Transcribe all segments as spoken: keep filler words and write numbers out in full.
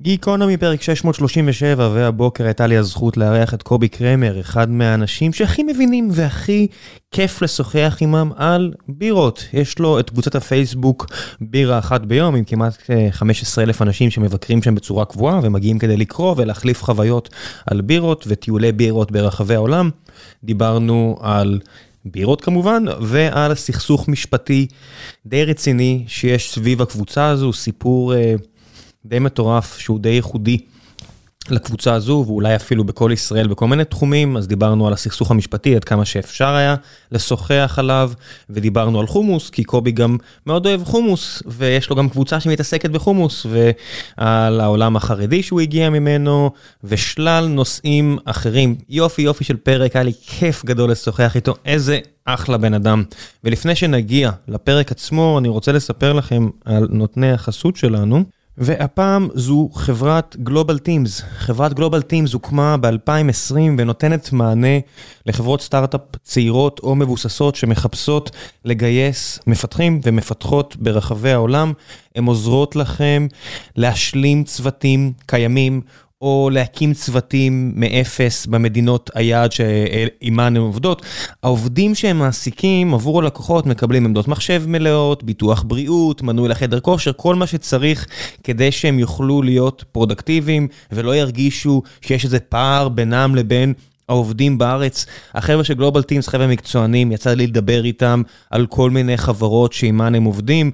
גיקונומי פרק שש מאות שלושים ושבע, והבוקר הייתה לי הזכות לארח את קובי קרמר, אחד מהאנשים שהכי מבינים והכי כיף לשוחח עמם על בירות. יש לו את קבוצת הפייסבוק בירה אחת ביום, עם כמעט חמישה עשר אלף אנשים שמבקרים שם בצורה קבועה, ומגיעים כדי לקרוא ולהחליף חוויות על בירות וטיולי בירות ברחבי העולם. דיברנו על בירות כמובן, ועל סכסוך משפטי די רציני שיש סביב הקבוצה הזו, סיפור די מטורף שהוא די ייחודי לקבוצה הזו, ואולי אפילו בכל ישראל בכל מיני תחומים. אז דיברנו על הסכסוך המשפטי, עד כמה שאפשר היה לשוחח עליו, ודיברנו על חומוס, כי קובי גם מאוד אוהב חומוס, ויש לו גם קבוצה שמתעסקת בחומוס, ועל העולם החרדי שהוא הגיע ממנו, ושלל נושאים אחרים. יופי יופי של פרק, היה לי כיף גדול לשוחח איתו, איזה אחלה בן אדם. ולפני שנגיע לפרק עצמו, אני רוצה לספר לכם על נותני החסות שלנו, והפעם זו חברת Global Teams. חברת Global Teams הוקמה ב-אלפיים ועשרים ונותנת מענה לחברות סטארט-אפ צעירות או מבוססות שמחפשות לגייס מפתחים ומפתחות ברחבי העולם. הן עוזרות לכם להשלים צוותים קיימים או להקים צוותים מאפס במדינות היעד שעימן הן עובדות. העובדים שהם מעסיקים עבור הלקוחות מקבלים עמדות מחשב מלאות, ביטוח בריאות, מנוי לחדר כושר, כל מה שצריך כדי שהם יוכלו להיות פרודקטיביים ולא ירגישו שיש איזה פער בינם לבין העובדים בארץ. החבר'ה של גלובל טימס, חבר'ה מקצוענים, יצא לי לדבר איתם על כל מיני חברות שעימן הם עובדים,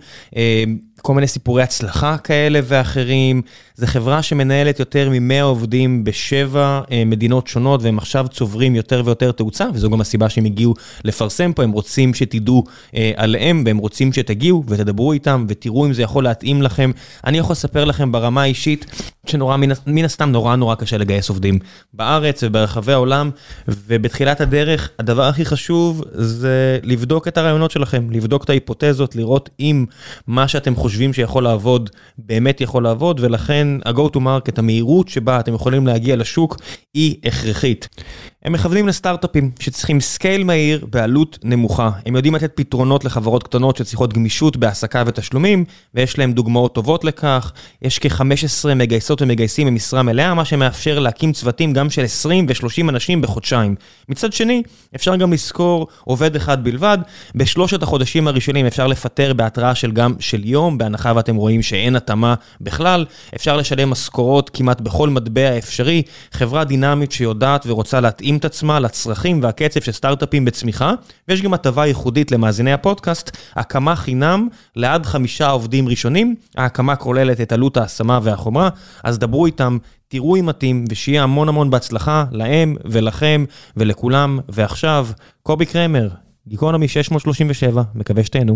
כל מיני סיפורי הצלחה כאלה ואחרים. זו חברה שמנהלת יותר מ-מאה עובדים בשבע מדינות שונות, והם עכשיו צוברים יותר ויותר תאוצה, וזו גם הסיבה שהם הגיעו לפרסם פה. הם רוצים שתדעו עליהם, והם רוצים שתגיעו ותדברו איתם, ותראו אם זה יכול להתאים לכם. אני יכול לספר לכם ברמה האישית, שנורא, מן, מן הסתם נורא נורא קשה לגייס עובדים בארץ וברחבי העולם, ובתחילת הדרך, הדבר הכי חשוב זה לבדוק את הרעיונות שלכם, לבדוק את ההיפותזות, לראות אם מה שאתם חושבים שיכול לעבוד, באמת יכול לעבוד, ולכן ה-go to market, המהירות שבה אתם יכולים להגיע לשוק, היא הכרחית. הם מכוונים לסטארט-אפים שצריכים סקייל מהיר בעלות נמוכה. הם יודעים לתת פתרונות לחברות קטנות שצריכות גמישות בהעסקה ותשלומים, ויש להם דוגמאות טובות לכך. יש כ-חמש עשרה מגייסות ומגייסים במשרה מלאה, מה שמאפשר להקים צוותים גם של עשרים ושלושים אנשים בחודשיים. מצד שני, אפשר גם לזכור עובד אחד בלבד. בשלושת החודשים הראשונים אפשר לפטר בהתראה של גם של יום, בהנחה ואתם רואים שאין התאמה בכלל. אפשר לשלם משכורות כמעט בכל מטבע אפשרי. חברה דינמית שיודעת ורוצה להתאים את עצמה לצרכים והקצב של סטארט-אפים בצמיחה, ויש גם הטבה ייחודית למאזיני הפודקאסט, הקמה חינם לעד חמישה עובדים ראשונים. ההקמה כוללת את עלות ההשמה והחומרה, אז דברו איתם, תראו אם מתאים, ושיהיה המון המון בהצלחה להם ולכם ולכולם. ועכשיו, קובי קרמר, גיקונומי שש מאות שלושים ושבע, מקווה שתהנו.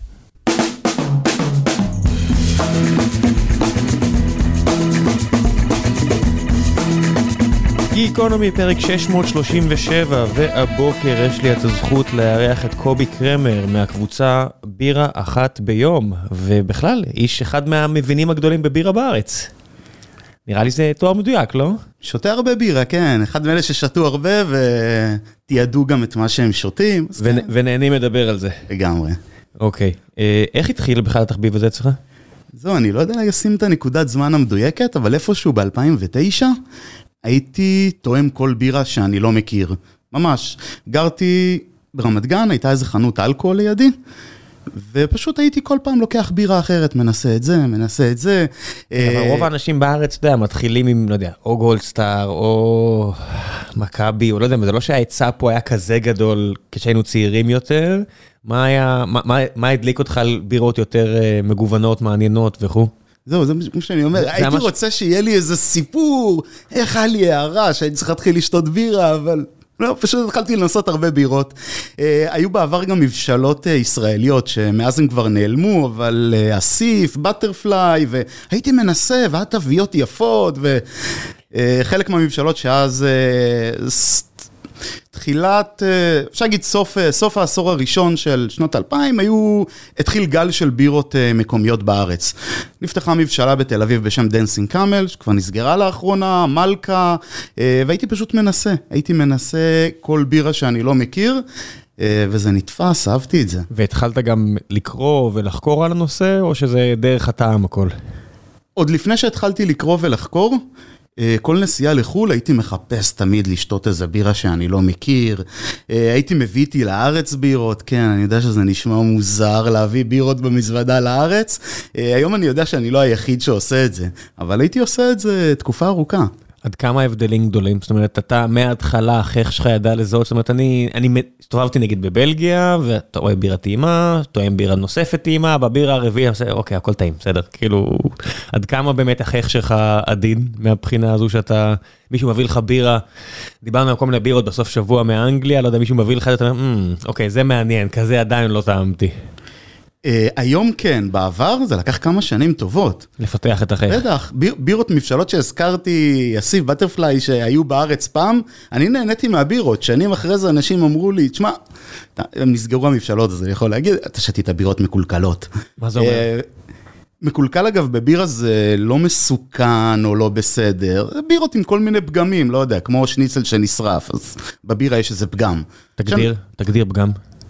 גיקונומי פרק שש מאות שלושים ושבע, והבוקר יש לי את הזכות לארח את קובי קרמר מהקבוצה בירה אחת ביום, ובכלל איש אחד מהמבינים הגדולים בבירה בארץ. נראה לי זה תואר מדויק, לא? שותה הרבה בירה, כן. אחד מאלה ששתו הרבה ותיעדו גם את מה שהם שותים. ונהנים לדבר על זה. לגמרי. אוקיי. איך התחיל בכלל התחביב הזה אצלך? זהו, אני לא יודע לשים את הנקודת זמן המדויקת, אבל איפשהו ב-אלפיים ותשע הייתי תואם כל בירה שאני לא מכיר. ממש. גרתי ברמת גן, הייתה איזה חנות אלכוהול לידי, ופשוט הייתי כל פעם לוקח בירה אחרת, מנסה את זה, מנסה את זה. אבל רוב האנשים בארץ, אתה יודע, מתחילים עם, לא יודע, או גולדסטאר, או מכבי, או לא יודע, זה לא שההיצע פה היה כזה גדול כשהיינו צעירים יותר. מה היה, מה, מה, מה הדליק אותך על בירות יותר מגוונות, מעניינות וכו'? זהו, זה מה שאני אומר, הייתי רוצה שיהיה לי איזה סיפור, איך היה לי הערה, שהייתי צריך להתחיל לשתות בירה, אבל לא, פשוט התחלתי לנסות הרבה בירות. היו בעבר גם מבשלות ישראליות, שמאז הם כבר נעלמו, אבל אסיף, בטרפליי, והייתי מנסה, והיה תוויות יפות, וחלק מהמבשלות שאז תחילת, אפשר להגיד סוף, סוף העשור הראשון של שנות אלפיים, היו, התחיל גל של בירות מקומיות בארץ. נפתחה מבשלה בתל אביב בשם דנסינג קאמל, שכבר נסגרה לאחרונה, מלכה, והייתי פשוט מנסה, הייתי מנסה כל בירה שאני לא מכיר, וזה נתפס, אהבתי את זה. והתחלת גם לקרוא ולחקור על הנושא, או שזה דרך הטעם הכל? עוד לפני שהתחלתי לקרוא ולחקור, כל נסיעה לחול הייתי מחפש תמיד לשתות איזה בירה שאני לא מכיר, הייתי מביא איתי לארץ בירות, כן, אני יודע שזה נשמע מוזר להביא בירות במזוודה לארץ, היום אני יודע שאני לא היחיד שעושה את זה, אבל הייתי עושה את זה תקופה ארוכה. עד כמה הבדלים גדולים? זאת אומרת, אתה מההתחלה, החייך שלך ידע לזהות, זאת אומרת, אני, אני הסתובבתי נגיד בבלגיה, ואתה רואה בירה טעימה, טועם בירה נוספת טעימה, בבירה הרביעי, אוקיי, הכל טעים, בסדר. כאילו, עד כמה באמת החייך שלך עדין, מהבחינה הזו שאתה, מישהו מביא לך בירה, דיברנו על כל מיני בירות בסוף שבוע מאנגליה, לא יודע, מישהו מביא לך, אתה אומר, אוקיי, זה מעניין, כזה עדיין לא טעמתי. היום כן, בעבר זה לקח כמה שנים טובות. לפתח את החייך. בטח, בירות מבשלות שהזכרתי, אסיף בטרפליי שהיו בארץ פעם, אני נהניתי מהבירות, שנים אחרי זה אנשים אמרו לי, תשמע, הם נסגרו המבשלות, אז אני יכול להגיד, אתה שתית בירות מקולקלות. מה זה אומר? מקולקל אגב בבירה זה לא מסוכן או לא בסדר, בירות עם כל מיני פגמים, לא יודע, כמו שניצל שנשרף, אז בבירה יש איזה פגם. תגדיר, תגדיר פגם.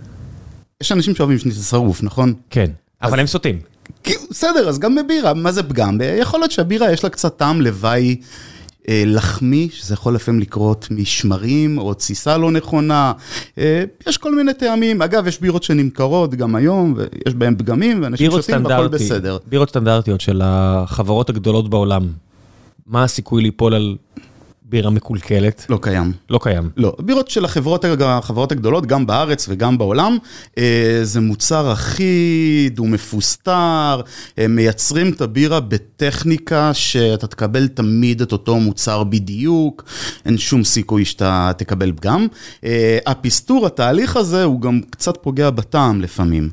יש אנשים שאוהבים שניצל שרוף, נכון? כן, אבל הם סוטים. בסדר, אז גם בבירה, מה זה פגם? יכול להיות שהבירה יש לה קצת טעם לוואי לחמי, שזה יכול לפעמים לקרות משמרים או תסיסה לא נכונה, יש כל מיני טעמים, אגב יש בירות שנמכרות גם היום, ויש בהם פגמים, ואנשים שותים והכל בסדר. בירות סטנדרטיות של החברות הגדולות בעולם, מה הסיכוי ליפול על בירה מקולקלת? לא קיים. לא קיים. לא, בירות של החברות, החברות הגדולות, גם בארץ וגם בעולם, זה מוצר אחיד, הוא מפוסטר, הם מייצרים את הבירה בטכניקה שאתה תקבל תמיד את אותו מוצר בדיוק, אין שום סיכוי שאתה תקבל פגם. הפסטור, התהליך הזה, הוא גם קצת פוגע בטעם לפעמים.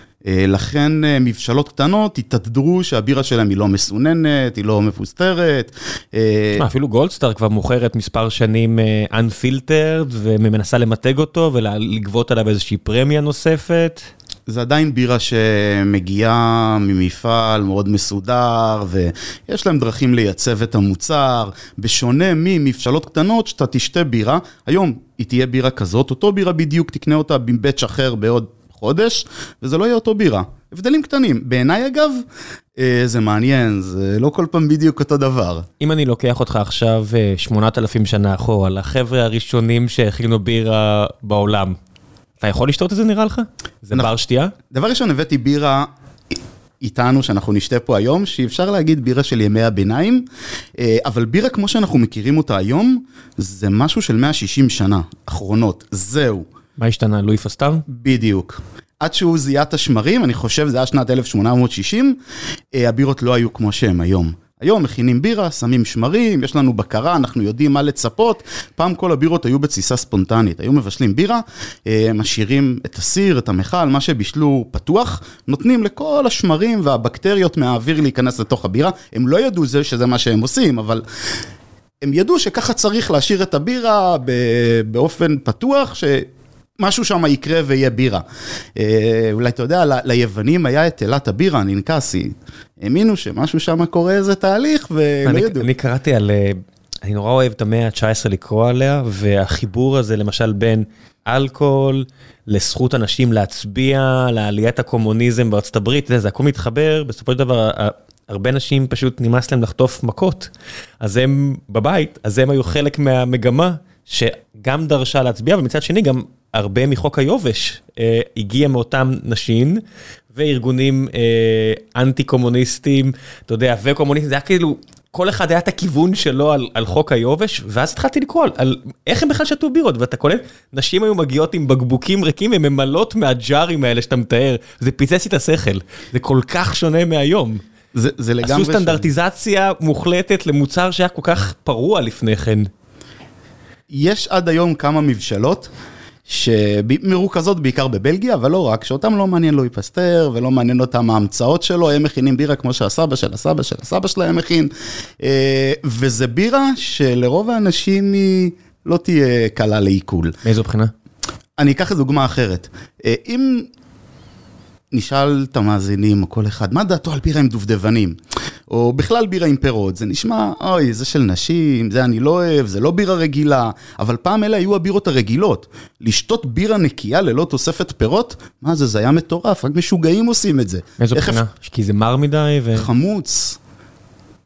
לכן מבשלות קטנות התעדרו שהבירה שלהם היא לא מסוננת, היא לא מפוסטרת. אפילו גולדסטאר כבר מוכרת מספר שנים unfiltered ומנסה למתג אותו ולגבות עליו איזושהי פרמיה נוספת. זה עדיין בירה שמגיעה ממפעל מאוד מסודר, ויש להם דרכים לייצב את המוצר, בשונה ממבשלות קטנות שאתה תשתה בירה, היום היא תהיה בירה כזאת, אותו בירה בדיוק תקנה אותה בבית שחר בעוד חודש, וזה לא יהיה אותו בירה. הבדלים קטנים. בעיניי אגב, זה מעניין, זה לא כל פעם בדיוק אותו דבר. אם אני לוקח אותך עכשיו שמונת אלפים שנה אחורה, לחבר'ה הראשונים שהכינו בירה בעולם, אתה יכול לשתות את זה נראה לך? זה בר שתייה? דבר ראשון, הבאתי בירה איתנו שאנחנו נשתה פה היום, שאפשר להגיד בירה של ימי הביניים, אבל בירה כמו שאנחנו מכירים אותה היום, זה משהו של מאה ושישים שנה, אחרונות, זהו. מה השתנה? לואי פסטר? בדיוק. עד שהוא זיהה את השמרים, אני חושב זה היה שנת אלף שמונה מאות שישים, הבירות לא היו כמו שהם היום. היום מכינים בירה, שמים שמרים, יש לנו בקרה, אנחנו יודעים מה לצפות. פעם כל הבירות היו בתסיסה ספונטנית, היו מבשלים בירה, משאירים את הסיר, את המחל, מה שבישלו פתוח, נותנים לכל השמרים והבקטריות מהאוויר להיכנס לתוך הבירה. הם לא ידעו זה שזה מה שהם עושים, אבל הם ידעו שככה צריך להשאיר את הבירה באופן פתוח, ש... משהו שם יקרה ויהיה בירה. אולי אתה יודע, ליוונים היה את תלת הבירה, ננקסי. האמינו שמשהו שם קורה איזה תהליך, ולא ידעו. אני קראתי על, אני נורא אוהב את המאה ה-תשע עשרה לקרוא עליה, והחיבור הזה למשל בין אלכוהול, לזכות אנשים להצביע, לעליית הקומוניזם בארצות הברית, זה הכל מתחבר, בסופו של דבר, הרבה אנשים פשוט נמאס להם לחטוף מכות, אז הם בבית, אז הם היו חלק מהמגמה, שגם דרשה להצביע, ומצד שני גם הרבה מחוק היובש אה, הגיע מאותם נשים, וארגונים אה, אנטי-קומוניסטים, אתה יודע, וקומוניסטים, זה היה כאילו, כל אחד היה את הכיוון שלו על, על חוק היובש, ואז התחלתי לקרוא על, על איך הם בכלל שתו בירות, ואתה קולט, נשים היו מגיעות עם בקבוקים ריקים, הם ממלאות מהג'ארים האלה שאתה מתאר, זה פיצץ את השכל, זה כל כך שונה מהיום. זה, זה לגמרי עשו סטנדרטיזציה שונה. מוחלטת למוצר שהיה כל כך פרוע לפני כן. יש עד היום כמה מבשלות, שמרוכזות בעיקר בבלגיה, אבל לא רק, שאותם לא מעניין לואי פסטר, ולא מעניין אותם ההמצאות שלו, הם מכינים בירה כמו שהסבא של הסבא של הסבא שלהם מכין, וזה בירה שלרוב האנשים היא לא תהיה קלה לעיכול. מאיזו בחינה? אני אקח את דוגמה אחרת. אם נשאל את המאזינים או כל אחד, מה דעתו על בירה עם דובדבנים? או בכלל בירה עם פירות, זה נשמע, אוי, זה של נשים, זה אני לא אוהב, זה לא בירה רגילה, אבל פעם אלה היו הבירות הרגילות. לשתות בירה נקייה ללא תוספת פירות, מה זה, זה היה מטורף, רק משוגעים עושים את זה. מאיזו בחינה? כי זה מר מדי ו... חמוץ.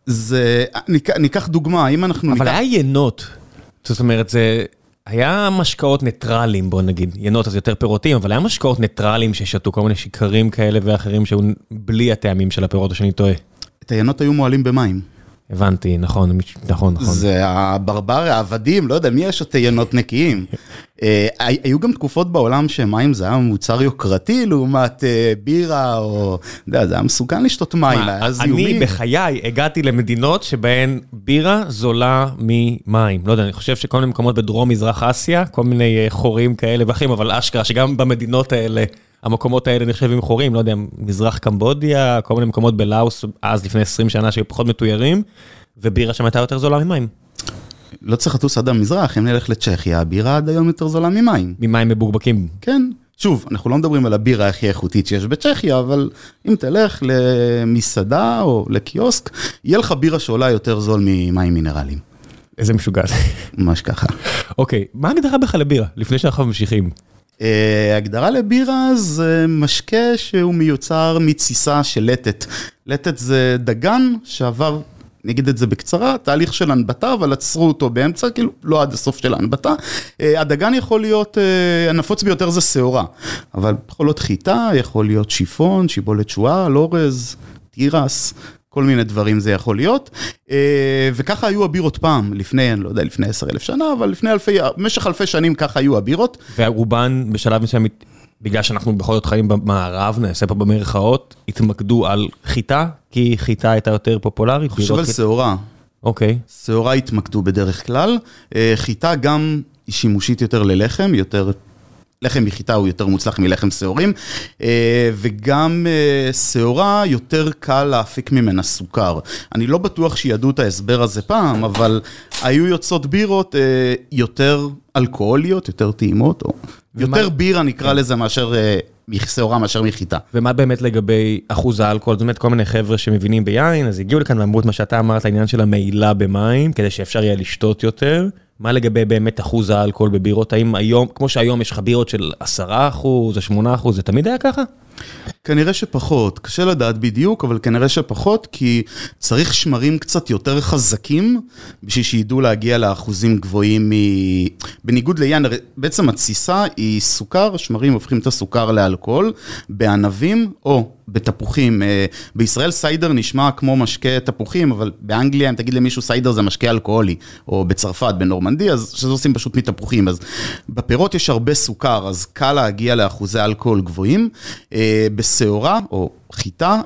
זה, ניקח דוגמה, אם אנחנו... אבל היה ינות, זאת אומרת, זה... היה משקאות ניטרליים, בוא נגיד, ינות אז יותר פירותים, אבל היה משקאות ניטרליים ששתו כל מיני שיקרים כאלה ואחרים שהיו בלי הטעמים של הפירות, או שאני טועה. את הינות היו מועלים במים. הבנתי, נכון, נכון, נכון. זה הברבר, העבדים, לא יודע, מי יש את הינות נקיים? היו גם תקופות בעולם שמים זה היה מוצר יוקרתי, לעומת בירה, או... זה היה מסוכן לשתות מים, היה זיהומי. אני בחיי הגעתי למדינות שבהן בירה זולה ממים. לא יודע, אני חושב שכל מיני מקומות בדרום מזרח אסיה, כל מיני חורים כאלה ואחרים, אבל אשכרה שגם במדינות האלה, המקומות האלה נחשבים חורים, לא יודע, מזרח קמבודיה, כל מיני מקומות בלאוס, אז לפני עשרים שנה שהיו פחות מתוירים, ובירה שם הייתה יותר זולה ממים. לא צריך לטוס עד המזרח, אם נלך לצ'כיה, הבירה עד היום יותר זולה ממים. ממים מבוקבקים. כן. שוב, אנחנו לא מדברים על הבירה הכי איכותית שיש בצ'כיה, אבל אם תלך למסעדה או לקיוסק, יהיה לך בירה שעולה יותר זול ממים מינרליים. איזה משוגע זה. ממש ככה. אוקיי, מה הגדרה בכלל לבירה? לפני שאנחנו ממשיכים. הגדרה לבירה זה משקה שהוא מיוצר מתסיסה של לטת. לטת זה דגן שעבר, נגיד את זה בקצרה, תהליך של הנבטה, אבל עצרו אותו באמצע, כאילו לא עד הסוף של ההנבטה. הדגן יכול להיות, הנפוץ ביותר זה שעורה, אבל יכול להיות חיטה, יכול להיות שיפון, שיבולת שואה, לורז, תירס, כל מיני דברים זה יכול להיות, וככה היו הבירות פעם, לפני, אני לא יודע, לפני עשר אלף שנה, אבל לפני אלפי, במשך אלפי שנים ככה היו הבירות. והרובן בשלב מסוים, בגלל שאנחנו בכל זאת חיים במערב, נעשה פה במרכאות, התמקדו על חיטה, כי חיטה הייתה יותר פופולרית. חושב על שעורה. אוקיי. שעורה התמקדו בדרך כלל, חיטה גם היא שימושית יותר ללחם, יותר... לחם מחיטה הוא יותר מוצלח מלחם שעורים, וגם שעורה יותר קל להפיק ממנה סוכר. אני לא בטוח שידעו את ההסבר הזה פעם, אבל היו יוצאות בירות יותר אלכוהוליות, יותר טעימות, או יותר בירה נקרא לזה מאשר שעורה מאשר מחיטה. ומה באמת לגבי אחוז האלכוהול? זאת אומרת, כל מיני חבר'ה שמבינים ביין, אז הגיעו לכאן ואמרו את מה שאתה אמרת, העניין של המעילה במים, כדי שאפשר יהיה לשתות יותר. מה לגבי באמת אחוז האלכוהול בבירות? האם היום, כמו שהיום יש לך בירות של עשרה אחוז או שמונה אחוז, זה תמיד היה ככה? כנראה שפחות, קשה לדעת בדיוק, אבל כנראה שפחות, כי צריך שמרים קצת יותר חזקים, בשביל שידעו להגיע לאחוזים גבוהים, מ... בניגוד ליין, בעצם התסיסה היא סוכר, שמרים הופכים את הסוכר לאלכוהול, בענבים או בתפוחים, בישראל סיידר נשמע כמו משקה תפוחים, אבל באנגליה, אם תגיד למישהו סיידר זה משקה אלכוהולי, או בצרפת, בנורמנדי, אז שזה עושים פשוט מתפוחים, אז בפירות יש הרבה סוכר, אז קל להגיע לאחוזי אלכוהול גבוהים, בשעורה או חיטה,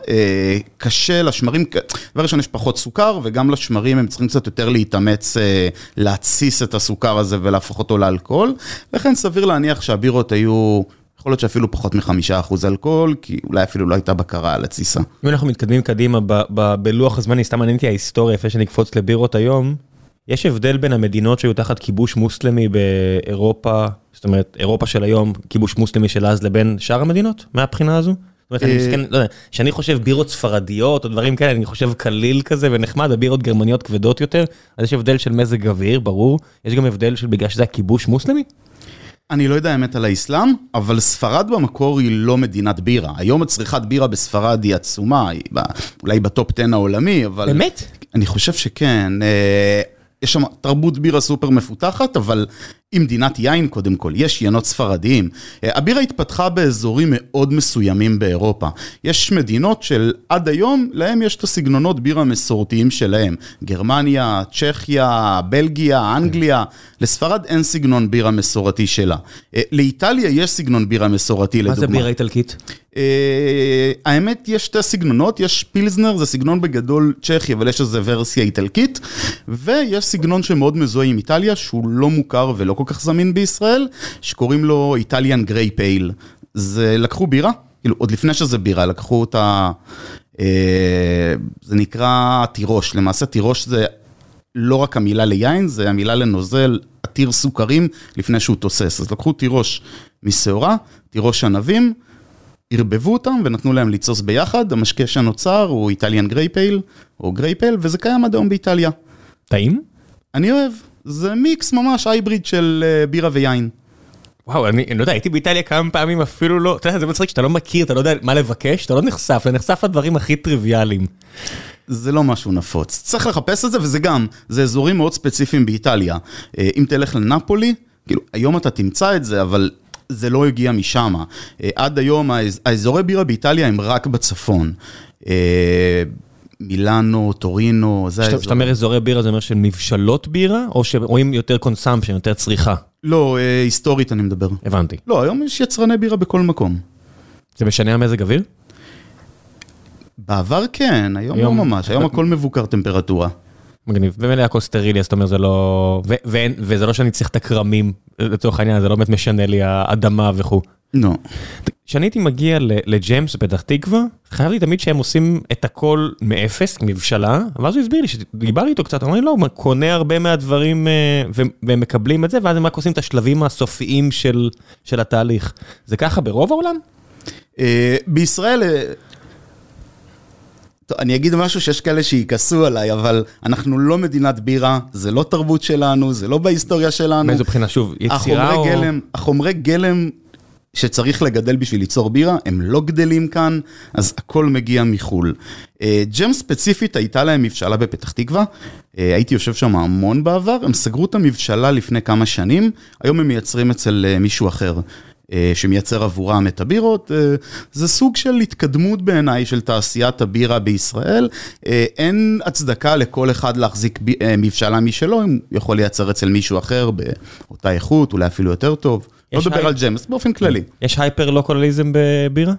קשה לשמרים, דבר ראשון יש פחות סוכר, וגם לשמרים הם צריכים קצת יותר להתאמץ, להציס את הסוכר הזה ולהפוך אותו לאלכוהול, לכן סביר להניח שהבירות היו, יכול להיות שאפילו פחות מחמישה אחוז אלכוהול, כי אולי אפילו לא הייתה בקרה על התסיסה. אם אנחנו מתקדמים קדימה בלוח הזמני, סתם מעניין אותי ההיסטוריה, לפני שנקפוץ לבירות היום, יש הבדל בין המדינות שהיו תחת כיבוש מוסלמי באירופה, זאת אומרת, אירופה של היום, כיבוש מוסלמי של אז, לבין שאר המדינות, מהבחינה הזו? זאת אומרת, אני מסכן, לא יודע, שאני חושב בירות ספרדיות או דברים כאלה, אני חושב קליל כזה ונחמד, ובירות גרמניות כבדות יותר, אז יש הבדל של מזג אוויר, ברור, יש גם הבדל של בגלל שזה הכיבוש מוסלמי? אני לא יודע האמת על האסלאם, אבל ספרד במקור היא לא מדינת בירה. היום הצריכת בירה בספרד היא עצומה, היא אולי בטופ עשר העולמי, אבל... באמת? אני חושב שכן. יש שם תרבות בירה סופר מפותחת, אבל היא מדינת יין קודם כל, יש ינות ספרדיים. הבירה התפתחה באזורים מאוד מסוימים באירופה. יש מדינות של עד היום, להם יש את הסגנונות בירה מסורתיים שלהם. גרמניה, צ'כיה, בלגיה, אנגליה. לספרד אין סגנון בירה מסורתי שלה. לאיטליה יש סגנון בירה מסורתי, לדוגמה. מה זה בירה איטלקית? האמת, יש שתי סגנונות, יש פילזנר, זה סגנון בגדול צ'כי, אבל יש איזו ורסיה איטלקית, ויש סגנון שמאוד מזוהה עם איטליה, שהוא לא מוכר ולא כל כך זמין בישראל, שקוראים לו איטליאן גריי פייל. זה לקחו בירה, כאילו, עוד לפני שזה בירה, לקחו אותה, זה נקרא תירוש, למעשה תירוש זה לא רק המילה ליין, זה המילה לנוזל, עתיר סוכרים, לפני שהוא תוסס. אז לקחו תירוש משעורה, תירוש ענבים, הרבבו אותם ונתנו להם ליצוס ביחד, המשקה שנוצר הוא איטליאן גריי פייל, או גריי פייל, וזה קיים עד היום באיטליה. טעים? אני אוהב, זה מיקס ממש הייבריד של בירה ויין. וואו, אני, אני לא יודע, הייתי באיטליה כמה פעמים אפילו לא, אתה יודע, זה מצחיק שאתה לא מכיר, אתה לא יודע מה לבקש, אתה לא נחשף, אתה נחשף לדברים הכי טריוויאליים. זה לא משהו נפוץ. צריך לחפש את זה, וזה גם, זה אזורים מאוד ספציפיים באיטליה. אם תלך לנפולי, כאילו, היום אתה תמצא את זה, אבל זה לא הגיע משם. עד היום, האזורי בירה באיטליה הם רק בצפון. מילאנו, טורינו, זה האזור. כשאתה אומר אזורי בירה, זה אומר של מבשלות בירה, או שרואים יותר קונסמפשן, יותר צריכה? לא, היסטורית אני מדבר. הבנתי. לא, היום יש יצרני בירה בכל מקום. זה משנה המזג אוויר? בעבר כן, היום לא ממש, היום הכל מבוקר טמפרטורה. מגניב, ומלא הכל סטרילי, אז אתה אומר, זה לא... וזה לא שאני צריך את הקרמים, לצורך העניין, זה לא באמת משנה לי האדמה וכו'. לא. כשאני הייתי מגיע לג'יימס בפתח תקווה, חייב לי תמיד שהם עושים את הכל מאפס, מבשלה, ואז הוא הסביר לי, שדיבר איתו קצת, אמר לי, לא, הוא קונה הרבה מהדברים, והם מקבלים את זה, ואז הם רק עושים את השלבים הסופיים של התהליך. זה ככה ברוב העולם? בישראל... טוב, אני אגיד משהו שיש כאלה שיקסו עליי, אבל אנחנו לא מדינת בירה, זה לא תרבות שלנו, זה לא בהיסטוריה שלנו. מאיזו בחינה, שוב, יצירה או... גלם, החומרי גלם שצריך לגדל בשביל ליצור בירה, הם לא גדלים כאן, אז הכל מגיע מחול. ג'ם ספציפית הייתה להם מבשלה בפתח תקווה, הייתי יושב שם המון בעבר, הם סגרו את המבשלה לפני כמה שנים, היום הם מייצרים אצל מישהו אחר. שמייצר עבורם את הבירות, זה סוג של התקדמות בעיניי של תעשיית הבירה בישראל, אין הצדקה לכל אחד להחזיק מבשלה משלו, הוא יכול לייצר אצל מישהו אחר באותה איכות, אולי אפילו יותר טוב, לא דבר על ג'מס, באופן כללי. יש הייפר-לוקליזם בבירה?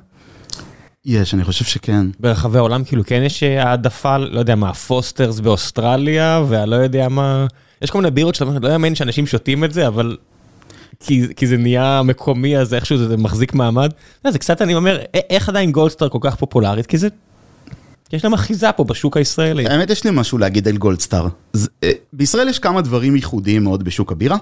יש, אני חושב שכן. ברחבי העולם, כאילו כן יש העדפה, לא יודע מה, פוסטרס באוסטרליה, ולא יודע מה, יש כל מיני בירות שאתה אומר, לא יאמן שאנשים שותים את זה, אבל... כי, כי זה נהיה מקומי, אז איכשהו זה, זה מחזיק מעמד. זה קצת, אני אומר, איך עדיין גולדסטאר כל כך פופולרית? כי זה, יש להם אחיזה פה בשוק הישראלי. האמת, יש לי משהו להגיד על גולדסטאר. בישראל יש כמה דברים ייחודיים מאוד בשוק הבירה.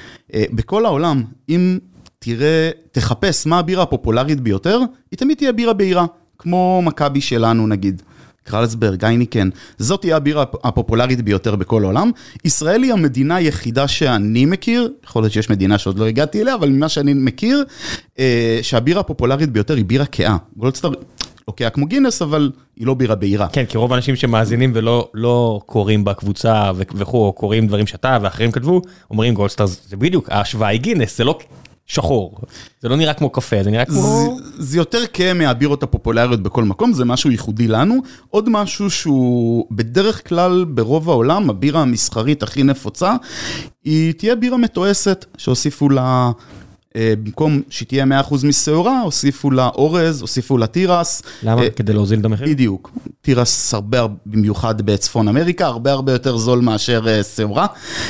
בכל העולם, אם תראה, תחפש מה הבירה הפופולרית ביותר, היא תמיד תהיה בירה בהירה, כמו מכבי שלנו נגיד. קרלסברג, הייניקן, זאת היא הבירה הפופולרית ביותר בכל העולם. ישראל היא המדינה היחידה שאני מכיר, יכול להיות שיש מדינה שעוד לא הגעתי אליה, אבל ממה שאני מכיר, שהבירה הפופולרית ביותר היא בירה קאה. גולדסטאר לוקח כמו גינס, אבל היא לא בירה בהירה. כן, כי רוב האנשים שמאזינים ולא לא קוראים בקבוצה וכו', או קוראים דברים שאתה ואחרים כתבו, אומרים גולדסטאר, זה בדיוק, ההשוואה היא גינס, זה לא... שחור. זה לא נראה כמו קפה, זה נראה כמו... זה, זה יותר קאה מהבירות הפופולריות בכל מקום, זה משהו ייחודי לנו. עוד משהו שהוא בדרך כלל ברוב העולם, הבירה המסחרית הכי נפוצה, היא תהיה בירה מתועסת, שהוסיפו לה, במקום שתהיה מאה אחוז מסעורה, הוסיפו לה אורז, הוסיפו לה תירס. למה? כדי להוזיל את המחיר? בדיוק. תירס הרבה, במיוחד בצפון אמריקה, הרבה הרבה יותר זול מאשר שעורה.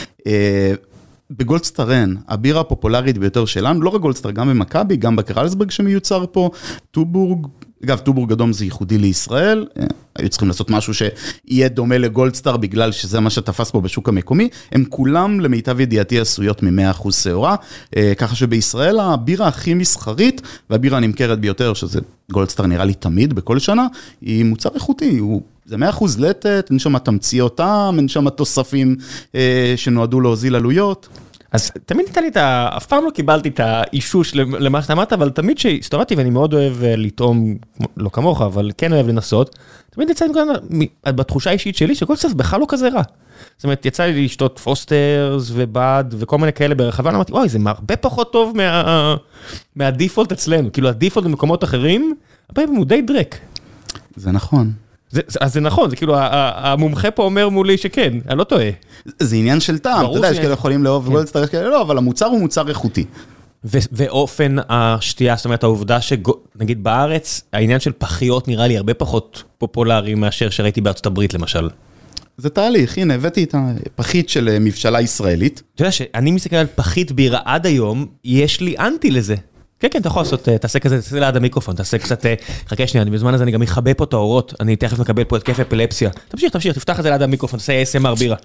בגולדסטאר, הבירה הפופולרית ביותר שלנו, לא רק גולדסטאר, גם במכבי, גם בקרלסברג שמיוצר פה, טובורג, אגב, טובורג אדום זה ייחודי לישראל, היו צריכים לעשות משהו שיהיה דומה לגולדסטאר, בגלל שזה מה שתפס פה בשוק המקומי, הם כולם למיטב ידיעתי עשויות מ-מאה אחוז שעורה, ככה שבישראל הבירה הכי מסחרית, והבירה הנמכרת ביותר, שזה גולדסטאר נראה לי תמיד בכל שנה, היא מוצר איכותי, הוא... זה מאה אחוז לטט, אין שם תמצאותם, אין שם תוספים אה, שנועדו להוזיל עלויות. אז תמיד ניתן לי את ה... אף פעם לא קיבלתי את האישוש למה שאתה אמרת, אבל תמיד שהסתובבתי, ואני מאוד אוהב לטעום, לא כמוך, אבל כן אוהב לנסות, תמיד יצא לי בתחושה האישית שלי, שכל קצת בכלל לא כזה רע. זאת אומרת, יצא לי לשתות פוסטרס ובד וכל מיני כאלה ברחבה, אמרתי, אוי, זה הרבה פחות טוב מה... מהדיפולט אצלנו. כאילו, הדיפולט במקומות אחרים, הרבה הוא די דרק. זה נכון. זה, אז זה נכון, זה כאילו, המומחה פה אומר מולי שכן, אני לא טועה. זה עניין של טעם, אתה יודע, יש כאלה יכולים לאהוב גולדסטאר, יש כאלה לא, אבל המוצר הוא מוצר איכותי. ואופן השתייה, זאת אומרת, העובדה שנגיד בארץ, העניין של פחיות נראה לי הרבה פחות פופולרי מאשר שראיתי בארצות הברית למשל. זה תהליך, הנה, הבאתי את הפחית של מבשלה ישראלית. אתה יודע שאני מסתכל על פחית בירה עד היום, יש לי אנטי לזה. כן, כן, אתה יכול לעשות, תעשה כזה, תעשה ליד המיקרופון, תעשה קצת, חכה שנייה, בזמן הזה אני גם אחבא פה את האורות, אני תכף מקבל פה את כיף אפילפסיה. תמשיך, תמשיך, תפתח את זה ליד המיקרופון, תעשה אס אם אר בירה.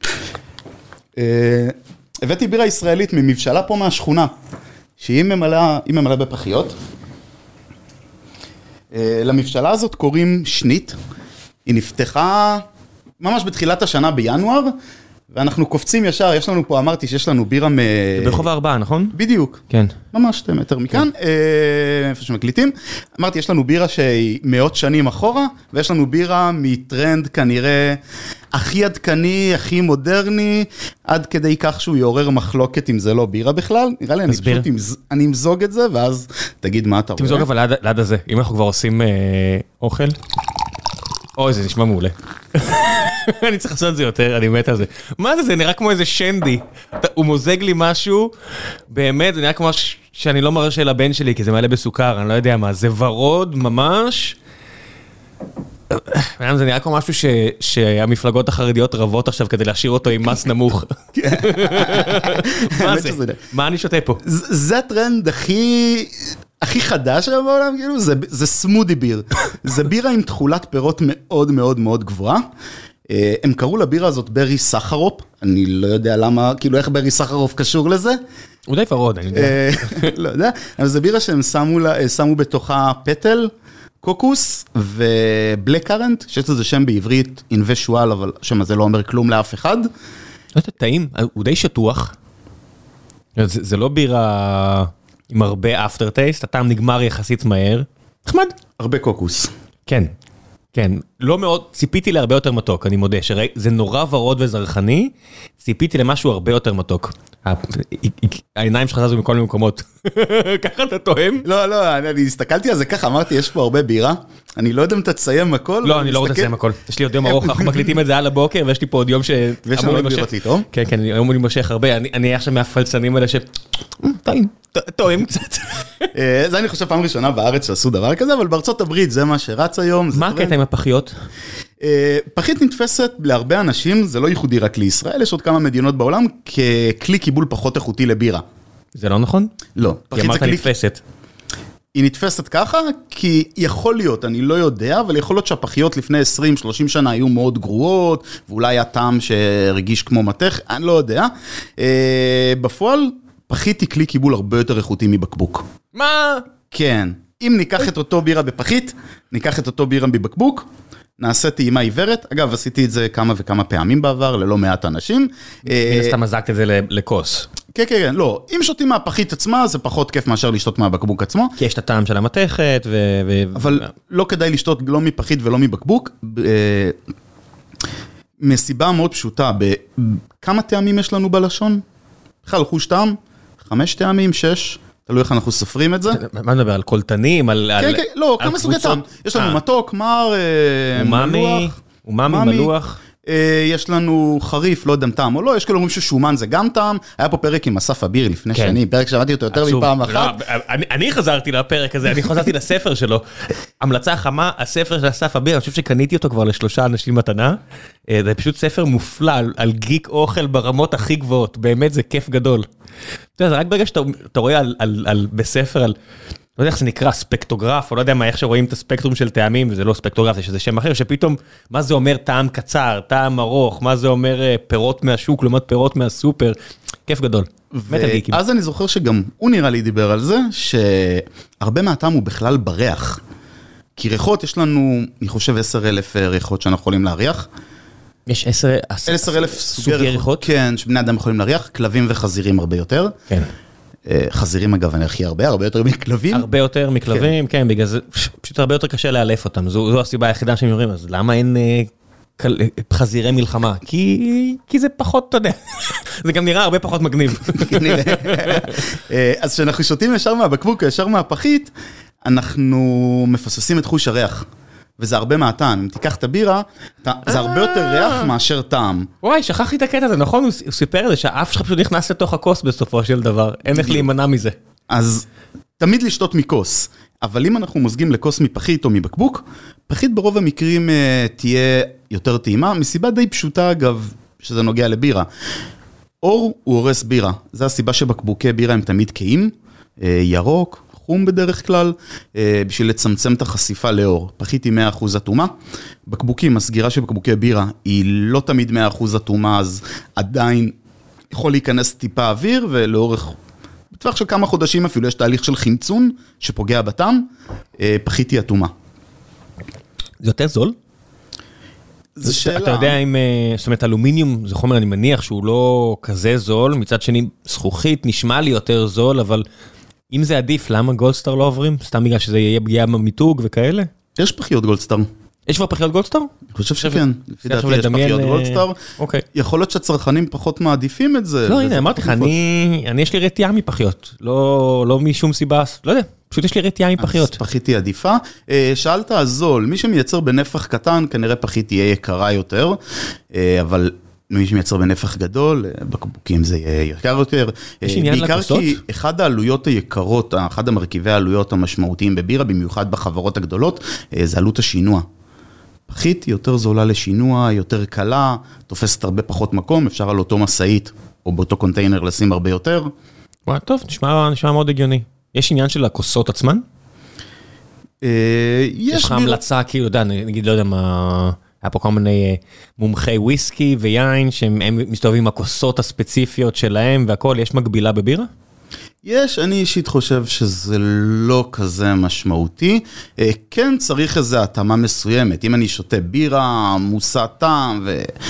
הבאתי בירה ישראלית ממבשלה פה מהשכונה, שהיא ממלאה בפחיות. למבשלה הזאת קוראים שנית, היא נפתחה ממש בתחילת השנה בינואר, ואנחנו קופצים ישר, יש לנו פה, אמרתי שיש לנו בירה מ... ברחוב הארבעה, נכון? בדיוק. כן. ממש שתי מטר מכאן, איפה שמקליטים. אמרתי, יש לנו בירה שהיא מאות שנים אחורה, ויש לנו בירה מטרנד כנראה הכי עדכני, הכי מודרני, עד כדי כך שהוא יעורר מחלוקת אם זה לא בירה בכלל. נראה לי, אני פשוט אני אמזוג את זה, ואז תגיד מה אתה רואה. תמזוג אבל ליד הזה, אם אנחנו כבר עושים אוכל. אוי, זה נשמע מעולה. אני צריך לעשות את זה יותר, אני מת על זה. מה זה? זה נראה כמו איזה שנדי. הוא מוזג לי משהו, באמת, זה נראה כמו שאני לא מרשה לבן שלי, כי זה מעלה בסוכר, אני לא יודע מה. זה ורוד ממש. זה נראה כמו משהו שהמפלגות החרדיות רבות עכשיו כדי להשאיר אותו עם מס נמוך. מה זה? מה אני שותה פה? זה הטרנד הכי... הכי חדש היום בעולם, כאילו, זה, זה סמודי ביר. זה בירה עם תחולת פירות מאוד מאוד מאוד גבוהה. הם קראו לבירה הזאת ברי סחרופ. אני לא יודע למה, כאילו, איך ברי סחרופ קשור לזה. הוא די ורוד, אני יודע. לא יודע. אבל זה בירה שהם שמו, לה, שמו בתוכה פטל, קוקוס ובלק קרנט, שיש לזה שם בעברית, ענבי שואל, אבל שם הזה לא אומר כלום לאף אחד. לא יודע, טעים, הוא די שטוח. זה, זה לא בירה... עם הרבה אפטר טייסט, הטעם נגמר יחסית מהר. נחמד. הרבה קוקוס. כן, כן. לא מאוד, ציפיתי להרבה יותר מתוק, אני מודה, שזה נורא ורוד וזרחני, ציפיתי למשהו הרבה יותר מתוק. העיניים שלך זזו מכל מיני מקומות. ככה אתה טועם? לא, לא, אני הסתכלתי על זה ככה, אמרתי, יש פה הרבה בירה, אני לא יודע אם אתה תסיים הכל. לא, אני לא רוצה לסיים הכל. יש לי עוד יום ארוך, אנחנו מקליטים את זה על הבוקר, ויש לי פה עוד יום שאמור להימשך. ויש לנו עוד בירות לטעום? כן, כן, אמור להימשך הרבה. אני עכשיו מהפלצנים האלה ש... טעים, טועים קצת. זה אני חושב פעם ראשונה בארץ שעשו דבר כזה, אבל בארצות הברית זה מה שרץ היום. מה הקטע עם הפחיות? פחית נתפסת להרבה אנשים, זה לא ייחודי רק לישראל, יש עוד כמה מדינות בעולם, ככלי קיבול פחות איכותי לבירה. זה לא נכון? לא. כי אמרת נתפסת. היא נתפסת ככה, כי יכול להיות, אני לא יודע, אבל יכול להיות שהפחיות לפני עשרים שלושים שנה היו מאוד גרועות, ואולי הטעם שהרגיש כמו מתך, אני לא יודע. בפועל, פחית היא כלי קיבול הרבה יותר איכותי מבקבוק. מה? כן. אם ניקח את אותו בירה בפחית, ניקח את אותו בירה בבקבוק, נעשה טעימה עיוורת. אגב, עשיתי את זה כמה וכמה פעמים בעבר, ללא מעט אנשים. מן הסתם מזגת את זה לכוס. כן, כן, כן, לא. אם שותים מהפחית עצמה, זה פחות כיף מאשר לשתות מהבקבוק עצמו. כי יש את הטעם של המתכת ו... אבל לא כדאי לשתות לא מפחית ולא מבקבוק. מסיבה מאוד פשוטה, בכמה טעמים יש לנו בלשון? בכלל, חוש טעם? חמש טעמים, שש? תלוי איך אנחנו סופרים את זה. מה נדבר, על קולטנים? כן, כן, לא, כמה סוגי טעם. יש לנו מתוק, מר, מלוח. אומאמי, מלוח. יש לנו חריף, לא יודע טעם או לא, יש כאלה אומרים ששומן זה גם טעם. היה פה פרק עם אסף אביר לפני שנים, פרק שמעתי אותו יותר מפעם אחת. אני חזרתי לפרק הזה, אני חזרתי לספר שלו. המלצה חמה, הספר של אסף אביר, אני חושב שקניתי אותו כבר לשלושה אנשים מתנה. זה פשוט ספר מופלא, על גיק אוכל ברמות הכי גבוהות, באמת זה כיף גדול. אתה יודע, זה רק ברגע שאתה רואה בספר על... לא יודע איך זה נקרא, ספקטוגרף, או לא יודע מה, איך שרואים את הספקטרום של טעמים, וזה לא ספקטוגרף, זה שזה שם אחר, שפתאום, מה זה אומר טעם קצר, טעם ארוך, מה זה אומר פירות מהשוק, לעומת פירות מהסופר, כיף גדול. ואז אני זוכר שגם הוא נראה לי דיבר על זה, שהרבה מהטעם הוא בכלל בריח. כי ריחות, יש לנו, אני חושב, עשר אלף ריחות שאנחנו יכולים להריח. יש עשר אלף סוגי ריחות? כן, שבני אדם יכולים להריח, כלבים וחזירים הרבה יותר. כן. חזירים אגב, אני הכי הרבה, הרבה יותר מכלבים. הרבה יותר מכלבים, כן, בגלל זה פשוט הרבה יותר קשה לאלף אותם. זו הסיבה היחידה שהם אומרים, אז למה אין חזירי מלחמה? כי זה פחות, אתה יודע, זה גם נראה הרבה פחות מגניב. אז כשאנחנו שותים ישר מהבקבוק, ישר מהפחית, אנחנו מפססים את חוש הריח. וזה הרבה מהטעם, אם תיקח את הבירה, זה הרבה יותר ריח מאשר טעם. וואי, שכחתי את הקטע הזה, נכון? הוא סיפר את זה, שהאף שלך פשוט נכנס לתוך הכוס בסופו של דבר, אין איך להימנע מזה. אז תמיד לשתות מכוס, אבל אם אנחנו מוזגים לכוס מפחית או מבקבוק, פחית ברוב המקרים תהיה יותר טעימה, מסיבה די פשוטה אגב, שזה נוגע לבירה. אור הוא הורס בירה, זו הסיבה שבקבוקי בירה הם תמיד קיים, ירוק, חום בדרך כלל, בשביל לצמצם את החשיפה לאור. פחית היא מאה אחוז אטומה, בקבוקים, הסגירה של בקבוקי בירה היא לא תמיד מאה אחוז אטומה, אז עדיין יכול להיכנס טיפה אוויר, ולאורך, בטווח של כמה חודשים אפילו, יש תהליך של חמצון שפוגע בטעם, פחית היא אטומה. זה יותר זול? זו שאלה. אתה יודע אם, זאת אומרת, אלומיניום זה חומר, אני מניח שהוא לא כזה זול, מצד שני, זכוכית נשמע לי יותר זול, אבל אם זה עדיף, למה גולדסטאר לא עוברים? סתם בגלל שזה יהיה פגיעה במיתוג וכאלה? יש פחיות גולדסטאר. יש כבר פחיות גולדסטאר? אני חושב שכן. לפי דעתי יש פחיות גולדסטאר. יכול להיות שהצרכנים פחות מעדיפים את זה. לא, הנה, אמרתי לך, אני יש לי רתיעה מפחיות. לא משום סיבה, לא יודע. פשוט יש לי רתיעה עם פחיות. אז פחית היא עדיפה. שאלת הזול, מי שמייצר בנפח קטן, כנראה פחית תהיה יקרה יותר, אבל מי שמייצר בנפח גדול, בקבוקים זה יהיה יקר יותר. יש עניין לכוסות? בעיקר כי אחד העלויות היקרות, אחד המרכיבי העלויות המשמעותיים בבירה, במיוחד בחברות הגדולות, זה עלות השינוע. פחית היא יותר זולה לשינוע, יותר קלה, תופסת הרבה פחות מקום, אפשר על אותו מסעית, או באותו קונטיינר לשים הרבה יותר. וואי, טוב, נשמע, נשמע מאוד הגיוני. יש עניין של הכוסות עצמן? יש לך המלצה, כאילו, יודע, נגיד, לא יודע מה, היה פה כל מיני מומחי וויסקי ויין, שהם מסתובבים עם הכוסות הספציפיות שלהם והכל, יש מקבילה בבירה? יש, אני אישית חושב שזה לא כזה משמעותי, כן צריך איזו התאמה מסוימת, אם אני שותה בירה, מוסת טעם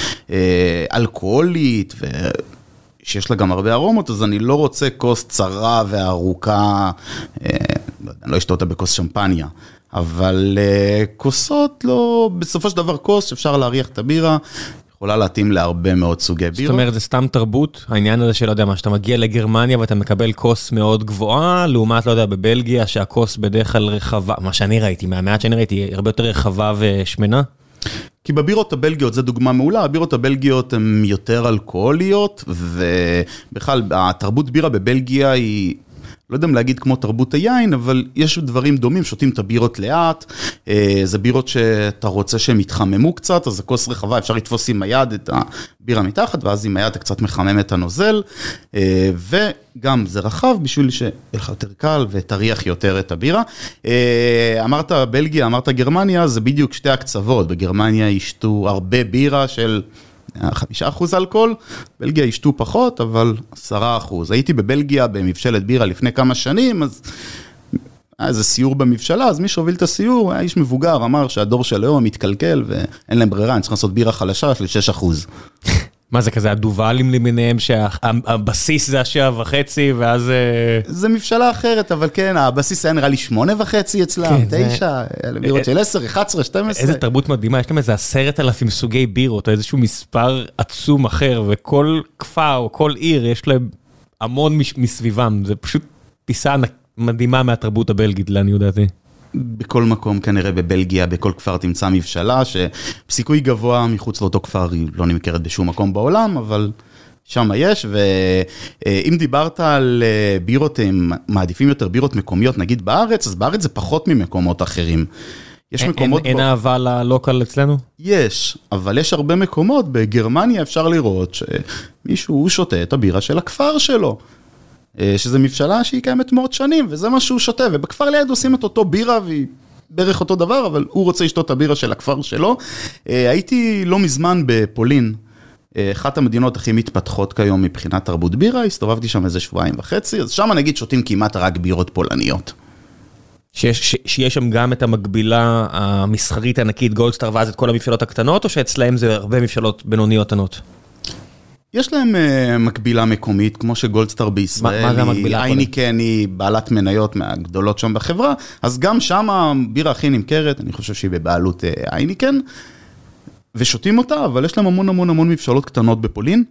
ואלכוהולית ו... שיש לה גם הרבה ארומות, אז אני לא רוצה כוס צרה וארוכה, אני לא אשתה אותה בכוס שמפניה, אבל כוסות לא, בסופו של דבר כוס, אפשר להריח את הבירה, יכולה להתאים להרבה מאוד סוגי בירה. זאת אומרת, זה סתם תרבות, העניין הזה של, לא יודע מה, שאתה מגיע לגרמניה ואתה מקבל כוס מאוד גבוהה, לעומת, לא יודע, בבלגיה, שהכוס בדרך כלל רחבה, מה שאני ראיתי, מהמעט שאני ראיתי, היא הרבה יותר רחבה ושמנה. כי בבירות הבלגיות, זו דוגמה מעולה, הבירות הבלגיות הן יותר אלכוהוליות, ובכלל, התרבות בירה בבלגיה היא, לא יודע אם להגיד כמו תרבות היין, אבל יש דברים דומים, שותים את הבירות לאט, זה בירות שאתה רוצה שהם יתחממו קצת, אז הכוס רחבה, אפשר לתפוס עם היד את הבירה מתחת, ואז עם היד אתה קצת מחמם את הנוזל, וגם זה רחב בשביל שיהיה לך יותר קל ותריח יותר את הבירה. אמרת בלגיה, אמרת גרמניה, זה בדיוק שתי הקצוות, בגרמניה ישתו הרבה בירה של חמישה אחוז אלכוהול, בלגיה ישתו פחות, אבל עשרה אחוז. הייתי בבלגיה במבשלת בירה לפני כמה שנים, אז היה איזה סיור במבשלה, אז מי שהוביל את הסיור, היה איש מבוגר, אמר שהדור של היום מתקלקל, ואין להם ברירה, אני צריך לעשות בירה חלשה של שש אחוז. מה זה כזה, הדובלים למיניהם, שהבסיס זה השעה וחצי, ואז... זה מבשלה אחרת, אבל כן, הבסיס היה נראה לי שמונה וחצי אצלם, תשע, בירות של עשר, אחת עשרה, שתים עשרה. איזה תרבות מדהימה, יש להם איזה עשרת אלפים סוגי בירות, או איזשהו מספר עצום אחר, וכל כפר או כל עיר יש להם המון מסביבם, זה פשוט פיסה מדהימה מהתרבות הבלגית, לעניות דעתי. בכל מקום, כנראה בבלגיה, בכל כפר תמצא מבשלה, שסיכוי גבוה מחוץ לאותו כפר היא לא נמכרת בשום מקום בעולם, אבל שם יש, ואם דיברת על בירות, הם מעדיפים יותר בירות מקומיות, נגיד בארץ, אז בארץ זה פחות ממקומות אחרים. יש מקומות... אין אהבה ללוקל אצלנו? יש, אבל יש הרבה מקומות, בגרמניה אפשר לראות שמישהו שותה את הבירה של הכפר שלו. שזה מבשלה שהיא קיימת מאות שנים, וזה מה שהוא שותה, ובכפר ליד עושים את אותו בירה, והיא בערך אותו דבר, אבל הוא רוצה לשתות את הבירה של הכפר שלו. הייתי לא מזמן בפולין, אחת המדינות הכי מתפתחות כיום מבחינת תרבות בירה, הסתובבתי שם איזה שבועיים וחצי, אז שם נגיד שותים כמעט רק בירות פולניות. שיש, שיש שם גם את המקבילה המסחרית הענקית גולדסטאר, ואז את כל המבשלות הקטנות, או שאצלהם זה הרבה מבשלות בינוניות קטנות? יש להם uh, מקבילה מקומית, כמו שגולדסטאר בישראל, מה, מה זה המקבילה? אייניקן היא בעלת מניות מהגדולות שם בחברה, אז גם שם הבירה הכי נמכרת, אני חושב שהיא בבעלות uh, אייניקן, ושותים אותה, אבל יש להם המון המון המון מבשלות קטנות בפולין,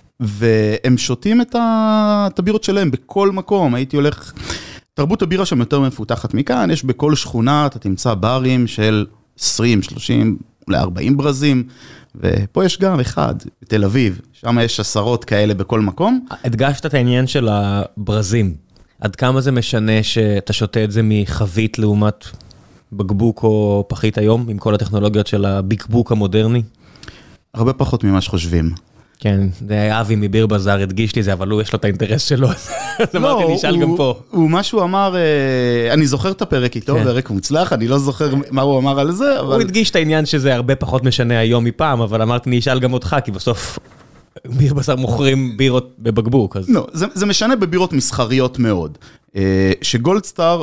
והם שותים את, ה... את הבירות שלהם בכל מקום, הייתי הולך, תרבות הבירה שם יותר מפותחת מכאן, יש בכל שכונה, אתה תמצא ברים של עשרים, שלושים, אולי ארבעים ברזים, ופה יש גם אחד, בתל אביב, שם יש עשרות כאלה בכל מקום. הדגשת את העניין של הברזים, עד כמה זה משנה שאתה שותה את זה מחבית לעומת בקבוק או פחית היום, עם כל הטכנולוגיות של הבקבוק המודרני? הרבה פחות ממה שחושבים. כן, זה אבי מביר בזאר הדגיש לי זה, אבל הוא יש לו את האינטרס שלו, אז אמרתי נשאל גם פה. הוא מה שהוא אמר, אני זוכר את הפרק איתו, פרק מוצלח, אני לא זוכר מה הוא אמר על זה, אבל... הוא הדגיש את העניין שזה הרבה פחות משנה היום מפעם, אבל אמרתי נשאל גם אותך, כי בסוף ביר בשר מוכרים בירות בבקבוק. לא, זה משנה בבירות מסחריות מאוד. שגולדסטאר,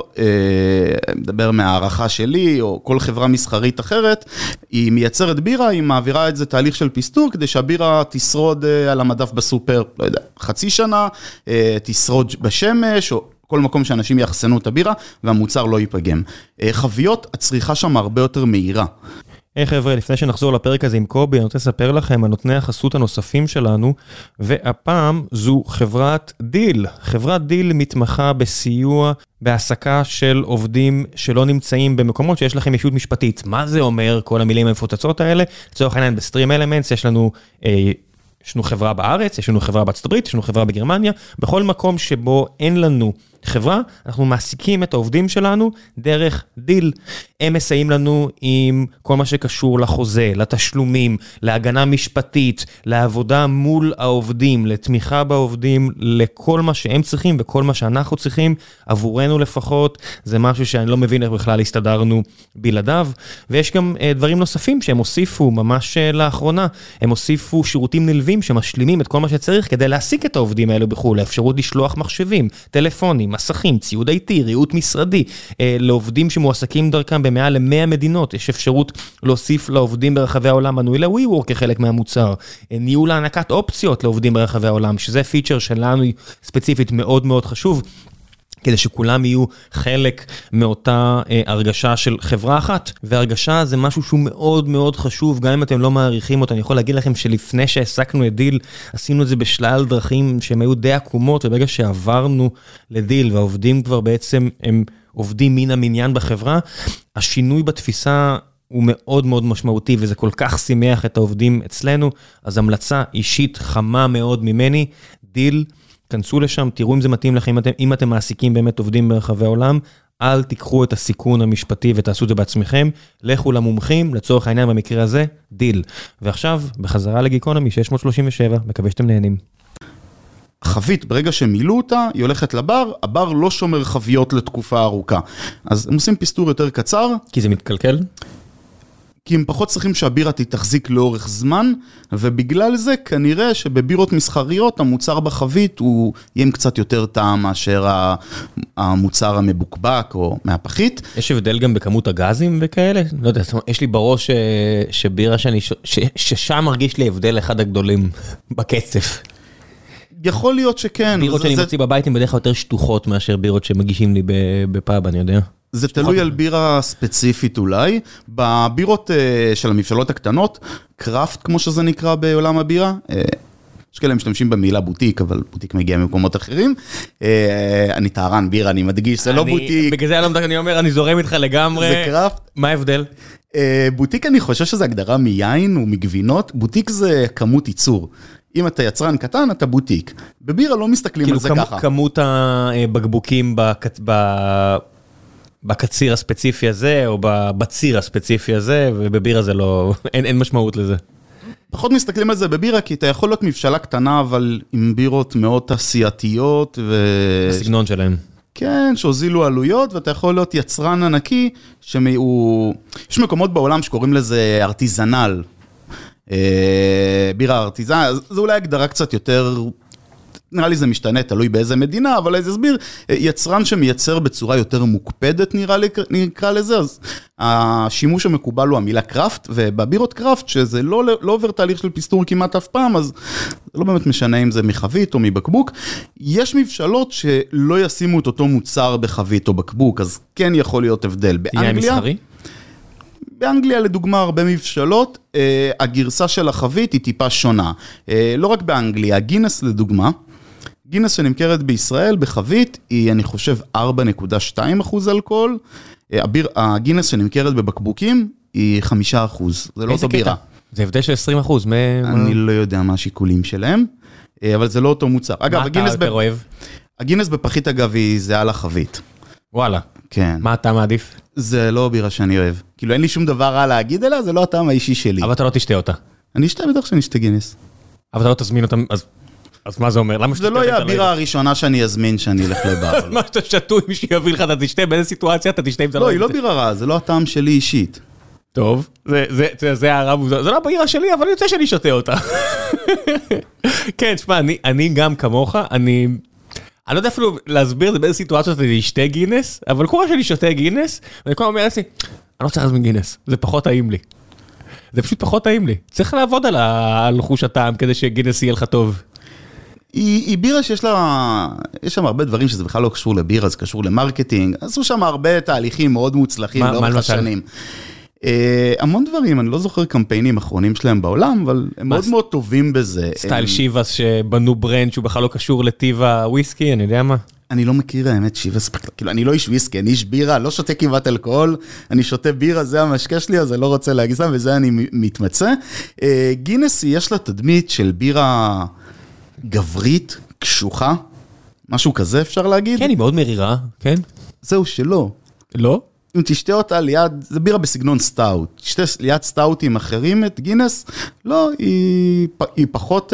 מדבר מהערכה שלי, או כל חברה מסחרית אחרת, היא מייצרת בירה, היא מעבירה את זה תהליך של פיסטור, כדי שהבירה תשרוד על המדף בסופר, לא יודע, חצי שנה, תשרוד בשמש, או כל מקום שאנשים יחסנו את הבירה, והמוצר לא ייפגם. חביות, הצריכה שם הרבה יותר מהירה. היי חבר'ה, לפני שנחזור לפרק הזה עם קובי, אני רוצה לספר לכם על נותני החסות הנוספים שלנו, והפעם זו חברת דיל. חברת דיל מתמחה בסיוע, בהעסקה של עובדים שלא נמצאים במקומות שיש לכם ישות משפטית. מה זה אומר, כל המילים המפוצצות האלה? לצורך העניין בסטרים אלמנטס יש לנו... אה, יש לנו חברה בארץ, יש לנו חברה בארצות הברית, יש לנו חברה בגרמניה, בכל מקום שבו אין לנו חברה, אנחנו מעסיקים את העובדים שלנו דרך דיל. הם מסייעים לנו עם כל מה שקשור לחוזה, לתשלומים, להגנה משפטית, לעבודה מול העובדים, לתמיכה בעובדים, לכל מה שהם צריכים וכל מה שאנחנו צריכים, עבורנו לפחות, זה משהו שאני לא מבין איך בכלל הסתדרנו בלעדיו, ויש גם uh, דברים נוספים שהם הוסיפו ממש uh, לאחרונה, הם הוסיפו שירותים נלווים שמשלימים את כל מה שצריך כדי להעסיק את העובדים האלו בחו"ל, האפשרות לשלוח מחשבים, טלפונים, מסכים, ציוד איי-טי, ריהוט משרדי, אה, לעובדים שמועסקים דרכם במעל ל-מאה מדינות, יש אפשרות להוסיף לעובדים ברחבי העולם מנוי ל-WeWork כחלק מהמוצר, אה, ניהול הענקת אופציות לעובדים ברחבי העולם, שזה פיצ'ר שלנו ספציפית מאוד מאוד חשוב, כדי שכולם יהיו חלק מאותה אה, הרגשה של חברה אחת, והרגשה זה משהו שהוא מאוד מאוד חשוב, גם אם אתם לא מעריכים אותה, אני יכול להגיד לכם שלפני שהעסקנו את דיל, עשינו את זה בשלל דרכים שהם היו די עקומות, וברגע שעברנו לדיל, והעובדים כבר בעצם הם עובדים מן המניין בחברה, השינוי בתפיסה הוא מאוד מאוד משמעותי, וזה כל כך שימח את העובדים אצלנו, אז המלצה אישית חמה מאוד ממני, דיל, כנסו לשם, תראו אם זה מתאים לכם, אם אתם, אם אתם מעסיקים באמת עובדים ברחבי העולם, אל תיקחו את הסיכון המשפטי ותעשו את זה בעצמכם, לכו למומחים, לצורך העניין במקרה הזה, דיל. ועכשיו, בחזרה לגיקונומי שש מאות שלושים ושבע, מקווה שאתם נהנים. חבית, ברגע שמילאו אותה, היא הולכת לבר, הבר לא שומר חביות לתקופה ארוכה. אז הם עושים פיסטור יותר קצר. כי זה מתקלקל? כי הם פחות צריכים שהבירה תתחזיק לאורך זמן, ובגלל זה כנראה שבבירות מסחריות המוצר בחבית הוא יהיה עם קצת יותר טעם מאשר המוצר המבוקבק או מהפחית. יש הבדל גם בכמות הגזים וכאלה? לא יודע, יש לי בראש שבירה שאני, ששם מרגיש לי הבדל אחד הגדולים בקצף. יכול להיות שכן. בירות שאני מוציא בבית הן בדרך כלל יותר שטוחות מאשר בירות שמגישים לי בפאב, אני יודע. זה תלוי על בירה ספציפית אולי. בבירות של המבשלות הקטנות, קראפט כמו שזה נקרא בעולם הבירה, יש כאלה משתמשים במילה בוטיק, אבל בוטיק מגיע ממקומות אחרים. אני טהרן בירה, אני מדגיש, זה לא בוטיק. בגלל זה אני אומר, אני זורם איתך לגמרי. זה קראפט. מה ההבדל? בוטיק אני חושב שזה הגדרה מיין ומגבינות, בוטיק זה כמות ייצור. אם אתה יצרן קטן, אתה בוטיק. בבירה לא מסתכלים על זה ככה. כאילו כמות הבקבוקים בקציר הספציפי הזה, או בציר הספציפי הזה, ובבירה זה לא, אין משמעות לזה. פחות מסתכלים על זה בבירה, כי אתה יכול להיות מבשלה קטנה, אבל עם בירות מאוד תעשייתיות. הסגנון שלהם. כן, שהוזילו עלויות, ואתה יכול להיות יצרן ענקי, שהוא... יש מקומות בעולם שקוראים לזה ארטיזנל. בירה ארטיזן, זה אולי הגדרה קצת יותר, נראה לי זה משתנה, תלוי באיזה מדינה, אבל איזה סביר, יצרן שמייצר בצורה יותר מוקפדת נראה לי, נקרא לזה, אז השימוש המקובל הוא המילה קראפט, ובבירות קראפט, שזה לא, לא עובר תהליך של פיסטור כמעט אף פעם, אז זה לא באמת משנה אם זה מחבית או מבקבוק, יש מבשלות שלא ישימו את אותו מוצר בחבית או בקבוק, אז כן יכול להיות הבדל. באנגליה, באנגליה לדוגמה הרבה מבשלות, אה, הגרסה של החבית היא טיפה שונה. אה, לא רק באנגליה, גינס לדוגמה, גינס שנמכרת בישראל בחבית היא אני חושב ארבע נקודה שתיים אחוז אלכוהול, אה, הביר, הגינס שנמכרת בבקבוקים היא חמישה אחוז, זה לא אותו בירה. זה הבדל של עשרים אחוז. אני לא יודע מה השיקולים שלהם, אה, אבל זה לא אותו מוצר. אגב, מה אתה יותר אוהב? הגינס בפחית אגב היא זהה לחבית. וואלה. כן. מה אתה מעדיף? זה לא בירה שאני אוהב. כאילו אין לי שום דבר רע להגיד עליה, זה לא הטעם האישי שלי. אבל אתה לא תשתה אותה. אני אשתה בטח שאני אשתה גינס. אבל אתה לא תזמין אותה, אז, אז מה זה אומר? למה זה לא יהיה הבירה הראשונה שאני אזמין שאני אלך לבר. אז מה שאתה שתוי, מישהו יביא לך, אתה תשתה, באיזה סיטואציה אתה תשתה אם זה לא... לא, היא לא בירה רע, זה לא הטעם שלי אישית. טוב, זה הרב, זה לא בירה שלי, אבל אני רוצה שאני שותה אותה. כן, תשמע, אני גם כמוך, אני... אני לא יודע אפילו להסביר את זה באיזה סיטואציות אני אשתה גינס, אבל קורה שאני שותה גינס, ואני כל הזמן אומר לעצמי, אני לא צריך להזמין גינס, זה פחות טעים לי. זה פשוט פחות טעים לי. צריך לעבוד על חוש הטעם כדי שגינס יהיה לך טוב. היא בירה שיש לה, יש שם הרבה דברים שזה בכלל לא קשור לבירה, זה קשור למרקטינג, עשו שם הרבה תהליכים מאוד מוצלחים לאורך השנים. המון דברים, אני לא זוכר קמפיינים אחרונים שלהם בעולם, אבל הם מאוד מאוד טובים בזה. סטייל שיבאס שבנו ברנד שהוא בכלל לא קשור לטיב הוויסקי, אני יודע מה? אני לא מכיר האמת שיבאס, כאילו אני לא איש וויסקי, אני איש בירה, לא שותה כמעט אלכוהול, אני שותה בירה, זה המשקה שלי, אז אני לא רוצה להגזם, וזה אני מתמצא. גינס יש לה תדמית של בירה גברית, קשוחה, משהו כזה אפשר להגיד? כן, היא מאוד מרירה, כן? זהו שלא. לא? אם תשתה אותה ליד, זה בירה בסגנון סטאוט, תשתה ליד סטאוטים אחרים את גינס, לא, היא, היא פחות,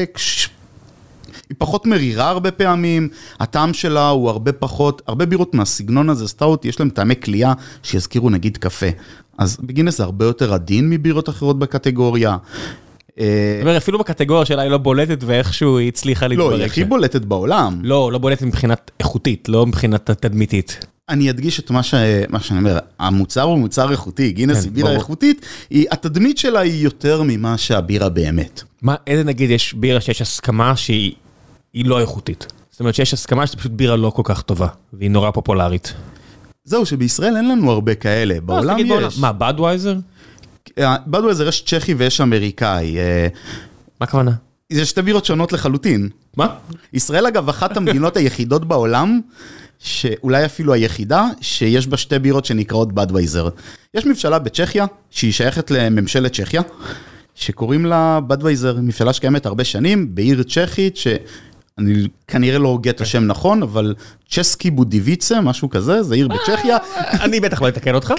היא פחות מרירה הרבה פעמים, הטעם שלה הוא הרבה פחות, הרבה בירות מהסגנון הזה, סטאוט, יש להם טעמי קליעה שיזכירו נגיד קפה, אז בגינס זה הרבה יותר עדין מבירות אחרות בקטגוריה. אפילו בקטגוריה שלה היא לא בולטת ואיכשהו היא הצליחה להתברק. לא, היא הכי בולטת בעולם. לא, לא בולטת מבחינת איכותית, לא מבחינת תדמיתית. אני אדגיש את מה שאני אומר, המוצר הוא מוצר איכותי, גינס היא בירה איכותית, התדמית שלה היא יותר ממה שהבירה באמת. מה, איזה נגיד יש בירה שיש הסכמה שהיא לא איכותית? זאת אומרת שיש הסכמה שזה פשוט בירה לא כל כך טובה, והיא נורא פופולרית. זהו, שבישראל אין לנו הרבה כאלה, בעולם יש. מה, בדווייזר? בדווייזר יש צ'כי ויש אמריקאי. מה הכוונה? זה שתי בירות שונות לחלוטין. מה? ישראל אגב אחת המדינות היחידות בעולם, שאולי אפילו היחידה, שיש בה שתי בירות שנקראות בדווייזר. יש מבשלה בצ'כיה, שהיא שייכת לממשלת צ'כיה, שקוראים לה בדווייזר, מבשלה שקיימת הרבה שנים, בעיר צ'כית, שאני כנראה לא הוגה את השם נכון, אבל צ'סקי בודיביצה, משהו כזה, זה עיר בצ'כיה. אני בטח לא אתקן אותך.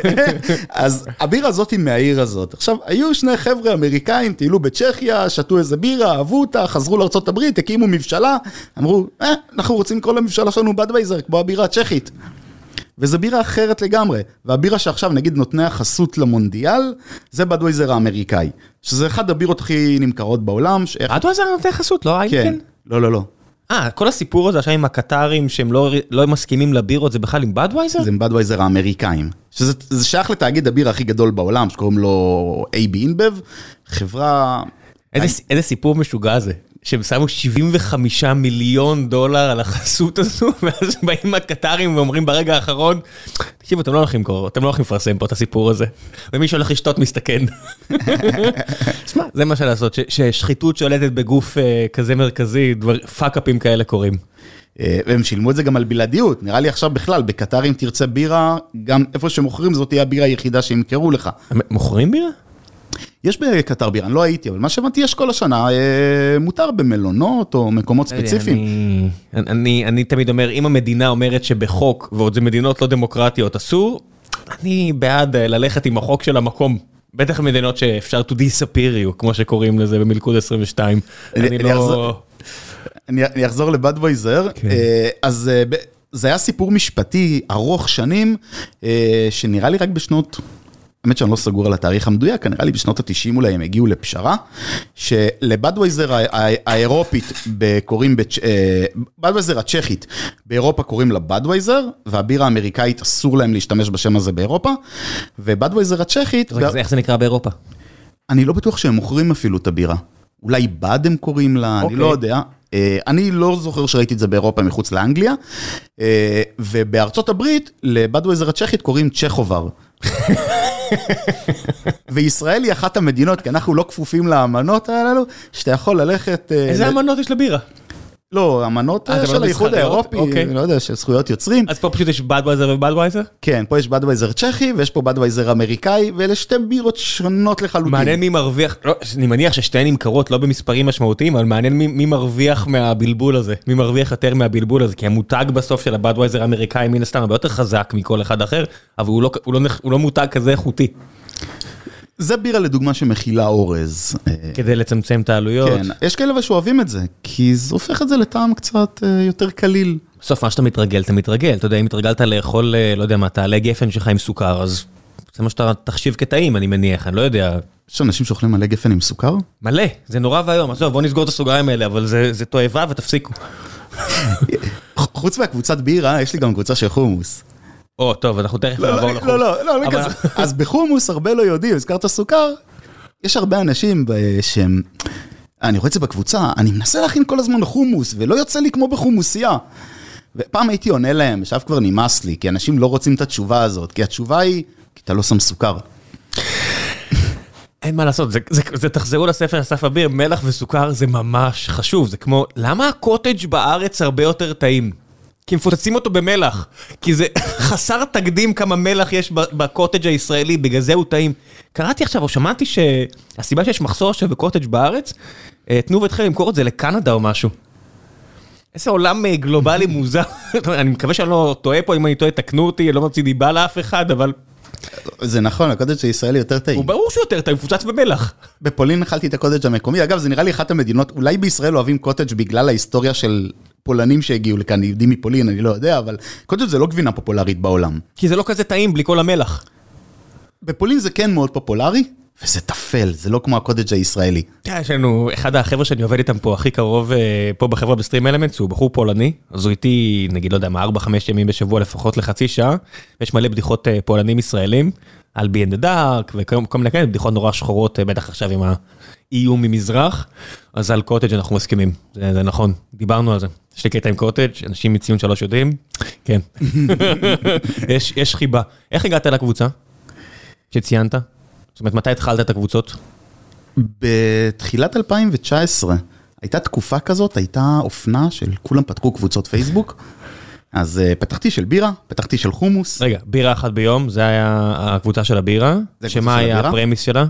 אז הבירה הזאת היא מהעיר הזאת. עכשיו, היו שני חבר'ה אמריקאים, טיילו בצ'כיה, שתו איזה בירה, אהבו אותה, חזרו לארצות הברית, הקימו מבשלה, אמרו, אה, אנחנו רוצים לקרוא למבשלה שלנו בדווייזר, כמו הבירה הצ'כית. וזו בירה אחרת לגמרי, והבירה שעכשיו נגיד נותני החסות למונדיאל, זה בדווייזר האמריקאי, שזה אחד הבירות הכי נמכרות בעולם. בדווייזר נותני חסות, לא איינקן? לא, לא, לא. אה, כל הסיפור הזה עכשיו עם הקטרים שהם לא, לא מסכימים לבירות, זה בכלל עם בדווייזר? זה עם בדווייזר האמריקאים. שזה, זה שייך לתאגיד הביר הכי גדול בעולם, שקוראים לו איי בי InBev, חברה... איזה, איזה סיפור משוגע זה, שהם שמו שבעים וחמישה מיליון דולר על החסות הזו, ואז באים הקטרים ואומרים ברגע האחרון, תקשיבו, אתם לא הולכים לקרוא, אתם לא הולכים לפרסם פה את הסיפור הזה, ומי שהולך לשתות מסתכן. תשמע, זה מה שלעשות, ששחיתות שולטת בגוף כזה מרכזי, פאק-אפים כאלה קורים. והם שילמו את זה גם על בלעדיות, נראה לי עכשיו בכלל, בקטר אם תרצה בירה, גם איפה שמוכרים זאת תהיה הבירה היחידה שימכרו לך. מוכרים בירה? יש בקטר בירה, אני לא הייתי, אבל מה שהבנתי יש כל השנה, מותר במלונות או מקומות ספציפיים. אני, אני תמיד אומר, אם המדינה אומרת שבחוק, ועוד זה מדינות לא דמוקרטיות, אסור, אני בעד ללכת עם החוק של המקום. בטח מדינות שאפשר to disappear you, כמו שקוראים לזה במלכוד עשרים ושתיים. אני לא... אני אחזור לבדווייזר, אז זה היה סיפור משפטי ארוך שנים, שנראה לי רק בשנות... האמת שאני לא סגור על התאריך המדויק, נראה לי בשנות ה-תשעים אולי הם הגיעו לפשרה, שלבדווייזר האירופית קוראים, בדווייזר הצ'כית באירופה קוראים לה בדווייזר, והבירה האמריקאית אסור להם להשתמש בשם הזה באירופה, ובדווייזר הצ'כית... איך זה נקרא באירופה? אני לא בטוח שהם מוכרים אפילו את הבירה. אולי בד הם קוראים לה, אני לא יודע. אני לא זוכר שראיתי את זה באירופה מחוץ לאנגליה, ובארצות הברית לבדווייזר הצ'כית קוראים צ'כובר. וישראל היא אחת המדינות, כי אנחנו לא כפופים לאמנות האלו, שאתה יכול ללכת... איזה אמנות יש לבירה? לא, אמנות של האיחוד האירופי, אני לא יודע, של זכויות יוצרים. אז פה פשוט יש בדווייזר ובדווייזר? כן, פה יש בדווייזר צ'כי, ויש פה בדווייזר אמריקאי, ואלה שתי בירות שונות לחלוטין. מעניין מי מרוויח, אני מניח ששתיהן נמכרות לא במספרים משמעותיים, אבל מעניין מי מרוויח מהבלבול הזה, מי מרוויח יותר מהבלבול הזה, כי המותג בסוף של הבדווייזר האמריקאי מן הסתם הרבה יותר חזק מכל אחד אחר, אבל הוא לא מותג כזה איכותי. זה בירה לדוגמה שמכילה אורז. כדי לצמצם את העלויות. כן, יש כאלה שאוהבים את זה, כי זה הופך את זה לטעם קצת יותר קליל. בסוף מה שאתה מתרגל, אתה מתרגל. אתה יודע, אם התרגלת לאכול, לא יודע מה, תעלה גפן שלך עם סוכר, אז זה מה שאתה תחשיב כטעים, אני מניח, אני לא יודע. יש אנשים שאוכלים מלא גפן עם סוכר? מלא, זה נורא והיום. עזוב, בוא נסגור את הסוגריים האלה, אבל זה, זה תועבה ותפסיקו. חוץ מהקבוצת בירה, יש לי גם קבוצה של חומוס. או, טוב, אנחנו תכף נעבור לחומוס. לא, לא, לא, לא כזה. אז בחומוס הרבה לא יודעים, הזכרת סוכר, יש הרבה אנשים שהם, אני רואה את זה בקבוצה, אני מנסה להכין כל הזמן חומוס, ולא יוצא לי כמו בחומוסייה. ופעם הייתי עונה להם, עכשיו כבר נמאס לי, כי אנשים לא רוצים את התשובה הזאת, כי התשובה היא, כי אתה לא שם סוכר. אין מה לעשות, זה, זה, זה תחזרו לספר אסף אביר, מלח וסוכר זה ממש חשוב, זה כמו, למה הקוטג' בארץ הרבה יותר טעים? כי מפוצצים אותו במלח, כי זה חסר תקדים כמה מלח יש בקוטג' הישראלי, בגלל זה הוא טעים. קראתי עכשיו, או שמעתי שהסיבה שיש מחסור עכשיו בקוטג' בארץ, תנו והתחיל למכור את זה לקנדה או משהו. איזה עולם גלובלי מוזר, אני מקווה שאני לא טועה פה, אם אני טועה תקנו אותי, לא מוציא דיבה לאף אחד, אבל... זה נכון, הקוטג' הישראלי יותר טעים. הוא ברור שהוא יותר טעים, מפוצץ במלח. בפולין אכלתי את הקוטג' המקומי, אגב, זה נראה לי אחת המדינות, אולי בישראל אוהבים קוטג' בגלל ההיסטוריה של פולנים שהגיעו לכאן, יהודים מפולין, אני לא יודע, אבל קוטג' זה לא גבינה פופולרית בעולם. כי זה לא כזה טעים בלי כל המלח. בפולין זה כן מאוד פופולרי, וזה תפל, זה לא כמו הקוטג' הישראלי. יש לנו, אחד החבר'ה שאני עובד איתם פה הכי קרוב, פה בחברה בסטרים אלמנטס, הוא בחור פולני, אז הוא איתי, נגיד, לא יודע, מה, ארבע, חמש ימים בשבוע לפחות לחצי שעה, ויש מלא בדיחות פולנים ישראלים, על בי אנד דארק, וכל מיני כאלה, בדיחות נורא שחורות, בטח עכשיו עם האיום ממזרח, אז על קוטג' אנחנו מסכימים, זה, זה נכון, דיברנו על זה. יש לי קטע עם קוטג', אנשים מציון שלוש יודעים, כן. יש, יש חיבה. איך הגעת לקבוצה שציינת? זאת אומרת, מתי התחלת את הקבוצות? בתחילת אלפיים תשע עשרה, הייתה תקופה כזאת, הייתה אופנה של כולם פתחו קבוצות פייסבוק, אז פתחתי של בירה, פתחתי של חומוס. רגע, בירה אחת ביום, זה היה הקבוצה של הבירה, שמה היה הפרמיס שלה?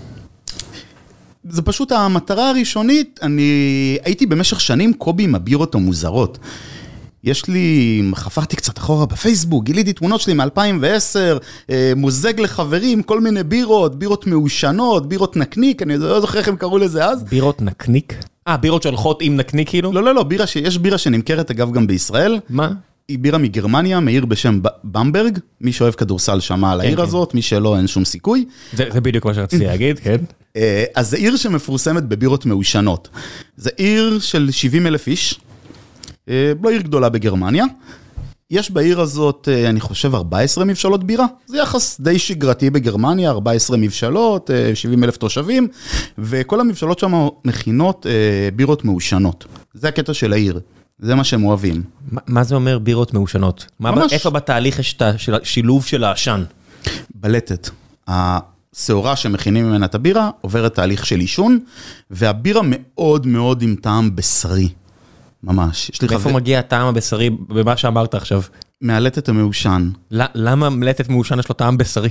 זה פשוט המטרה הראשונית, אני הייתי במשך שנים קובי עם הבירות המוזרות. יש לי, חפרתי קצת אחורה בפייסבוק, גיליתי תמונות שלי מ-אלפיים ועשר, מוזג לחברים, כל מיני בירות, בירות מעושנות, בירות נקניק, אני לא זוכר איך הם קראו לזה אז. בירות נקניק? אה, בירות שהולכות עם נקניק כאילו? לא, לא, לא, בירה שיש בירה שנמכרת אגב גם בישראל. מה? היא בירה מגרמניה, מעיר בשם במברג, מי שאוהב כדורסל שמע על העיר הזאת, מי שלא אין שום סיכוי. זה בדיוק מה שרציתי להגיד, כן. אז זה עיר שמפורסמת בבירות מעושנות. זה עיר של שבעים אלף איש, לא עיר גדולה בגרמניה. יש בעיר הזאת, אני חושב, ארבע עשרה מבשלות בירה. זה יחס די שגרתי בגרמניה, ארבע עשרה מבשלות, שבעים אלף תושבים, וכל המבשלות שם מכינות בירות מעושנות. זה הקטע של העיר. זה מה שהם אוהבים. מה זה אומר בירות מעושנות? איפה בתהליך יש את השילוב של העשן? בלטת. השעורה שמכינים ממנה את הבירה עוברת תהליך של עישון, והבירה מאוד מאוד עם טעם בשרי. ממש. מאיפה מגיע הטעם הבשרי במה שאמרת עכשיו? מהלטת המעושן. למה מלטת מעושן יש לו טעם בשרי?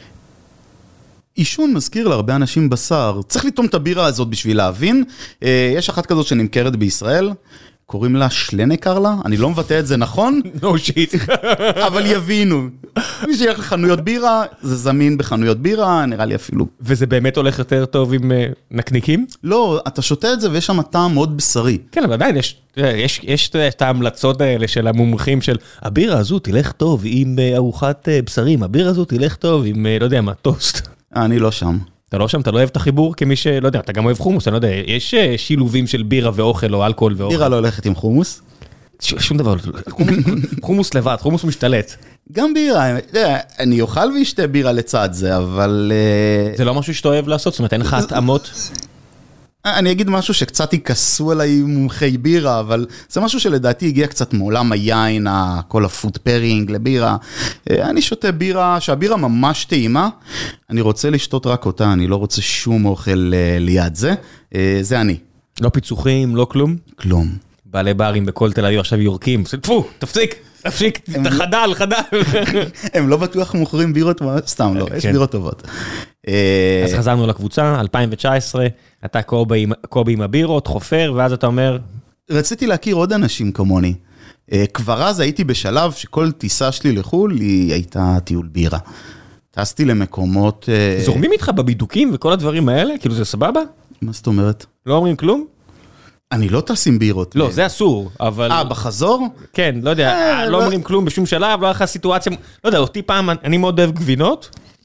עישון מזכיר להרבה אנשים בשר. צריך לטום את הבירה הזאת בשביל להבין. יש אחת כזאת שנמכרת בישראל, קוראים לה שלנקר לה, אני לא מבטא את זה נכון. נו שיט. אבל יבינו. מי שילך לחנויות בירה, זה זמין בחנויות בירה, נראה לי אפילו. וזה באמת הולך יותר טוב עם נקניקים? לא, אתה שותה את זה ויש שם טעם מאוד בשרי. כן, אבל עדיין יש, יש, יש את ההמלצות האלה של המומחים של, הבירה הזו תלך טוב עם ארוחת בשרים, הבירה הזו תלך טוב עם, לא יודע מה, טוסט. אני לא שם. אתה לא שם, אתה לא אוהב את החיבור כמי שלא יודע, אתה גם אוהב חומוס, אני לא יודע, יש שילובים של בירה ואוכל או אלכוהול ואוכל. בירה לא הולכת עם חומוס? שום דבר, חומוס לבד, חומוס משתלט. גם בירה, אני אוכל וישתה בירה לצד זה, אבל... זה לא משהו שאתה אוהב לעשות, זאת אומרת, אין לך התאמות? אני אגיד משהו שקצת ייכסו עליי מומחי בירה, אבל זה משהו שלדעתי הגיע קצת מעולם היין, כל הפוד פארינג לבירה. אני שותה בירה, שהבירה ממש טעימה, אני רוצה לשתות רק אותה, אני לא רוצה שום אוכל ליד זה, זה אני. לא פיצוחים, לא כלום? כלום. בעלי ברים בכל תל אביב עכשיו יורקים, תפו, תפסיק, תפסיק, חדל, חדל. הם לא בטוח מוכרים בירות, סתם לא, יש בירות טובות. אז חזרנו לקבוצה, אלפיים תשע עשרה, אתה קובי עם הבירות, חופר, ואז אתה אומר... רציתי להכיר עוד אנשים כמוני. כבר אז הייתי בשלב שכל טיסה שלי לחול, היא הייתה טיול בירה. טסתי למקומות... זורמים איתך בבידוקים וכל הדברים האלה? כאילו זה סבבה? מה זאת אומרת? לא אומרים כלום? אני לא טס עם בירות. לא, זה אסור, אבל... אה, בחזור? כן, לא יודע, לא אומרים כלום בשום שלב, לא היה לך סיטואציה... לא יודע, אותי פעם, אני מאוד אוהב גבינות,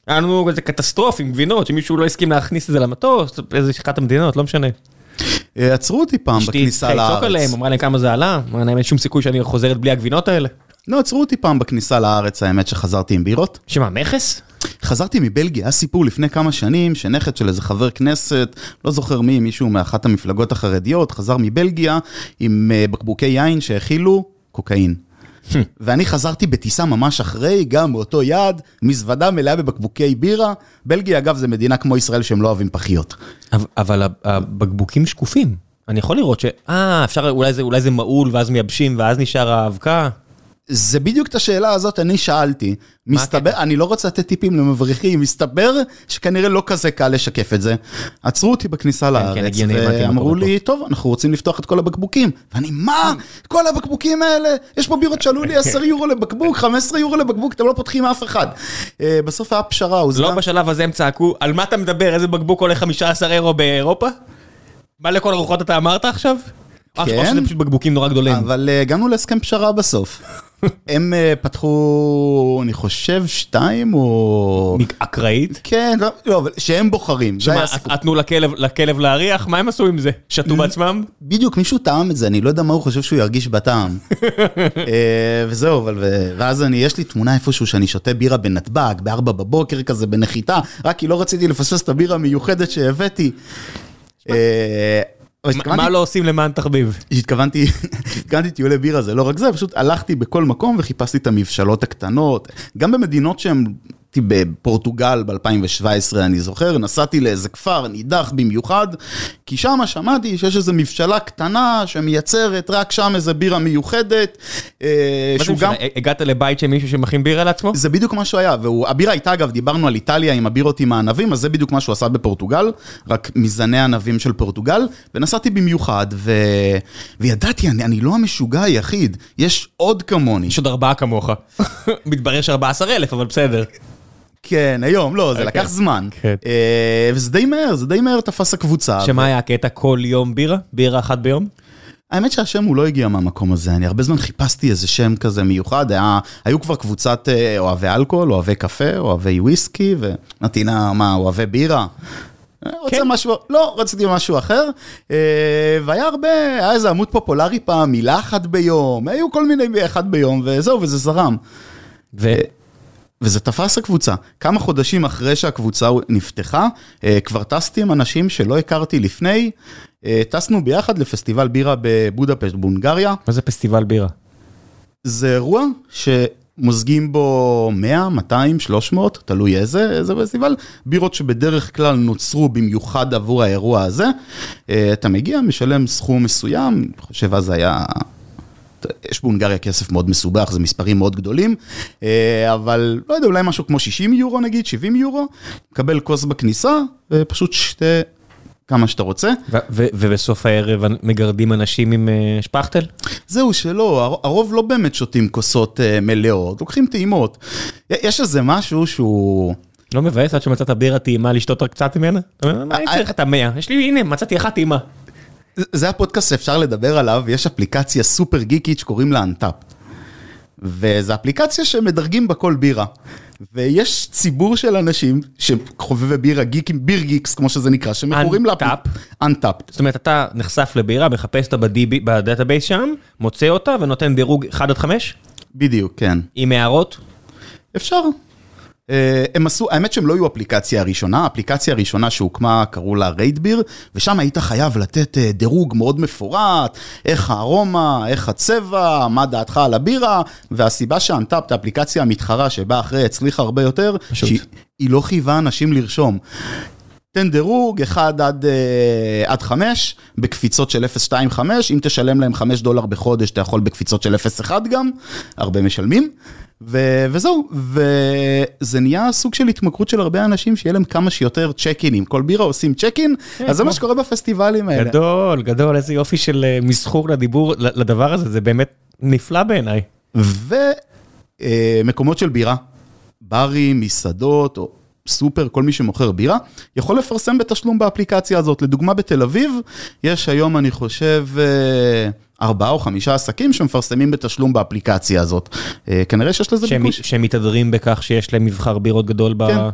היה לנו איזה קטסטרוף עם גבינות, שמישהו לא הסכים להכניס את זה למטוס, איזה אחת המדינות, לא משנה. עצרו אותי פעם בכניסה לארץ. אשתי עליהם, אמרה להם כמה זה עלה, אמרה להם אין שום סיכוי שאני חוזרת בלי הגבינות האלה. לא, עצרו אותי פעם בכניסה לארץ, האמת שחזרתי עם בירות. שמה, מכס? חזרתי מבלגיה, היה סיפור לפני כמה שנים, שנכד של איזה חבר כנסת, לא זוכר מי, מישהו מאחת המפלגות החרדיות, חזר מבלגיה עם בקבוקי יין שהכילו קוקאין. ואני חזרתי בטיסה ממש אחרי, גם באותו יד, מזוודה מלאה בבקבוקי בירה. בלגיה, אגב, זה מדינה כמו ישראל שהם לא אוהבים פחיות. אבל הבקבוקים שקופים. אני יכול לראות ש... אה, אפשר, אולי זה, אולי זה מעול, ואז מייבשים, ואז נשאר האבקה. זה בדיוק את השאלה הזאת, אני שאלתי. מסתבר, אני לא רוצה לתת טיפים למבריחים, מסתבר שכנראה לא כזה קל לשקף את זה. עצרו אותי בכניסה לארץ, ואמרו לי, טוב, אנחנו רוצים לפתוח את כל הבקבוקים. ואני, מה? כל הבקבוקים האלה? יש פה בירות שעלו לי עשרה יורו לבקבוק, חמישה עשר יורו לבקבוק, אתם לא פותחים אף אחד. בסוף היה פשרה. לא בשלב הזה הם צעקו, על מה אתה מדבר? איזה בקבוק עולה חמישה עשר אירו באירופה? מה לכל הרוחות אתה אמרת עכשיו? או שזה פשוט בקבוקים נורא גדולים. אבל הגענו להסכם פשרה בסוף. הם פתחו, אני חושב, שתיים או... אקראית? כן, לא, אבל שהם בוחרים. שמה, נתנו לכלב להריח? מה הם עשו עם זה? שתו בעצמם? בדיוק, מישהו טעם את זה, אני לא יודע מה הוא חושב שהוא ירגיש בטעם. וזהו, אבל... ואז אני, יש לי תמונה איפשהו שאני שותה בירה בנתב"ג, בארבע בבוקר כזה, בנחיתה, רק כי לא רציתי לפספס את הבירה המיוחדת שהבאתי. מה לא עושים למען תחביב? התכוונתי, התכוונתי טיולי בירה, זה לא רק זה, פשוט הלכתי בכל מקום וחיפשתי את המבשלות הקטנות, גם במדינות שהן, בפורטוגל ב-אלפיים שבע עשרה אני זוכר, נסעתי לאיזה כפר נידח במיוחד, כי שם שמעתי שיש איזו מבשלה קטנה שמייצרת רק שם איזו בירה מיוחדת. מה זה מבשלה? הגעת לבית של מישהו שמכין בירה לעצמו? זה בדיוק מה שהוא היה, והבירה הייתה אגב, דיברנו על איטליה עם הבירות עם הענבים, אז זה בדיוק מה שהוא עשה בפורטוגל, רק מזני הענבים של פורטוגל, ונסעתי במיוחד, ו... וידעתי, אני, אני לא המשוגע היחיד, יש עוד כמוני. יש עוד ארבעה כמוך. מתברר ש-ארבעה עשר אלף, אבל בסדר. כן, היום, לא, זה לקח זמן. וזה די מהר, זה די מהר תפס הקבוצה. שמה היה הקטע כל יום בירה? בירה אחת ביום? האמת שהשם הוא לא הגיע מהמקום הזה, אני הרבה זמן חיפשתי איזה שם כזה מיוחד, היו כבר קבוצת אוהבי אלכוהול, אוהבי קפה, אוהבי וויסקי, ונתינה, מה, אוהבי בירה? רוצה משהו, לא, רציתי משהו אחר, והיה הרבה, היה איזה עמוד פופולרי פעם, מילה אחת ביום, היו כל מיני אחד ביום, וזהו, וזה זרם. ו... וזה תפס הקבוצה. כמה חודשים אחרי שהקבוצה נפתחה, כבר טסתי עם אנשים שלא הכרתי לפני, טסנו ביחד לפסטיבל בירה בבודפשט, בהונגריה. מה זה פסטיבל בירה? זה אירוע שמוזגים בו מאה, מאתיים, שלוש מאות, תלוי איזה, איזה פסטיבל, בירות שבדרך כלל נוצרו במיוחד עבור האירוע הזה. אתה מגיע, משלם סכום מסוים, אני חושב אז היה... יש בהונגריה כסף מאוד מסובך, זה מספרים מאוד גדולים, אבל לא יודע, אולי משהו כמו שישים יורו נגיד, שבעים יורו, מקבל כוס בכניסה, ופשוט שתה כמה שאתה רוצה. ובסוף הערב מגרדים אנשים עם שפכטל? זהו שלא, הרוב לא באמת שותים כוסות מלאות, לוקחים טעימות. יש איזה משהו שהוא... לא מבאס עד שמצאת בירה טעימה לשתות רק קצת ממנה? מה אני צריך את המאה? יש לי, הנה, מצאתי אחת טעימה. זה הפודקאסט שאפשר לדבר עליו, יש אפליקציה סופר גיקית שקוראים לה אנטאפ. וזו אפליקציה שמדרגים בכל בירה. ויש ציבור של אנשים שחובבי בירה, גיקים, ביר גיקס, כמו שזה נקרא, שמקוראים לאפליקציה. אנטאפ. זאת אומרת, אתה נחשף לבירה, מחפש אותה בדאטאבייס שם, מוצא אותה ונותן דירוג אחד עד חמש? בדיוק, כן. עם הערות? אפשר. הם עשו, האמת שהם לא היו אפליקציה הראשונה, האפליקציה הראשונה שהוקמה קראו לה ריידביר, ושם היית חייב לתת דירוג מאוד מפורט, איך הארומה, איך הצבע, מה דעתך על הבירה, והסיבה שאנטאפ, האפליקציה המתחרה שבה אחרי הצליחה הרבה יותר, שהיא לא חייבה אנשים לרשום. תן דירוג, אחד עד, עד חמש, בקפיצות של אפס נקודה שתיים חמש, אם תשלם להם חמש דולר בחודש, אתה יכול בקפיצות של אפס נקודה אחד גם, הרבה משלמים. ו- וזהו, וזה נהיה סוג של התמכרות של הרבה אנשים שיהיה להם כמה שיותר צ'ק-אינים, כל בירה עושים צ'ק-אין, אז זה מה שקורה בפסטיבלים האלה. גדול, גדול, איזה יופי של מסחור לדיבור, לדבר הזה, זה באמת נפלא בעיניי. ומקומות של בירה, ברים, מסעדות, או סופר, כל מי שמוכר בירה, יכול לפרסם בתשלום באפליקציה הזאת. לדוגמה בתל אביב, יש היום אני חושב... ארבעה או חמישה עסקים שמפרסמים בתשלום באפליקציה הזאת. כנראה שיש לזה ביקוש. שהם מתהדרים בכך שיש להם מבחר בירות גדול ב...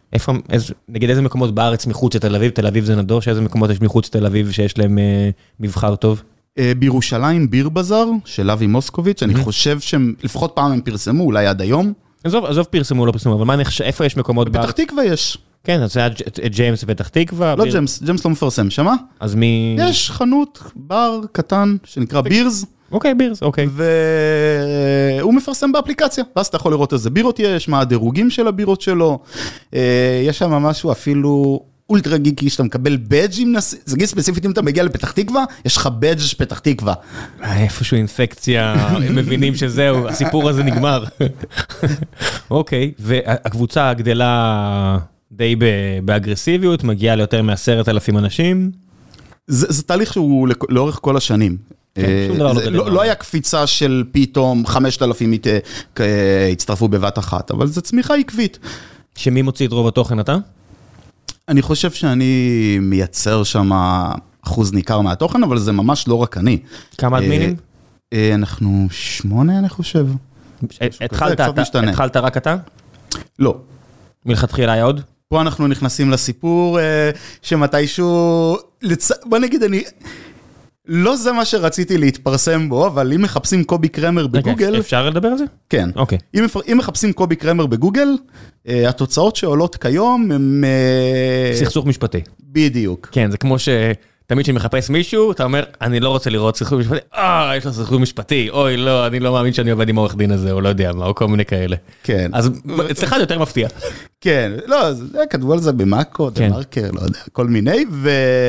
איפה, איזה, נגיד איזה מקומות בארץ מחוץ לתל אביב, תל אביב זה נדוש, איזה מקומות יש מחוץ לתל אביב שיש להם אה, מבחר טוב? אה, בירושלים ביר בזאר, של אבי מוסקוביץ', אני חושב שלפחות פעם הם פרסמו, אולי עד היום. עזוב, עזוב פרסמו, לא פרסמו, אבל מה נחש... איפה יש מקומות בארץ? בפתח תקווה יש. כן, אז זה היה ג'יימס בפתח תקווה. לא ביר... ג'יימס, ג'יימס לא מפרסם, שמה? אז מי... יש חנות, בר קטן, שנקרא בירס. אוקיי, בירס, אוקיי. והוא מפרסם באפליקציה, ואז אתה יכול לראות איזה בירות יש, מה הדירוגים של הבירות שלו. יש שם משהו אפילו אולטרה גיקי, שאתה מקבל בדג' עם נס... זה גיד ספציפית אם אתה מגיע לפתח תקווה, יש לך בדג' פתח תקווה. איפשהו אינפקציה, הם מבינים שזהו, הסיפור הזה נגמר. אוקיי, והקבוצה גדלה די באגרסיביות, מגיעה ליותר מעשרת אלפים אנשים. זה, זה תהליך שהוא לאורך כל השנים. לא היה קפיצה של פתאום חמשת אלפים הצטרפו בבת אחת, אבל זה צמיחה עקבית. שמי מוציא את רוב התוכן אתה? אני חושב שאני מייצר שם אחוז ניכר מהתוכן, אבל זה ממש לא רק אני. כמה אדמינים? אנחנו שמונה, אני חושב. התחלת רק אתה? לא. מלכתחילה היה עוד? פה אנחנו נכנסים לסיפור שמתישהו, בוא נגיד אני... לא זה מה שרציתי להתפרסם בו, אבל אם מחפשים קובי קרמר בגוגל... אפשר לדבר על זה? כן. אוקיי. אם מחפשים קובי קרמר בגוגל, התוצאות שעולות כיום הם... סכסוך משפטי. בדיוק. כן, זה כמו שתמיד שמחפש מישהו, אתה אומר, אני לא רוצה לראות סכסוך משפטי, אה, יש לו סכסוך משפטי, אוי, לא, אני לא מאמין שאני עובד עם העורך דין הזה, או לא יודע מה, או כל מיני כאלה. כן. אז אצלך זה יותר מפתיע. כן, לא, כתבו על זה במאקו, דמרקר, לא יודע, כל מיני, ו...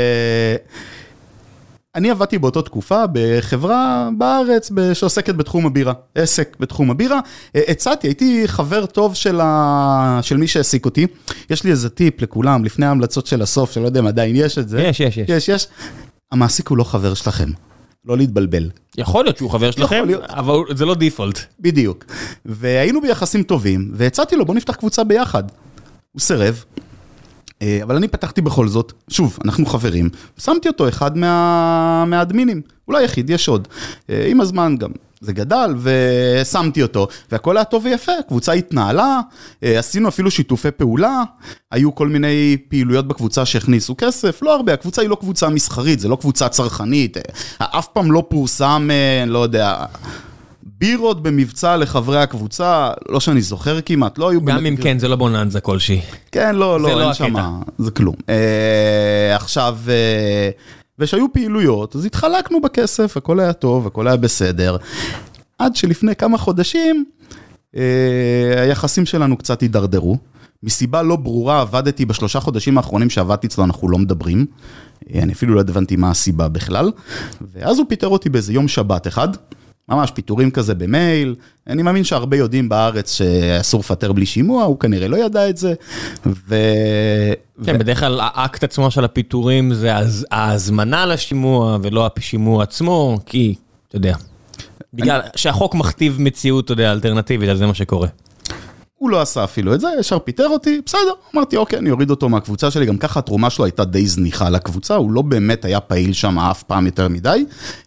אני עבדתי באותו תקופה בחברה בארץ שעוסקת בתחום הבירה, עסק בתחום הבירה. הצעתי, הייתי חבר טוב של, ה... של מי שהעסיק אותי. יש לי איזה טיפ לכולם, לפני ההמלצות של הסוף, שלא יודע אם עדיין יש את זה. יש, יש, יש. יש, יש. המעסיק הוא לא חבר שלכם, לא להתבלבל. יכול להיות שהוא חבר שלכם, אבל זה לא דיפולט. בדיוק. והיינו ביחסים טובים, והצעתי לו, בוא נפתח קבוצה ביחד. הוא סירב. אבל אני פתחתי בכל זאת, שוב, אנחנו חברים, שמתי אותו אחד מה... מהאדמינים, אולי יחיד, יש עוד. עם הזמן גם זה גדל, ושמתי אותו, והכל היה טוב ויפה, קבוצה התנהלה, עשינו אפילו שיתופי פעולה, היו כל מיני פעילויות בקבוצה שהכניסו כסף, לא הרבה, הקבוצה היא לא קבוצה מסחרית, זה לא קבוצה צרכנית, אף פעם לא פורסם, לא יודע... בירות במבצע לחברי הקבוצה, לא שאני זוכר כמעט, לא היו... גם אם כן, זה לא בוננזה כלשהי. כן, לא, לא, אין שמה, זה כלום. עכשיו, ושהיו פעילויות, אז התחלקנו בכסף, הכל היה טוב, הכל היה בסדר, עד שלפני כמה חודשים, היחסים שלנו קצת הידרדרו, מסיבה לא ברורה, עבדתי בשלושה חודשים האחרונים שעבדתי אצלו, אנחנו לא מדברים, אני אפילו לא הבנתי מה הסיבה בכלל, ואז הוא פיטר אותי באיזה יום שבת אחד, ממש פיטורים כזה במייל, אני מאמין שהרבה יודעים בארץ שאסור לפטר בלי שימוע, הוא כנראה לא ידע את זה, ו... כן, ו... בדרך כלל האקט עצמו של הפיטורים זה ההזמנה לשימוע, ולא השימוע עצמו, כי, אתה יודע, בגלל אני... שהחוק מכתיב מציאות, אתה יודע, אלטרנטיבית, אז זה מה שקורה. הוא לא עשה אפילו את זה, ישר פיטר אותי, בסדר, אמרתי, אוקיי, אני אוריד אותו מהקבוצה שלי, גם ככה התרומה שלו הייתה די זניחה לקבוצה, הוא לא באמת היה פעיל שם אף פעם יותר מדי,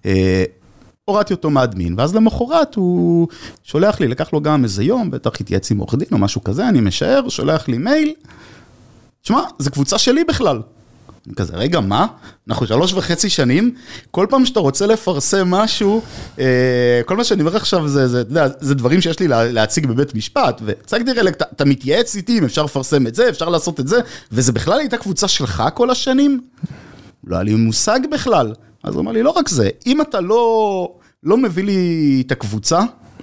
הורדתי אותו מאדמין, ואז למחרת הוא שולח לי, לקח לו גם איזה יום, בטח התייעץ עם עורך דין או משהו כזה, אני משער, שולח לי מייל, תשמע, זה קבוצה שלי בכלל. אני כזה, רגע, מה? אנחנו שלוש וחצי שנים, כל פעם שאתה רוצה לפרסם משהו, כל מה שאני אומר עכשיו זה, זה, זה, זה דברים שיש לי להציג בבית משפט, וצגתי רלק, אתה, אתה מתייעץ איתי אם אפשר לפרסם את זה, אפשר לעשות את זה, וזה בכלל הייתה קבוצה שלך כל השנים? לא היה לי מושג בכלל. אז הוא אמר לי, לא רק זה, אם אתה לא, לא מביא לי את הקבוצה,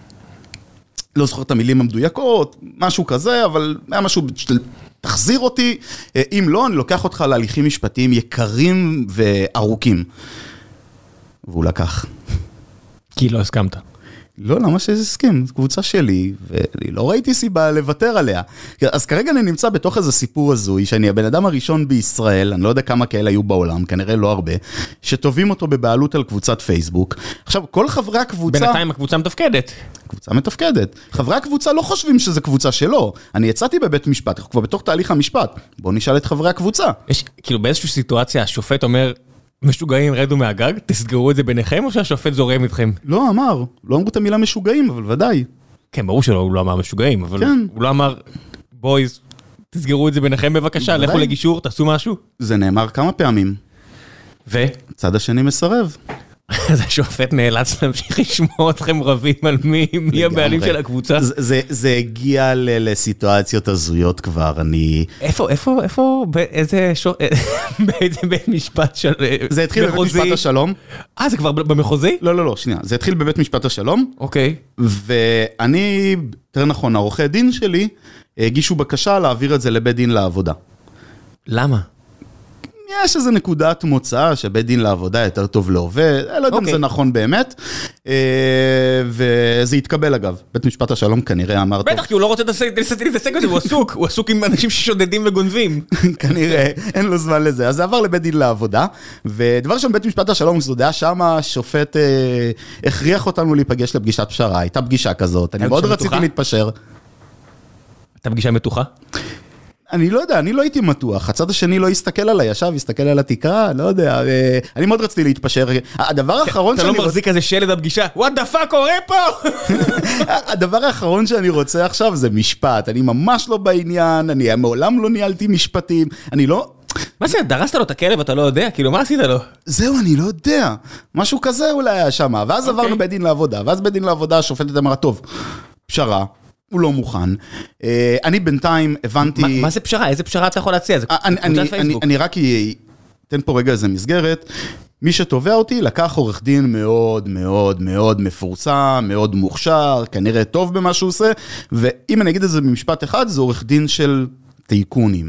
לא זוכר את המילים המדויקות, משהו כזה, אבל היה משהו של תחזיר אותי, אם לא, אני לוקח אותך להליכים משפטיים יקרים וארוכים. והוא לקח. כי לא הסכמת. לא, למה שזה הסכים? זו קבוצה שלי, ואני לא ראיתי סיבה לוותר עליה. אז כרגע אני נמצא בתוך איזה סיפור הזוי, שאני הבן אדם הראשון בישראל, אני לא יודע כמה כאלה היו בעולם, כנראה לא הרבה, שטובים אותו בבעלות על קבוצת פייסבוק. עכשיו, כל חברי הקבוצה... בינתיים הקבוצה מתפקדת. קבוצה מתפקדת. חברי הקבוצה לא חושבים שזה קבוצה שלו. אני יצאתי בבית משפט, כבר בתוך תהליך המשפט. בואו נשאל את חברי הקבוצה. יש, כאילו, באיזושהי סיטואציה, השופט אומר... משוגעים, רדו מהגג, תסגרו את זה ביניכם, או שהשופט זורם איתכם? לא אמר, לא אמרו את המילה משוגעים, אבל ודאי. כן, ברור שלא, הוא לא אמר משוגעים, אבל כן. הוא לא אמר, בויז, תסגרו את זה ביניכם בבקשה, לכו לגישור, תעשו משהו. זה נאמר כמה פעמים. ו? צד השני מסרב. אז השופט נאלץ להמשיך לשמוע אתכם רבים על מי, מי הבעלים של הקבוצה. זה, זה, זה הגיע ל, לסיטואציות הזויות כבר, אני... איפה, איפה, איפה, באיזה שו... באיזה בית משפט של... זה התחיל בבית משפט השלום. אה, זה כבר במחוזי? לא, לא, לא, שנייה. זה התחיל בבית משפט השלום. אוקיי. ואני, יותר נכון, העורכי דין שלי, הגישו בקשה להעביר את זה לבית דין לעבודה. למה? יש איזו נקודת מוצא שבית דין לעבודה יותר טוב לעובד, אני לא יודע אם זה נכון באמת, וזה יתקבל אגב, בית משפט השלום כנראה אמר טוב. בטח, כי הוא לא רוצה להתעסק בזה, הוא עסוק, הוא עסוק עם אנשים ששודדים וגונבים. כנראה, אין לו זמן לזה, אז זה עבר לבית דין לעבודה, ודבר שם בית משפט השלום, זה יודע שם השופט הכריח אותנו להיפגש לפגישת פשרה, הייתה פגישה כזאת, אני מאוד רציתי להתפשר. הייתה פגישה מתוחה? אני לא יודע, אני לא הייתי מתוח, הצד השני לא הסתכל עליי, ישב, הסתכל על התקרה, לא יודע, אני מאוד רציתי להתפשר. הדבר האחרון שאני... אתה לא מחזיק איזה שלד הפגישה, what the fuck קורה פה? הדבר האחרון שאני רוצה עכשיו זה משפט, אני ממש לא בעניין, אני מעולם לא ניהלתי משפטים, אני לא... מה זה, דרסת לו את הכלב, אתה לא יודע? כאילו, מה עשית לו? זהו, אני לא יודע. משהו כזה אולי היה שם, ואז עברנו בית דין לעבודה, ואז בית דין לעבודה השופטת אמרה, טוב, פשרה. הוא לא מוכן. אני בינתיים הבנתי... מה זה פשרה? איזה פשרה אתה יכול להציע? זה קבוצת פייסבוק. אני רק אתן פה רגע איזה מסגרת. מי שתובע אותי לקח עורך דין מאוד מאוד מאוד מפורסם, מאוד מוכשר, כנראה טוב במה שהוא עושה, ואם אני אגיד את זה במשפט אחד, זה עורך דין של טייקונים.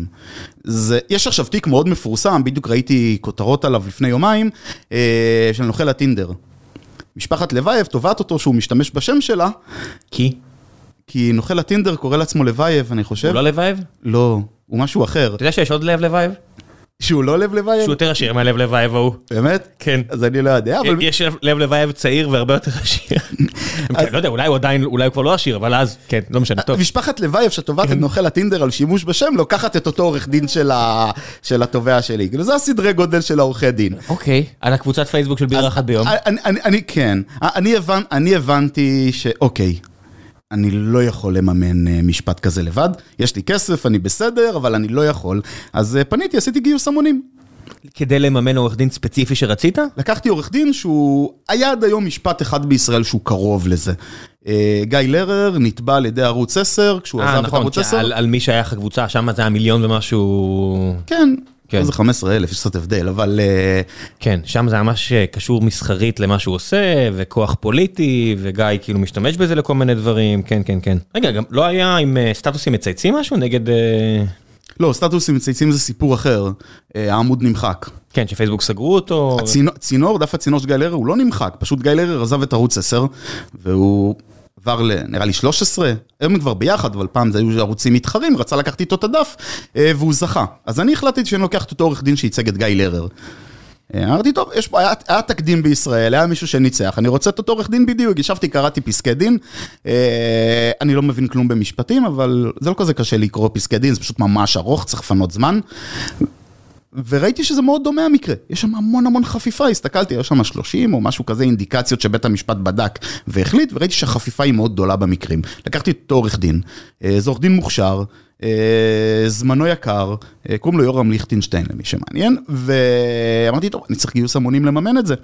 יש עכשיו תיק מאוד מפורסם, בדיוק ראיתי כותרות עליו לפני יומיים, של נוכל הטינדר. משפחת לוייב תובעת אותו שהוא משתמש בשם שלה. כי? כי נוכל הטינדר קורא לעצמו לוייב, אני חושב. הוא לא לוייב? לא, הוא משהו אחר. אתה יודע שיש עוד לב לוייב? שהוא לא לב לוייב? שהוא יותר עשיר מהלב לוייב ההוא. באמת? כן. אז אני לא יודע, אבל... יש לב לוייב צעיר והרבה יותר עשיר. לא יודע, אולי הוא עדיין, אולי הוא כבר לא עשיר, אבל אז, כן, לא משנה, טוב. משפחת לוייב שתובעת את נוכל הטינדר על שימוש בשם, לוקחת את אותו עורך דין של התובע שלי. זה הסדרי גודל של העורכי דין. אוקיי, על הקבוצת פייסבוק של בירה אחת ביום. אני כן, אני הבנתי שאוקיי. אני לא יכול לממן משפט כזה לבד, יש לי כסף, אני בסדר, אבל אני לא יכול, אז פניתי, עשיתי גיוס המונים. כדי לממן עורך דין ספציפי שרצית? לקחתי עורך דין שהוא, היה עד היום משפט אחד בישראל שהוא קרוב לזה. גיא לרר נתבע על ידי ערוץ עשר, כשהוא עזב את ערוץ עשר. על מי שהיה הקבוצה, שם זה היה מיליון ומשהו... כן. זה חמש עשרה אלף, יש קצת הבדל, אבל... כן, שם זה ממש קשור מסחרית למה שהוא עושה, וכוח פוליטי, וגיא כאילו משתמש בזה לכל מיני דברים, כן, כן, כן. רגע, גם לא היה עם סטטוסים מצייצים משהו נגד... לא, סטטוסים מצייצים זה סיפור אחר, העמוד נמחק. כן, שפייסבוק סגרו אותו... הצינור, דף הצינור של גיא לרר, הוא לא נמחק, פשוט גיא לרר עזב את ערוץ עשר, והוא... עבר נראה לי שלוש עשרה, הם כבר ביחד, אבל פעם זה היו ערוצים מתחרים, רצה לקחתי איתו את הדף, והוא זכה. אז אני החלטתי שאני לוקח את אותו עורך דין שייצג את גיא לרר. אמרתי, טוב, יש פה, היה, היה תקדים בישראל, היה מישהו שניצח, אני רוצה את אותו עורך דין בדיוק, ישבתי, קראתי פסקי דין, אני לא מבין כלום במשפטים, אבל זה לא כזה קשה לקרוא פסקי דין, זה פשוט ממש ארוך, צריך לפנות זמן. וראיתי שזה מאוד דומה המקרה, יש שם המון המון חפיפה, הסתכלתי, יש שם שלושים או משהו כזה, אינדיקציות שבית המשפט בדק והחליט, וראיתי שהחפיפה היא מאוד גדולה במקרים. לקחתי את אותו עורך דין, זה עורך דין מוכשר, זמנו יקר, קוראים לו יורם ליכטנשטיין למי שמעניין, ואמרתי, טוב, אני צריך גיוס המונים לממן את זה.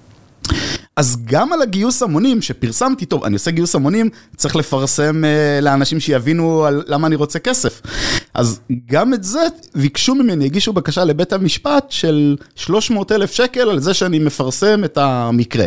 אז גם על הגיוס המונים שפרסמתי, טוב, אני עושה גיוס המונים, צריך לפרסם uh, לאנשים שיבינו על למה אני רוצה כסף. אז גם את זה ביקשו ממני, הגישו בקשה לבית המשפט של שלוש מאות אלף שקל על זה שאני מפרסם את המקרה.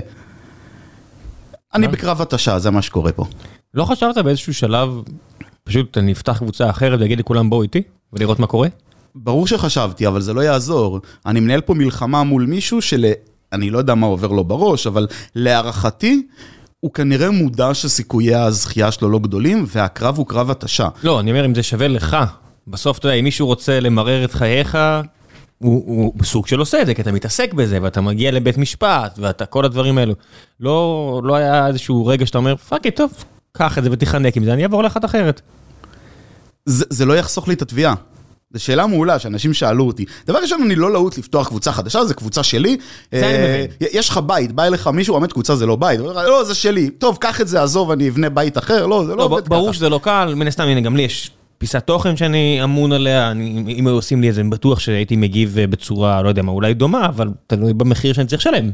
אני בקרב התשה, זה מה שקורה פה. לא חשבת באיזשהו שלב, פשוט אני אפתח קבוצה אחרת ויגיד לכולם בואו איתי, ולראות מה קורה? ברור שחשבתי, אבל זה לא יעזור. אני מנהל פה מלחמה מול מישהו של... אני לא יודע מה עובר לו בראש, אבל להערכתי, הוא כנראה מודע שסיכויי הזכייה שלו לא גדולים, והקרב הוא קרב התשה. לא, אני אומר, אם זה שווה לך, בסוף, אתה יודע, אם מישהו רוצה למרר את חייך, הוא, הוא בסוג של עושה את זה, כי אתה מתעסק בזה, ואתה מגיע לבית משפט, ואתה, כל הדברים האלו. לא, לא היה איזשהו רגע שאתה אומר, פאקי, טוב, קח את זה ותיחנק עם זה, אני אעבור לאחת אחרת. זה, זה לא יחסוך לי את התביעה. זו שאלה מעולה, שאנשים שאלו אותי. דבר ראשון, אני לא להוט לפתוח קבוצה חדשה, זו קבוצה שלי. זה אני מבין. יש לך בית, בא אליך מישהו, עומד קבוצה, זה לא בית. לא, זה שלי. טוב, קח את זה, עזוב, אני אבנה בית אחר. לא, זה לא עובד ככה. ברור שזה לא קל, מן הסתם, הנה, גם לי יש פיסת תוכן שאני אמון עליה, אני, אם היו עושים לי את זה, אני בטוח שהייתי מגיב בצורה, לא יודע מה, אולי דומה, אבל תלוי במחיר שאני צריך לשלם.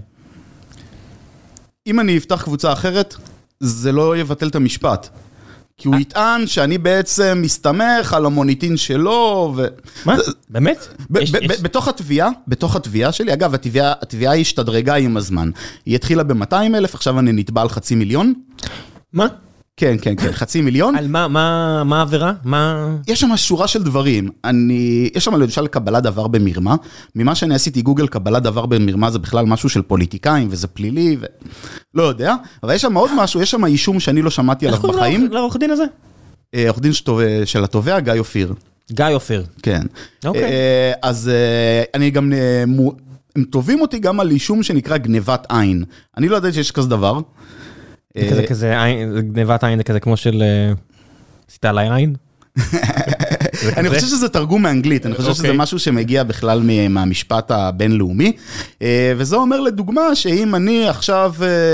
אם אני אפתח קבוצה אחרת, זה לא יבטל את המשפט. כי הוא יטען שאני בעצם מסתמך על המוניטין שלו, ו... מה? באמת? בתוך התביעה, בתוך התביעה שלי, אגב, התביעה היא השתדרגה עם הזמן. היא התחילה ב-מאתיים אלף, עכשיו אני נתבע על חצי מיליון. מה? כן, כן, כן, חצי מיליון. על מה, מה, מה העבירה? מה... יש שם שורה של דברים. אני, יש שם למשל קבלת דבר במרמה. ממה שאני עשיתי גוגל, קבלת דבר במרמה זה בכלל משהו של פוליטיקאים, וזה פלילי, ו... לא יודע. אבל יש שם עוד משהו, יש שם אישום שאני לא שמעתי עליו בחיים. איך קוראים לעורך דין הזה? עורך דין של התובע, גיא אופיר. גיא אופיר. כן. אוקיי. אז אני גם... הם טובים אותי גם על אישום שנקרא גנבת עין. אני לא יודעת שיש כזה דבר. זה כזה, כזה, גנבת עין זה כזה כמו של, עשית עליי עין? אני חושב שזה תרגום מאנגלית, אני חושב שזה משהו שמגיע בכלל מהמשפט הבינלאומי, וזה אומר לדוגמה שאם אני עכשיו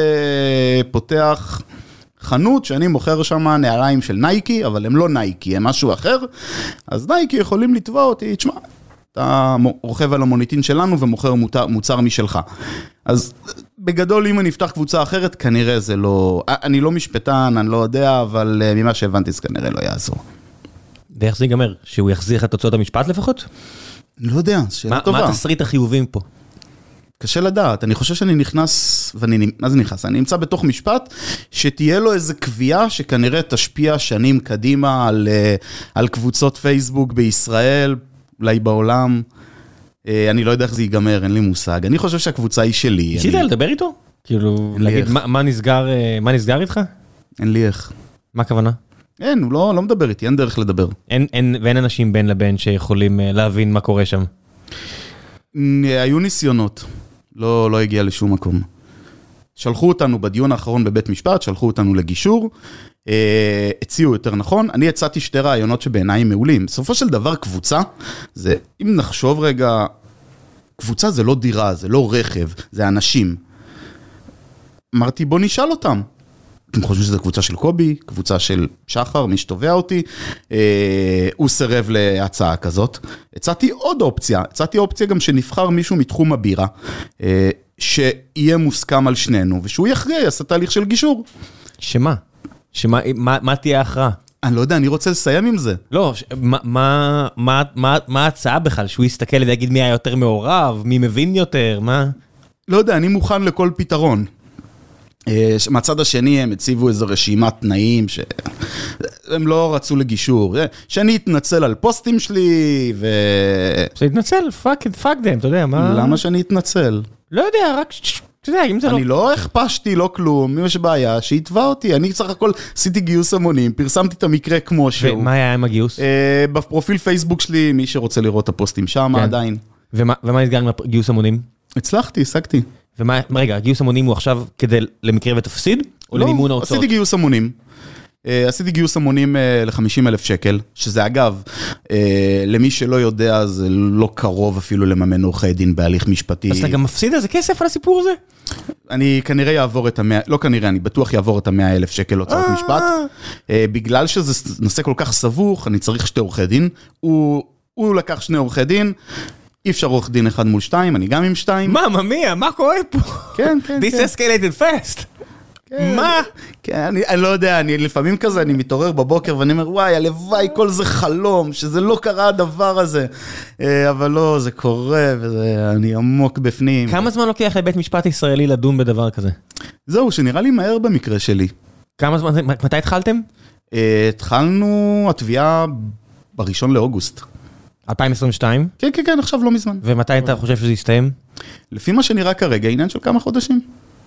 פותח חנות שאני מוכר שם נעליים של נייקי, אבל הם לא נייקי, הם משהו אחר, אז נייקי יכולים לתבוע אותי, תשמע, אתה רוכב על המוניטין שלנו ומוכר מוצר משלך. אז בגדול, אם אני אפתח קבוצה אחרת, כנראה זה לא... אני לא משפטן, אני לא יודע, אבל ממה שהבנתי, זה כנראה לא יעזור. ואיך זה ייגמר? שהוא יחזיר לך את תוצאות המשפט לפחות? לא יודע, שאלה טובה. מה התסריט החיובים פה? קשה לדעת, אני חושב שאני נכנס, ואני, מה זה נכנס? אני נמצא בתוך משפט, שתהיה לו איזו קביעה, שכנראה תשפיע שנים קדימה על, על קבוצות פייסבוק בישראל, אולי בעולם, אני לא יודע איך זה ייגמר, אין לי מושג. אני חושב שהקבוצה היא שלי. ניסית לדבר איתו? כאילו, להגיד, מה נסגר, מה נסגר איתך? אין לי איך. מה הכוונה? אין, הוא לא, לא מדבר איתי, אין דרך לדבר. אין, אין, ואין אנשים בין לבין שיכולים להבין מה קורה שם? היו ניסיונות, לא, לא הגיע לשום מקום. שלחו אותנו בדיון האחרון בבית משפט, שלחו אותנו לגישור, הציעו יותר נכון, אני הצעתי שתי רעיונות שבעיניי מעולים. בסופו של דבר קבוצה, זה, אם נחשוב רגע, קבוצה זה לא דירה, זה לא רכב, זה אנשים. אמרתי, בוא נשאל אותם. אתם חושבים שזו קבוצה של קובי, קבוצה של שחר, מי שתובע אותי, הוא סירב להצעה כזאת. הצעתי עוד אופציה, הצעתי אופציה גם שנבחר מישהו מתחום הבירה, שיהיה מוסכם על שנינו, ושהוא יכריע, יעשה תהליך של גישור. שמה? שמה, מה, מה תהיה ההכרעה? אני לא יודע, אני רוצה לסיים עם זה. לא, מה, מה, מה, מה, מה ההצעה בכלל? שהוא יסתכל ויגיד מי היה יותר מעורב, מי מבין יותר, מה? לא יודע, אני מוכן לכל פתרון. מהצד השני הם הציבו איזו רשימת תנאים שהם לא רצו לגישור, שאני אתנצל על פוסטים שלי ו... שיתנצל, fuck it, fuck them, אתה יודע, מה... למה שאני אתנצל? לא יודע, רק... אתה יודע, אם זה לא... אני לא הכפשתי, לא כלום, אם יש בעיה, שיתבע אותי, אני סך הכל עשיתי גיוס המונים, פרסמתי את המקרה כמו שהוא. ומה היה עם הגיוס? בפרופיל פייסבוק שלי, מי שרוצה לראות את הפוסטים שם עדיין. ומה נסגר עם הגיוס המונים? הצלחתי, השגתי. ומה, רגע, גיוס המונים הוא עכשיו כדי למקרה ותפסיד? או לא, למימון ההוצאות? עשיתי גיוס המונים. עשיתי גיוס המונים ל-חמישים אלף שקל, שזה אגב, למי שלא יודע, זה לא קרוב אפילו לממן עורכי דין בהליך משפטי. אז אתה גם מפסיד איזה כסף על הסיפור הזה? אני כנראה יעבור את המאה, לא כנראה, אני בטוח יעבור את המאה אלף שקל הוצאות משפט. בגלל שזה נושא כל כך סבוך, אני צריך שתי עורכי דין. הוא, הוא לקח שני עורכי דין, אי אפשר עורך דין אחד מול שתיים, אני גם עם שתיים. מה, ממיה, מה קורה פה? כן, כן, This כן. escalated fast. מה? כן, אני, אני לא יודע, אני לפעמים כזה, אני מתעורר בבוקר ואני אומר, וואי, הלוואי, כל זה חלום, שזה לא קרה הדבר הזה. אבל לא, זה קורה, ואני עמוק בפנים. כמה זמן לוקח לבית משפט ישראלי לדון בדבר כזה? זהו, שנראה לי מהר במקרה שלי. כמה זמן, מתי התחלתם? התחלנו התביעה בראשון לאוגוסט. אלפיים עשרים ושתיים? כן, כן, כן, עכשיו לא מזמן. ומתי אתה חושב שזה יסתיים? לפי מה שנראה כרגע, עניין של כמה חודשים.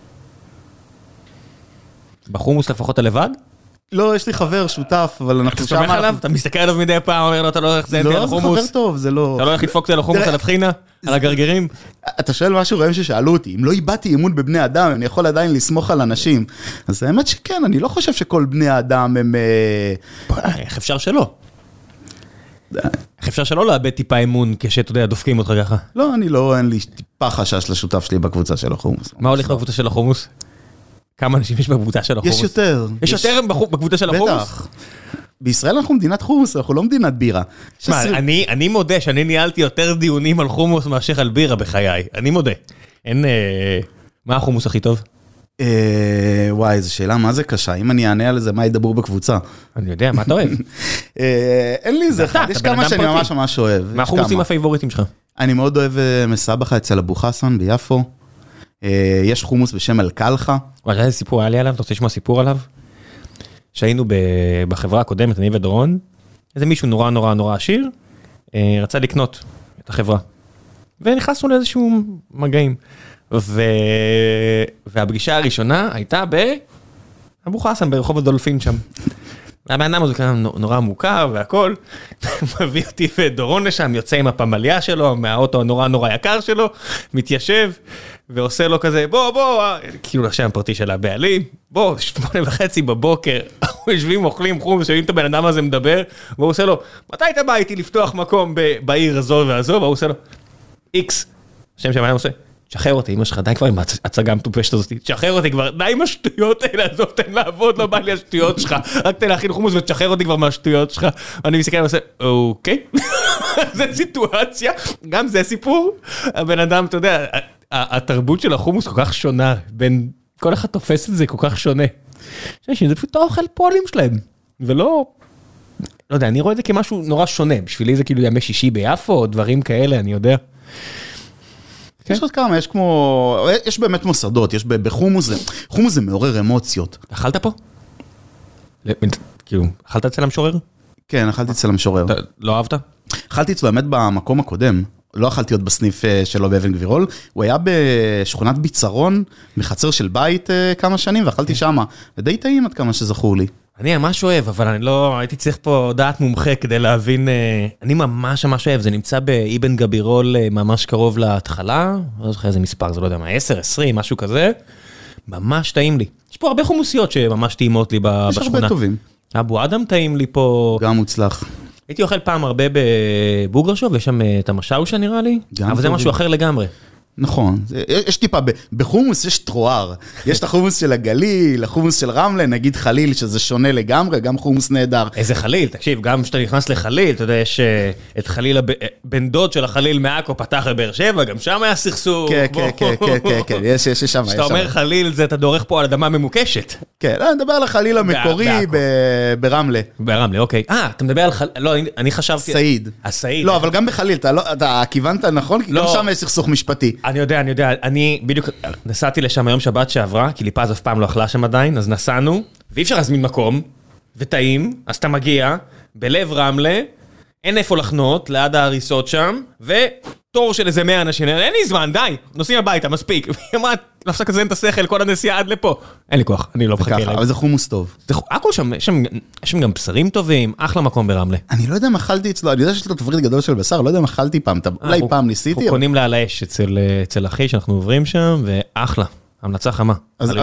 בחומוס לפחות הלבד? לא, יש לי חבר, שותף, אבל אנחנו שם... אתה סומך עליו? אתה מסתכל עליו מדי פעם, אומר לו, אתה לא הולך לזיין אותי על החומוס? לא, זה חבר טוב, זה לא... אתה לא הולך לדפוק אותי על החומוס, על הבחינה? על הגרגרים? אתה שואל משהו רעים ששאלו אותי, אם לא איבדתי אמון בבני אדם, אני יכול עדיין לסמוך על אנשים. אז האמת שכן, אני לא חושב שכל בני האדם הם... איך אפשר שלא? איך אפשר שלא לאבד טיפה אמון כשאתה יודע, דופקים אותך ככה? לא, אני לא, אין לי טיפה חשש לשותף שלי בקבוצה של החומוס. מה הולך בקבוצה של החומוס? כמה אנשים יש בקבוצה של החומוס? יש יותר. יש יותר בקבוצה של החומוס? בטח. בישראל אנחנו מדינת חומוס, אנחנו לא מדינת בירה. מה, אני, אני מודה שאני ניהלתי יותר דיונים על חומוס מאשר על בירה בחיי. אני מודה. אין, אה, מה החומוס הכי טוב? אה, וואי, זו שאלה, מה זה קשה? אם אני אענה על זה, מה ידברו בקבוצה? אני יודע, מה אתה אוהב? אה, אין לי זה אחד, יש כמה שאני ממש ממש אוהב. מה החומוסים הפייבוריטים שלך? אני מאוד אוהב מסבחה אצל אבו חסן ביפו. יש חומוס בשם אל-קלחה. וואי, איזה סיפור היה לי עליו? אתה רוצה לשמוע סיפור עליו? שהיינו בחברה הקודמת, אני ודורון, איזה מישהו נורא נורא נורא עשיר, רצה לקנות את החברה. ונכנסנו לאיזשהו מגעים. ו... והפגישה הראשונה הייתה באבו חסן, ברחוב הדולפין שם. והבן אדם הזה כאן נורא מוכר והכל, מביא אותי ודורון לשם, יוצא עם הפמליה שלו, מהאוטו הנורא נורא יקר שלו, מתיישב ועושה לו כזה, בוא בוא, כאילו לשם הפרטי של הבעלים, בוא, שמונה וחצי בבוקר, אנחנו יושבים, אוכלים חום, שומעים את הבן אדם הזה מדבר, והוא עושה לו, מתי אתה בא איתי לפתוח מקום בעיר הזו והזו, והוא עושה לו, איקס, השם שהבן אדם עושה, תשחרר אותי, אמא שלך, די כבר עם ההצגה המטופשת הזאת, תשחרר אותי כבר, די עם השטויות האלה, עזוב, תן לעבוד, לא בא לי השטויות שלך, רק תן להכין חומוס ותשחרר אותי כבר מהשטויות שלך, ואני מסתכל ועושה, אוקיי, זה סיטואציה, גם זה סיפור, הבן אדם, אתה יודע, התרבות של החומוס כל כך שונה, בין כל אחד תופס את זה כל כך שונה, זה פשוט האוכל פועלים שלהם, ולא, לא יודע, אני רואה את זה כמשהו נורא שונה, בשבילי זה כאילו ימי שישי ביפו, או דברים כאלה, אני יודע. יש עוד כמה, יש כמו, יש באמת מוסדות, יש בחומוס זה, חומוס זה מעורר אמוציות. אכלת פה? כאילו, אכלת אצל המשורר? כן, אכלתי אצל המשורר. לא אהבת? אכלתי אצלו באמת במקום הקודם, לא אכלתי עוד בסניף שלו באבן גבירול, הוא היה בשכונת ביצרון, מחצר של בית כמה שנים, ואכלתי שמה, ודי טעים עד כמה שזכור לי. אני ממש אוהב, אבל אני לא, הייתי צריך פה דעת מומחה כדי להבין, אני ממש ממש אוהב, זה נמצא באבן גבירול ממש קרוב להתחלה, לא זוכר איזה מספר, זה לא יודע מה, עשר, עשרים, משהו כזה, ממש טעים לי. יש פה הרבה חומוסיות שממש טעימות לי בשכונה. יש הרבה טובים. אבו אדם טעים לי פה. גם מוצלח. הייתי אוכל פעם הרבה בבוגרשוב, ויש שם את המשאושה נראה לי, אבל זה משהו אחר לגמרי. נכון, יש טיפה, בחומוס יש טרואר, יש את החומוס של הגליל, החומוס של רמלה, נגיד חליל, שזה שונה לגמרי, גם חומוס נהדר. איזה חליל, תקשיב, גם כשאתה נכנס לחליל, אתה יודע, יש את חליל, בן דוד של החליל מעכו פתח לבאר שבע, גם שם היה סכסוך. כן, כן, כן, כן, כן, יש, יש שם. כשאתה אומר חליל, זה אתה דורך פה על אדמה ממוקשת. כן, אני מדבר על החליל המקורי ברמלה. ברמלה, אוקיי. אה, אתה מדבר על חליל, לא, אני חשבתי... סעיד. הסעיד. לא, אבל גם בחליל, אתה כיוונת נכון? כי גם שם יש סכסוך משפטי. אני יודע, אני יודע, אני בדיוק נסעתי לשם היום שבת שעברה, כי ליפז אף פעם לא אכלה שם עדיין, אז נסענו, ואי אפשר להזמין מקום, וטעים, אז אתה מגיע, בלב רמלה, אין איפה לחנות, ליד ההריסות שם, ותור של איזה מאה אנשים, אין לי זמן, די, נוסעים הביתה, מספיק. והיא אמרה, להפסק לזיין את השכל, כל הנסיעה עד לפה. אין לי כוח, אני לא מחכה להם. אבל זה חומוס טוב. הכל שם, יש שם גם בשרים טובים, אחלה מקום ברמלה. אני לא יודע אם אכלתי אצלו, אני יודע שיש לו תפריט גדול של בשר, לא יודע אם אכלתי פעם, אולי פעם ניסיתי. אנחנו קונים לה על האש אצל אחי, שאנחנו עוברים שם, ואחלה, המלצה חמה.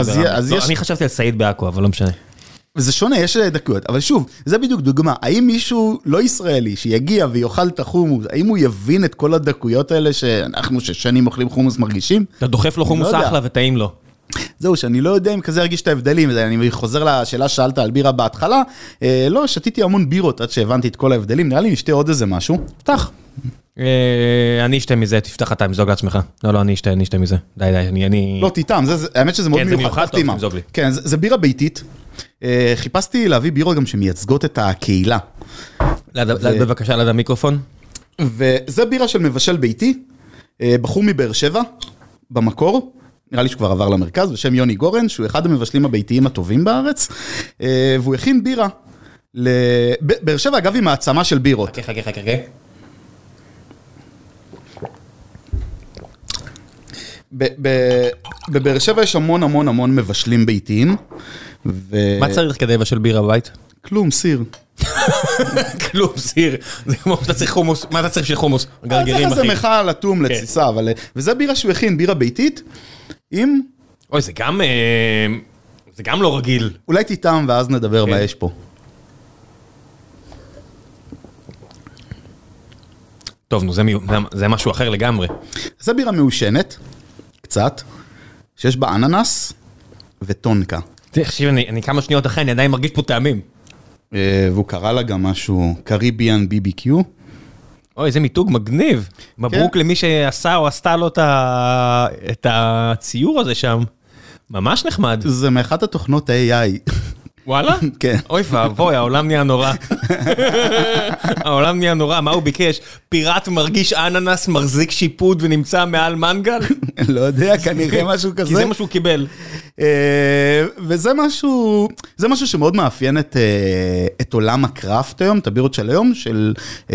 אני חשבתי על סעיד בעכו, אבל לא משנה. וזה שונה, יש דקויות, אבל שוב, זה בדיוק דוגמה, האם מישהו לא ישראלי שיגיע ויאכל את החומוס, האם הוא יבין את כל הדקויות האלה שאנחנו ששנים אוכלים חומוס מרגישים? אתה דוחף לו חומוס אחלה וטעים לו. זהו, שאני לא יודע אם כזה הרגיש את ההבדלים, אני חוזר לשאלה ששאלת על בירה בהתחלה, לא, שתיתי המון בירות עד שהבנתי את כל ההבדלים, נראה לי נשתה עוד איזה משהו. פתח. אני אשתה מזה, תפתח אתה, מזוג לעצמך. לא, לא, אני אשתה, אני אשתה מזה. די, די, אני... לא, תיתם, האמת שזה מאוד מיוחד. כן, זה בירה ביתית. חיפשתי להביא בירות גם שמייצגות את הקהילה. בבקשה, ליד המיקרופון. וזה בירה של מבשל ביתי, בחור מבאר שבע, במקור, נראה לי שכבר עבר למרכז, בשם יוני גורן, שהוא אחד המבשלים הביתיים הטובים בארץ, והוא הכין בירה. באר שבע, אגב, היא מעצמה של בירות. חכה, חכה, חכה, חכה. בבאר שבע יש המון המון המון מבשלים ביתיים. מה צריך כדי לבשל בירה בבית? כלום, סיר. כלום, סיר. זה כמו שאתה צריך חומוס. מה אתה צריך בשביל חומוס? גרגירים, אחי. זה מכל, אטום, לתסיסה, אבל... וזה בירה שהוא הכין, בירה ביתית, עם... אוי, זה גם... זה גם לא רגיל. אולי תיתם, ואז נדבר מה יש פה. טוב, נו, זה משהו אחר לגמרי. זה בירה מעושנת, קצת, שיש בה אננס וטונקה. תקשיב, אני כמה שניות אחרי, אני עדיין מרגיש פה טעמים. והוא קרא לה גם משהו, קריביאן בי בי קיו. אוי, איזה מיתוג מגניב. מברוק למי שעשה או עשתה לו את הציור הזה שם. ממש נחמד. זה מאחת התוכנות ה-איי איי. וואלה? כן. אוי ואבוי, העולם נהיה נורא. העולם נהיה נורא, מה הוא ביקש? פיראט מרגיש אננס, מחזיק שיפוד ונמצא מעל מנגל? לא יודע, כנראה משהו כזה. כי זה מה שהוא קיבל. וזה משהו, זה משהו שמאוד מאפיין את עולם הקראפט היום, את הבירות של היום, של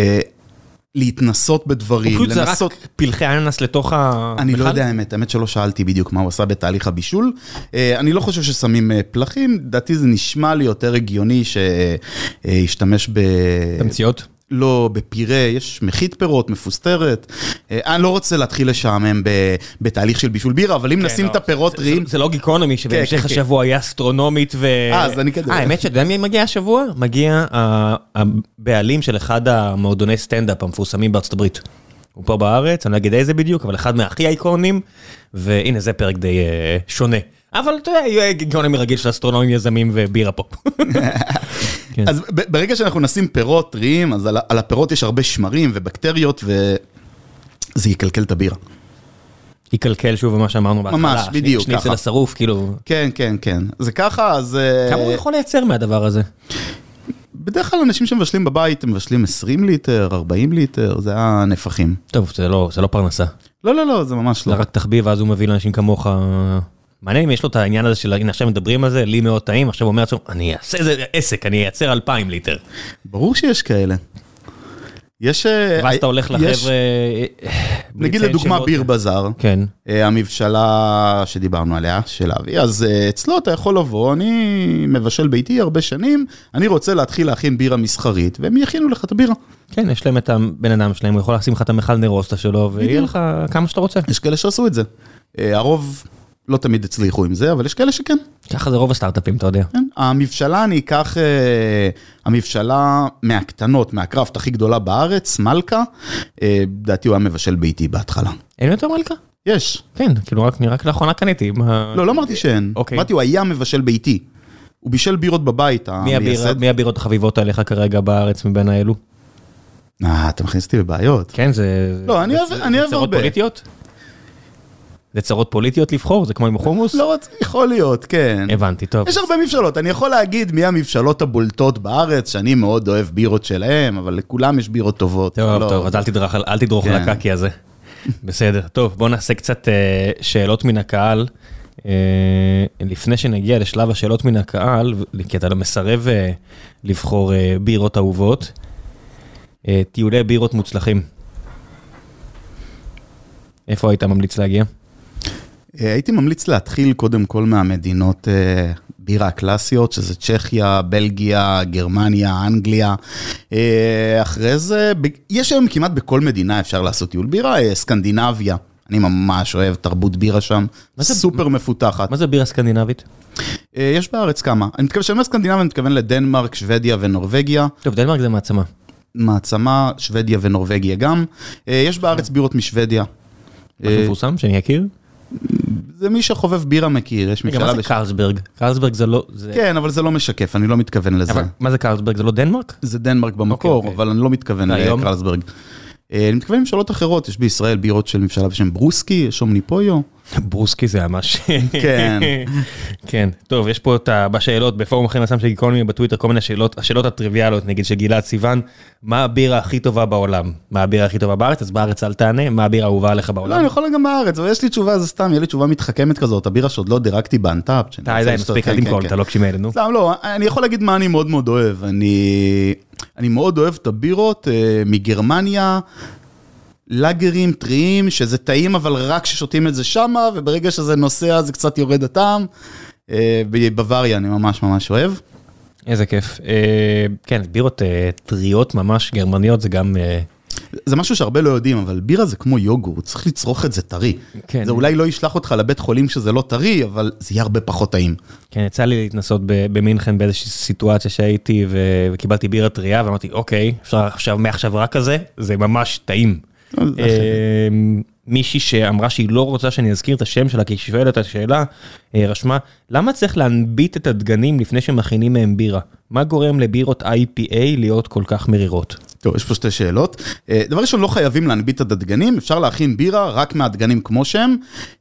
להתנסות בדברים. הוא פשוט זרק פלחי אננס לתוך המחל? אני לא יודע האמת, האמת שלא שאלתי בדיוק מה הוא עשה בתהליך הבישול. אני לא חושב ששמים פלחים, דעתי זה נשמע לי יותר הגיוני שישתמש ב... תמציות? לא, בפירה, יש מחית פירות, מפוסטרת. אני לא רוצה להתחיל לשעמם בתהליך של בישול בירה, אבל אם נשים את הפירות טריים... זה לא גיקונומי, שבהמשך השבוע היה אסטרונומית ו... אה, אז אני כדאי. אה, האמת שאתה יודע מי מגיע השבוע? מגיע הבעלים של אחד המועדוני סטנדאפ המפורסמים בארצות הברית. הוא פה בארץ, אני לא אגיד איזה בדיוק, אבל אחד מהכי אייקונים, והנה זה פרק די שונה. אבל אתה יודע, יהיה גיקונומי רגיל של אסטרונומים יזמים ובירה פה. אז ברגע שאנחנו נשים פירות טריים, אז על הפירות יש הרבה שמרים ובקטריות, וזה יקלקל את הבירה. יקלקל שוב במה שאמרנו בהתחלה. ממש, בדיוק, ככה. שניצל השרוף, כאילו... כן, כן, כן. זה ככה, אז... כמה הוא יכול לייצר מהדבר הזה? בדרך כלל אנשים שמבשלים בבית, הם מבשלים עשרים ליטר, ארבעים ליטר, זה הנפחים. טוב, זה לא, זה לא פרנסה. לא, לא, לא, זה ממש לא. זה רק תחביב, ואז הוא מביא לאנשים כמוך... מעניין אם יש לו את העניין הזה של, הנה עכשיו מדברים על זה, לי מאוד טעים, עכשיו הוא אומר לעצמו, אני אעשה איזה עסק, אני אייצר אלפיים ליטר. ברור שיש כאלה. יש... ואז אתה הולך לחבר'ה... נגיד לדוגמה ביר בזאר, כן. המבשלה שדיברנו עליה, של אבי, אז אצלו אתה יכול לבוא, אני מבשל ביתי הרבה שנים, אני רוצה להתחיל להכין בירה מסחרית, והם יכינו לך את הבירה. כן, יש להם את הבן אדם שלהם, הוא יכול לשים לך את המחל נרוסטה שלו, ויהיה לך כמה שאתה רוצה. יש כאלה שעשו את זה. הרוב... לא תמיד הצליחו עם זה, אבל יש כאלה שכן. ככה זה רוב הסטארט-אפים, אתה יודע. כן. המבשלה, אני אקח, המבשלה מהקטנות, מהקראפט הכי גדולה בארץ, מלכה, דעתי הוא היה מבשל ביתי בהתחלה. אין יותר מלכה? יש. כן, כאילו רק, רק לאחרונה קניתי. לא, לא אמרתי שאין. אוקיי. אמרתי, הוא היה מבשל ביתי. הוא בישל בירות בבית, המייסד. מי הבירות החביבות עליך כרגע בארץ מבין האלו? אה, אתה מכניס אותי בבעיות. כן, זה... לא, אני אוהב הרבה. זה צרות פוליטיות? זה צרות פוליטיות לבחור? זה כמו עם חומוס? לא, יכול להיות, כן. הבנתי, טוב. יש הרבה מבשלות. אני יכול להגיד מי המבשלות הבולטות בארץ, שאני מאוד אוהב בירות שלהם, אבל לכולם יש בירות טובות. טוב, טוב, אז אל תדרוך על הקקי הזה. בסדר. טוב, בואו נעשה קצת שאלות מן הקהל. לפני שנגיע לשלב השאלות מן הקהל, כי אתה מסרב לבחור בירות אהובות, טיולי בירות מוצלחים. איפה היית ממליץ להגיע? הייתי ממליץ להתחיל קודם כל מהמדינות בירה הקלאסיות, שזה צ'כיה, בלגיה, גרמניה, אנגליה. אחרי זה, יש היום כמעט בכל מדינה אפשר לעשות טיול בירה, סקנדינביה. אני ממש אוהב תרבות בירה שם, סופר מפותחת. מה זה בירה סקנדינבית? יש בארץ כמה. אני מתכוון שאני סקנדינביה, אני מתכוון לדנמרק, שוודיה ונורווגיה. טוב, דנמרק זה מעצמה. מעצמה, שוודיה ונורווגיה גם. יש בארץ בירות משוודיה. משהו מפורסם שאני אכיר? זה מי שחובב בירה מכיר. מה זה קרלסברג? קרלסברג זה לא... כן, אבל זה לא משקף, אני לא מתכוון לזה. מה זה קרלסברג? זה לא דנמרק? זה דנמרק במקור, אבל אני לא מתכוון לקרלסברג. אני מתכוון לממשלות אחרות, יש בישראל בירות של ממשלה בשם ברוסקי, יש אומניפויו. ברוסקי זה ממש... כן. כן, טוב, יש פה בשאלות, בפורום אחרי נסם של גיקונומי בטוויטר, כל מיני שאלות, השאלות הטריוויאליות, נגיד של גלעד סיוון, מה הבירה הכי טובה בעולם? מה הבירה הכי טובה בארץ? אז בארץ אל תענה, מה הבירה האהובה עליך בעולם? לא, אני יכול גם בארץ, אבל יש לי תשובה, זה סתם, יהיה לי תשובה מתחכמת כזאת, הבירה שעוד לא דירקתי באנטאפ. די, די, מספיק, אל תמכור, אתה לא קשימה אלינו. סתם, לא, אני יכול להגיד מה אני מאוד מאוד אוהב. אני מאוד אוהב את הבירות מגרמניה, לגרים, טריים, שזה טעים, אבל רק ששותים את זה שמה, וברגע שזה נוסע, זה קצת יורד הטעם. בבווריה, אני ממש ממש אוהב. איזה כיף. כן, בירות טריות ממש, גרמניות, זה גם... זה משהו שהרבה לא יודעים, אבל בירה זה כמו יוגורט, צריך לצרוך את זה טרי. זה אולי לא ישלח אותך לבית חולים שזה לא טרי, אבל זה יהיה הרבה פחות טעים. כן, יצא לי להתנסות במינכן באיזושהי סיטואציה שהייתי, וקיבלתי בירה טריה, ואמרתי, אוקיי, אפשר עכשיו, מעכשיו רק כזה, זה ממש טעים. מישהי שאמרה שהיא לא רוצה שאני אזכיר את השם שלה, כי היא שואלת את השאלה, רשמה, למה צריך להנביט את הדגנים לפני שמכינים מהם בירה? מה גורם לבירות איי פי איי להיות כל כך מרירות? טוב, יש פה שתי שאלות. דבר ראשון, לא חייבים להנביט את הדגנים, אפשר להכין בירה רק מהדגנים כמו שהם.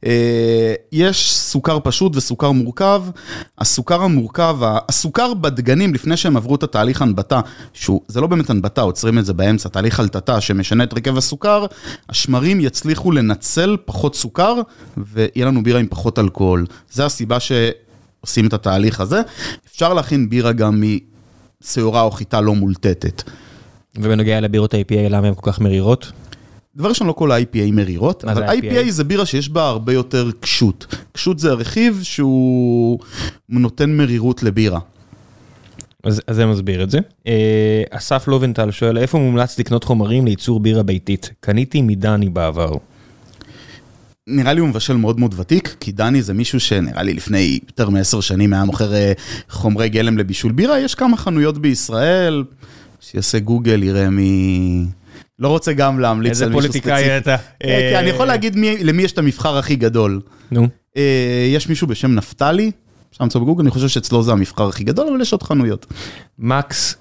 יש סוכר פשוט וסוכר מורכב. הסוכר המורכב, הסוכר בדגנים לפני שהם עברו את התהליך הנבטה, זה לא באמת הנבטה, עוצרים את זה באמצע, תהליך הלטטה שמשנה את רכב הסוכר, השמרים יצליחו לנצל פחות סוכר, ויהיה לנו בירה עם פחות אלכוהול. זה הסיבה שעושים את התהליך הזה. אפשר להכין בירה גם משעורה או חיטה לא מולטטת. ובנוגע לבירות ה-איי פי איי, למה הן כל כך מרירות? דבר ראשון, לא כל ה-איי פי איי מרירות, אבל איי פי איי זה בירה שיש בה הרבה יותר קשות. קשות זה הרכיב שהוא נותן מרירות לבירה. אז זה מסביר את זה. אסף לובנטל שואל, איפה מומלץ לקנות חומרים לייצור בירה ביתית? קניתי מדני בעבר. נראה לי הוא מבשל מאוד מאוד ותיק, כי דני זה מישהו שנראה לי לפני יותר מעשר שנים היה מוכר חומרי גלם לבישול בירה. יש כמה חנויות בישראל, שיעשה גוגל, יראה מי... לא רוצה גם להמליץ על מישהו ספציפי. איזה פוליטיקאי אתה. כי אני יכול להגיד למי יש את המבחר הכי גדול. נו. יש מישהו בשם נפתלי, שם צו בגוגל, אני חושב שאצלו זה המבחר הכי גדול, אבל יש עוד חנויות. מקס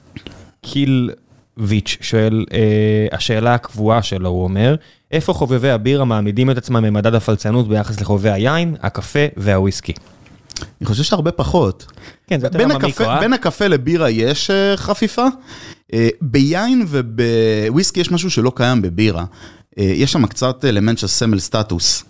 קילוויץ' שואל, השאלה הקבועה שלו, הוא אומר, איפה חובבי הבירה מעמידים את עצמם ממדד הפלצנות ביחס לחובבי היין, הקפה והוויסקי? אני חושב שהרבה פחות. כן, זה יותר ממיקו, אה? בין הקפה לבירה יש חפיפה. ביין ובוויסקי יש משהו שלא קיים בבירה. יש שם קצת אלמנט של סמל סטטוס.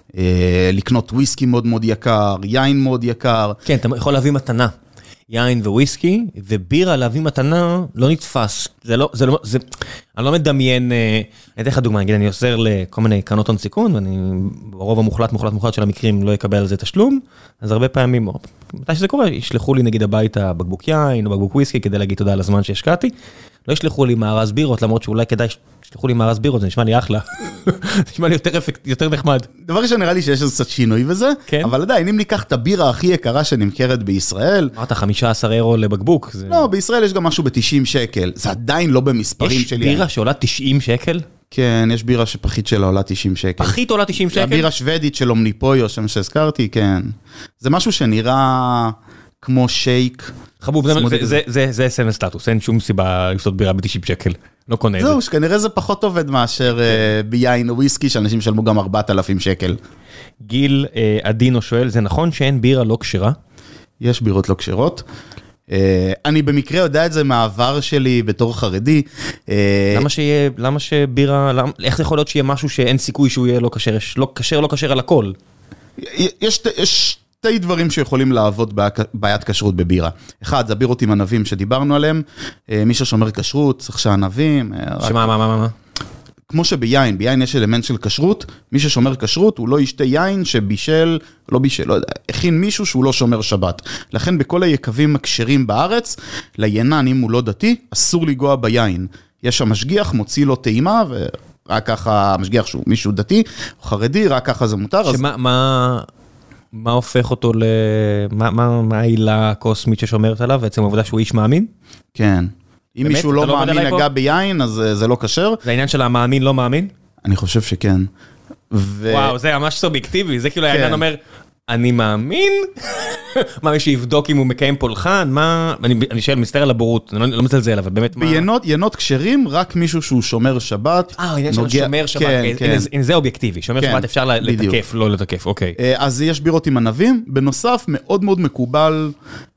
לקנות וויסקי מאוד מאוד יקר, יין מאוד יקר. כן, אתה יכול להביא מתנה. יין וויסקי, ובירה להביא מתנה לא נתפס. זה לא, זה לא, זה, אני לא מדמיין, אני אתן לך דוגמה, נגיד, אני עוזר לכל מיני קרנות הון סיכון, ואני ברוב המוחלט, מוחלט, מוחלט של המקרים לא יקבל על זה תשלום, אז הרבה פעמים, מתי שזה קורה, ישלחו לי נגיד הביתה בקבוק יין, או בקבוק וויסקי, כדי להגיד תודה על הזמן שהשקעתי, לא ישלחו לי מארז בירות, למרות שאולי כדאי ישלחו לי מארז בירות, זה נשמע לי אחלה, נשמע לי יותר אפקט, יותר נחמד. דבר שנראה לי שיש איזה קצת שינוי בזה, אבל עדיין, אם ניקח את הבירה הכי יקרה שנמכרת בישראל, אמרת חמישה עשר אירו לבקבוק. לא, בישראל יש גם משהו ב-תשעים שקל, זה עדיין לא במספרים שלי. יש בירה שעולה תשעים שקל? כן, יש בירה שפחית שלה עולה תשעים שקל. פחית עולה תשעים שקל? הבירה שוודית של אומניפויו, שם שהזכרתי, כן. זה משהו שנראה כמו שייק. חבוב, זה סמל סטטוס, אין שום סיבה לפסות בירה ב-תשעים שקל. לא קונה את זה. זהו, שכנראה זה פחות עובד מאשר ביין או וויסקי, שאנשים שלמו גם ארבעת אלפים שקל. גיל אדינו שואל, זה נכון שאין בירה לא כשרה? יש בירות לא כשרות. אני במקרה יודע את זה מהעבר שלי בתור חרדי. למה שיהיה, למה שבירה, איך זה יכול להיות שיהיה משהו שאין סיכוי שהוא יהיה לא כשר, לא כשר, לא כשר על הכל? יש שתי דברים שיכולים לעבוד בעיית כשרות בבירה. אחד, זה הבירות עם ענבים שדיברנו עליהם. מי ששומר כשרות, צריך שהענבים... שמה, מה, מה, מה? כמו שביין, ביין יש אלמנט של כשרות, מי ששומר כשרות הוא לא ישתה יין שבישל, לא בישל, לא יודע, הכין מישהו שהוא לא שומר שבת. לכן בכל היקבים הכשרים בארץ, ליינן, אם הוא לא דתי, אסור לגוע ביין. יש המשגיח, מוציא לו טעימה, ורק ככה, המשגיח שהוא מישהו דתי, או חרדי, רק ככה זה מותר. שמה, אז... מה... מה הופך אותו ל... מה, מה, מה העילה הקוסמית ששומרת עליו? בעצם העובדה שהוא איש מאמין? כן. אם מישהו לא מאמין נגע ביין, אז זה לא כשר. זה העניין של המאמין לא מאמין? אני חושב שכן. וואו, זה ממש סובייקטיבי. זה כאילו העניין אומר, אני מאמין? מה, מישהו יבדוק אם הוא מקיים פולחן? מה? אני שואל, מסתר על הבורות, אני לא מצלזל, אבל באמת מה... ביינות כשרים, רק מישהו שהוא שומר שבת. אה, העניין של שומר שבת. הנה, זה אובייקטיבי. שומר שבת אפשר לתקף, לא לתקף, אוקיי. אז יש בירות עם ענבים. בנוסף, מאוד מאוד מקובל...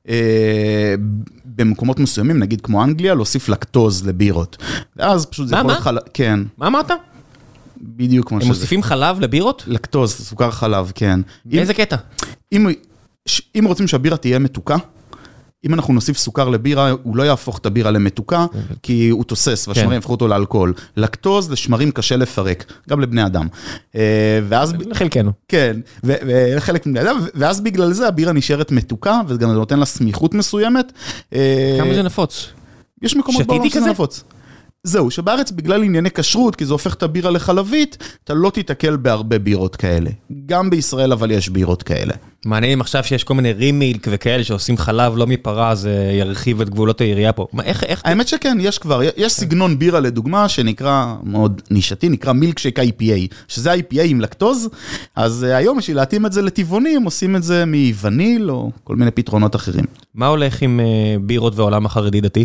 במקומות מסוימים, נגיד כמו אנגליה, להוסיף לקטוז לבירות. ואז פשוט זה יכול להיות חלב, כן. מה אמרת? בדיוק כמו שזה. הם מוסיפים חלב לבירות? לקטוז, סוכר חלב, כן. באיזה קטע? אם, אם רוצים שהבירה תהיה מתוקה, אם אנחנו נוסיף סוכר לבירה, הוא לא יהפוך את הבירה למתוקה, כי הוא תוסס, והשמרים יפכו אותו לאלכוהול. לקטוז לשמרים קשה לפרק, גם לבני אדם. ואז... לחלקנו. כן, ולחלק מבני אדם, ואז בגלל זה הבירה נשארת מתוקה, וגם זה נותן לה סמיכות מסוימת. כמה זה נפוץ? יש מקומות בעולם שזה נפוץ. זהו, שבארץ בגלל ענייני כשרות, כי זה הופך את הבירה לחלבית, אתה לא תתקל בהרבה בירות כאלה. גם בישראל אבל יש בירות כאלה. מעניין עכשיו שיש כל מיני רימילק וכאלה שעושים חלב לא מפרה, זה ירחיב את גבולות העירייה פה. מה, איך, איך... האמת שכן, יש כבר, יש סגנון בירה לדוגמה, שנקרא, מאוד נישתי, נקרא מילקשייק איי פי איי, שזה איי פי איי עם לקטוז, אז היום יש לי להתאים את זה לטבעונים, עושים את זה מווניל או כל מיני פתרונות אחרים. מה הולך עם בירות ועולם החרדי דתי?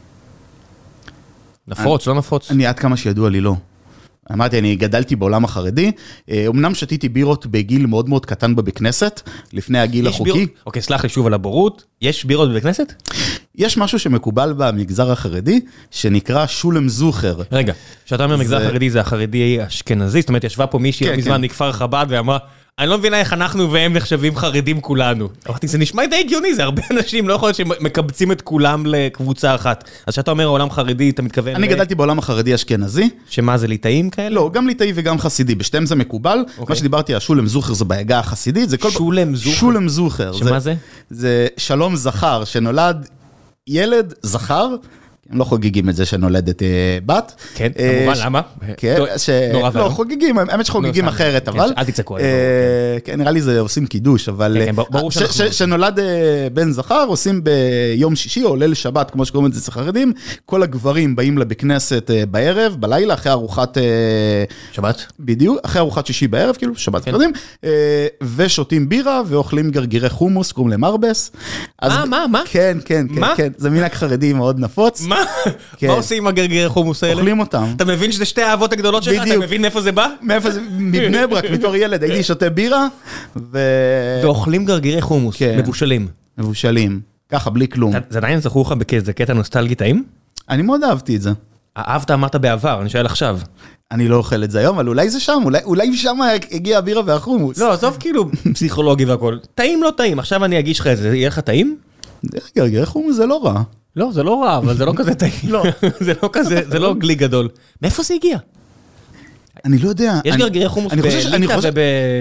נפוץ, לא נפוץ? אני עד כמה שידוע לי לא. אמרתי, אני גדלתי בעולם החרדי, אמנם שתיתי בירות בגיל מאוד מאוד קטן בבית כנסת, לפני הגיל החוקי. אוקיי, סלח לי שוב על הבורות, יש בירות בבית כנסת? יש משהו שמקובל במגזר החרדי, שנקרא שולם זוכר. רגע, שאתה אומר מגזר החרדי זה החרדי האשכנזי, זאת אומרת, ישבה פה מישהי מזמן מכפר חב"ד ואמרה, אני לא מבינה איך אנחנו והם נחשבים חרדים כולנו. אמרתי, זה נשמע די הגיוני, זה הרבה אנשים, לא יכול להיות שמקבצים את כולם לקבוצה אחת. אז שאתה אומר עולם חרדי, אתה מתכוון... אני גדלתי בעולם החרדי אשכנזי. שמה זה, ליטאים כאלה? לא, גם ליטאי וגם חסידי, בשתיהם זה מקובל. מה שדיברתי, השולם זוכר זה בהגה החסידית. שולם זוכר? שולם זוכר. שמה זה? זה שלום זכר, שנולד ילד זכר, הם לא חוגגים את זה שנולדת בת. כן, כמובן, למה? כן, לא, חוגגים, האמת שחוגגים אחרת, אבל... אל תצעקו. כן, נראה לי זה עושים קידוש, אבל... שנולד בן זכר, עושים ביום שישי או ליל שבת, כמו שקוראים את זה חרדים, כל הגברים באים לבית כנסת בערב, בלילה, אחרי ארוחת... שבת? בדיוק, אחרי ארוחת שישי בערב, כאילו, שבת חרדים, ושותים בירה ואוכלים גרגירי חומוס, קוראים להם ארבס. מה, מה, מה? כן, כן, כן, זה מנהג חרדי מאוד נפוץ. מה? מה עושים עם הגרגירי חומוס האלה? אוכלים אותם. אתה מבין שזה שתי האהבות הגדולות שלך? אתה מבין מאיפה זה בא? מאיפה זה? מבני ברק, בתור ילד, הייתי שותה בירה, ו... ואוכלים גרגירי חומוס, מבושלים. מבושלים, ככה, בלי כלום. זה עדיין זכור לך בכזה קטע נוסטלגי טעים? אני מאוד אהבתי את זה. אהבת אמרת בעבר, אני שואל עכשיו. אני לא אוכל את זה היום, אבל אולי זה שם, אולי שם הגיע הבירה והחומוס. לא, עזוב כאילו פסיכולוגי והכל. טעים לא טעים, עכשיו אני אגיש לך את זה, יהיה לך טעים? גרגירי חומוס זה לא רע. לא, זה לא רע, אבל זה לא כזה טעים. לא, זה לא כזה, זה לא גלי גדול. מאיפה זה הגיע? אני לא יודע. יש גרגירי חומוס בליטה וב...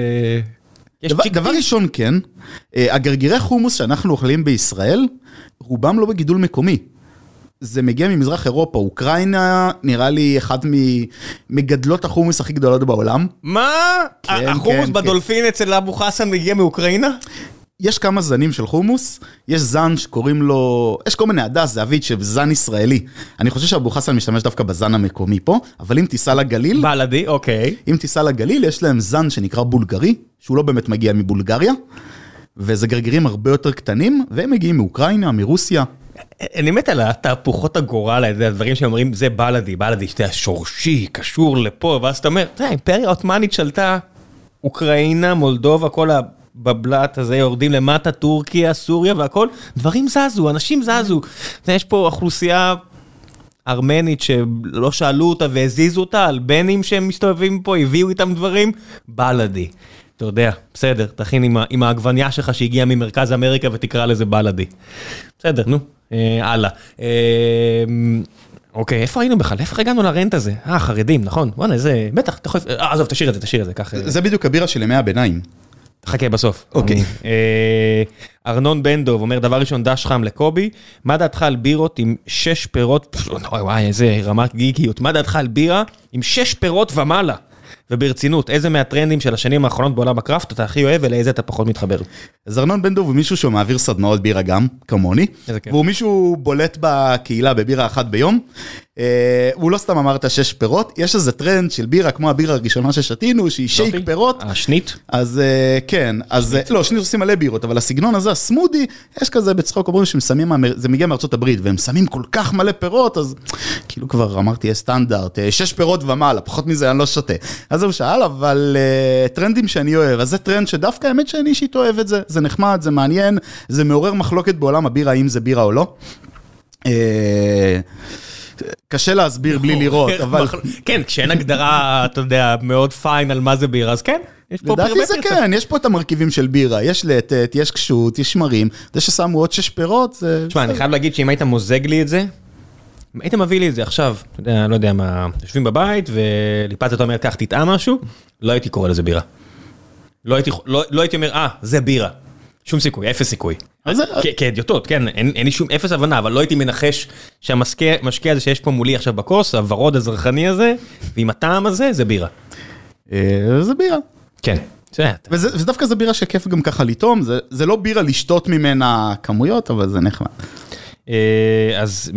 דבר ראשון, כן, הגרגירי חומוס שאנחנו אוכלים בישראל, רובם לא בגידול מקומי. זה מגיע ממזרח אירופה, אוקראינה נראה לי אחד ממגדלות החומוס הכי גדולות בעולם. מה? החומוס בדולפין אצל אבו חסן מגיע מאוקראינה? יש כמה זנים של חומוס, יש זן שקוראים לו, יש כל מיני הדס, זה אביד שזן ישראלי. אני חושב שאבו חסן משתמש דווקא בזן המקומי פה, אבל אם תיסע לגליל... בלדי, אוקיי. אם תיסע לגליל, יש להם זן שנקרא בולגרי, שהוא לא באמת מגיע מבולגריה, וזה גרגירים הרבה יותר קטנים, והם מגיעים מאוקראינה, מרוסיה. אני מת על התהפוכות הגורל, הדברים שאומרים, זה בלדי, בלדי, שאתה שורשי, קשור לפה, ואז אתה אומר, האימפריה העות'מאנית שלטה, אוקראינה, מולדובה, כל ה... בבלט הזה יורדים למטה, טורקיה, סוריה והכל, דברים זזו, אנשים זזו. יש פה אוכלוסייה ארמנית שלא שאלו אותה והזיזו אותה, על בנים שהם מסתובבים פה, הביאו איתם דברים, בלדי. אתה יודע, בסדר, תכין עם, עם העגבניה שלך שהגיעה ממרכז אמריקה ותקרא לזה בלדי. בסדר, נו, אה, הלאה. אה, אוקיי, איפה היינו בכלל? איפה הגענו לרנט הזה? אה, חרדים, נכון. וואלה, זה, בטח, אתה יכול... אה, עזוב, תשאיר את זה, תשאיר את זה, כך... זה בדיוק הבירה של ימי הביניים. חכה בסוף. אוקיי. ארנון בן דוב אומר, דבר ראשון, דש חם לקובי, מה דעתך על בירות עם שש פירות, וואי וואי, איזה רמת גיקיות, מה דעתך על בירה עם שש פירות ומעלה? וברצינות, איזה מהטרנדים של השנים האחרונות בעולם הקראפט אתה הכי אוהב ולאיזה אתה פחות מתחבר? אז ארנון בן דוב הוא מישהו שהוא מעביר סדנאות בירה גם, כמוני, והוא מישהו בולט בקהילה בבירה אחת ביום, הוא לא סתם אמרת שש פירות, יש איזה טרנד של בירה כמו הבירה הראשונה ששתינו, שהיא שייק פירות. השנית? אז כן, אז לא, שנית עושים מלא בירות, אבל הסגנון הזה, הסמודי, יש כזה בצחוק אומרים שהם זה מגיע מארצות הברית, והם שמים כל כך מלא פירות, אז כאילו כבר אמרתי, יש סטנדרט, שש פירות ומעלה, פחות מזה אני לא שותה. אז הוא שאל, אבל טרנדים שאני אוהב, אז זה טרנד שדווקא האמת שאני אישית אוהב את זה, זה נחמד, זה מעניין, זה מעורר מחלוקת בעולם הבירה, אם זה בירה או לא. קשה להסביר בלי לראות, אבל... כן, כשאין הגדרה, אתה יודע, מאוד פיין על מה זה בירה, אז כן, יש פה לדעתי זה כן, יש פה את המרכיבים של בירה, יש לטט, יש קשות, יש שמרים, זה ששמו עוד שש פירות, זה... תשמע, אני חייב להגיד שאם היית מוזג לי את זה, היית מביא לי את זה עכשיו, אתה יודע, לא יודע מה, יושבים בבית, וליפת אתה אומר, כך תטעה משהו, לא הייתי קורא לזה בירה. לא הייתי אומר, אה, זה בירה. שום סיכוי, אפס סיכוי. כהדיוטות, כן, אין לי שום אפס הבנה, אבל לא הייתי מנחש שהמשקיע הזה שיש פה מולי עכשיו בקורס, הוורוד הזרחני הזה, ועם הטעם הזה, זה בירה. זה בירה. כן. ודווקא זה בירה שכיף גם ככה לטעום, זה לא בירה לשתות ממנה כמויות, אבל זה נחמד. אז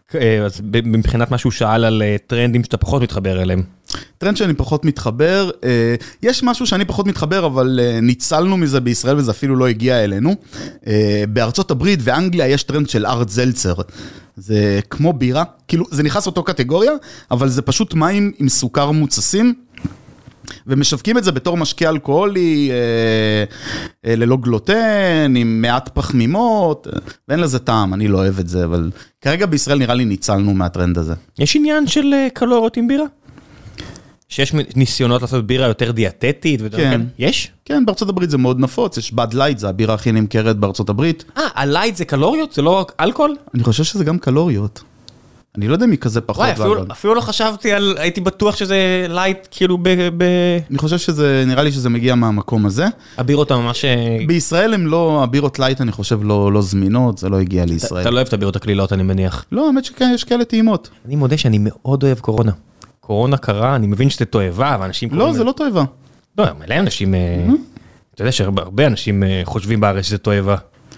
מבחינת משהו שאל על טרנדים שאתה פחות מתחבר אליהם. טרנד שאני פחות מתחבר, יש משהו שאני פחות מתחבר, אבל ניצלנו מזה בישראל וזה אפילו לא הגיע אלינו. בארצות הברית ואנגליה יש טרנד של ארט זלצר. זה כמו בירה, כאילו זה נכנס אותו קטגוריה, אבל זה פשוט מים עם סוכר מוצסים. ומשווקים את זה בתור משקה אלכוהולי, אה, אה, ללא גלוטן, עם מעט פחמימות, ואין לזה טעם, אני לא אוהב את זה, אבל כרגע בישראל נראה לי ניצלנו מהטרנד הזה. יש עניין של קלוריות עם בירה? שיש ניסיונות לעשות בירה יותר דיאטטית? כן. יש? כן, בארצות הברית זה מאוד נפוץ, יש בד לייט, זה הבירה הכי נמכרת בארצות הברית. אה, הלייט זה קלוריות? זה לא אלכוהול? אני חושב שזה גם קלוריות. אני לא יודע מי כזה פחות. וואי, אפילו, אפילו לא חשבתי על, הייתי בטוח שזה לייט, כאילו ב... ב... אני חושב שזה, נראה לי שזה מגיע מהמקום הזה. הבירות ממש... בישראל הם לא, הבירות לייט אני חושב לא, לא זמינות, זה לא הגיע לישראל. אתה לא אוהב את הבירות הכלילות, אני מניח. לא, האמת שכן, יש כאלה טעימות. אני מודה שאני מאוד אוהב קורונה. קורונה קרה, אני מבין שזה תועבה, ואנשים... לא, זה לא תועבה. לא, מלא אנשים... אתה יודע שהרבה אנשים חושבים בארץ שזה תועבה.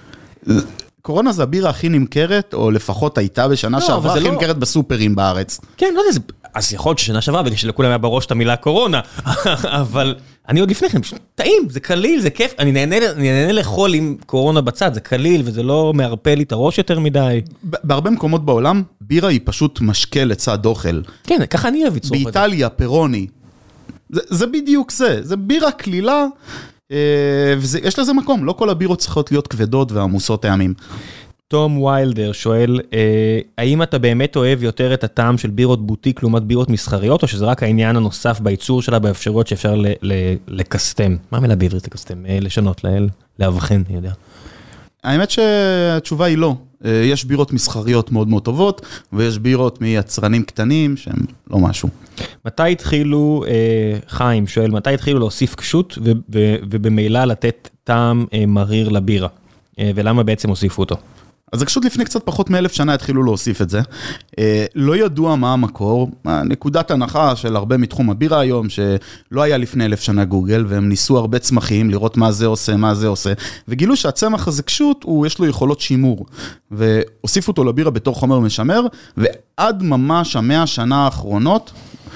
קורונה זה הבירה הכי נמכרת, או לפחות הייתה בשנה שעברה, הכי נמכרת בסופרים בארץ. כן, לא יודע, אז יכול להיות ששנה שעברה, בגלל שלכולם היה בראש את המילה קורונה, אבל אני עוד לפני כן, טעים, זה קליל, זה כיף, אני נהנה לאכול עם קורונה בצד, זה קליל, וזה לא מערפל לי את הראש יותר מדי. בהרבה מקומות בעולם, בירה היא פשוט משקה לצד אוכל. כן, ככה אני אוהב לצרוך את זה. באיטליה, פרוני. זה בדיוק זה, זה בירה קלילה, ויש לזה מקום, לא כל הבירות צריכות להיות כבדות ועמוסות טעמים. תום ויילדר שואל, האם אתה באמת אוהב יותר את הטעם של בירות בוטיק לעומת בירות מסחריות, או שזה רק העניין הנוסף בייצור שלה, באפשרויות שאפשר לקסטם? מה המילה בעברית לקסטם? לשנות, להבחן, אני יודע. האמת שהתשובה היא לא. יש בירות מסחריות מאוד מאוד טובות, ויש בירות מיצרנים קטנים שהם לא משהו. מתי התחילו, חיים שואל, מתי התחילו להוסיף קשות ובמילה לתת טעם מריר לבירה? ולמה בעצם הוסיפו אותו? אז הקשות לפני קצת פחות מאלף שנה התחילו להוסיף את זה. לא ידוע מה המקור, נקודת הנחה של הרבה מתחום הבירה היום, שלא היה לפני אלף שנה גוגל, והם ניסו הרבה צמחים לראות מה זה עושה, מה זה עושה, וגילו שהצמח הזה קשות, יש לו יכולות שימור, והוסיפו אותו לבירה בתור חומר משמר, ועד ממש המאה השנה האחרונות,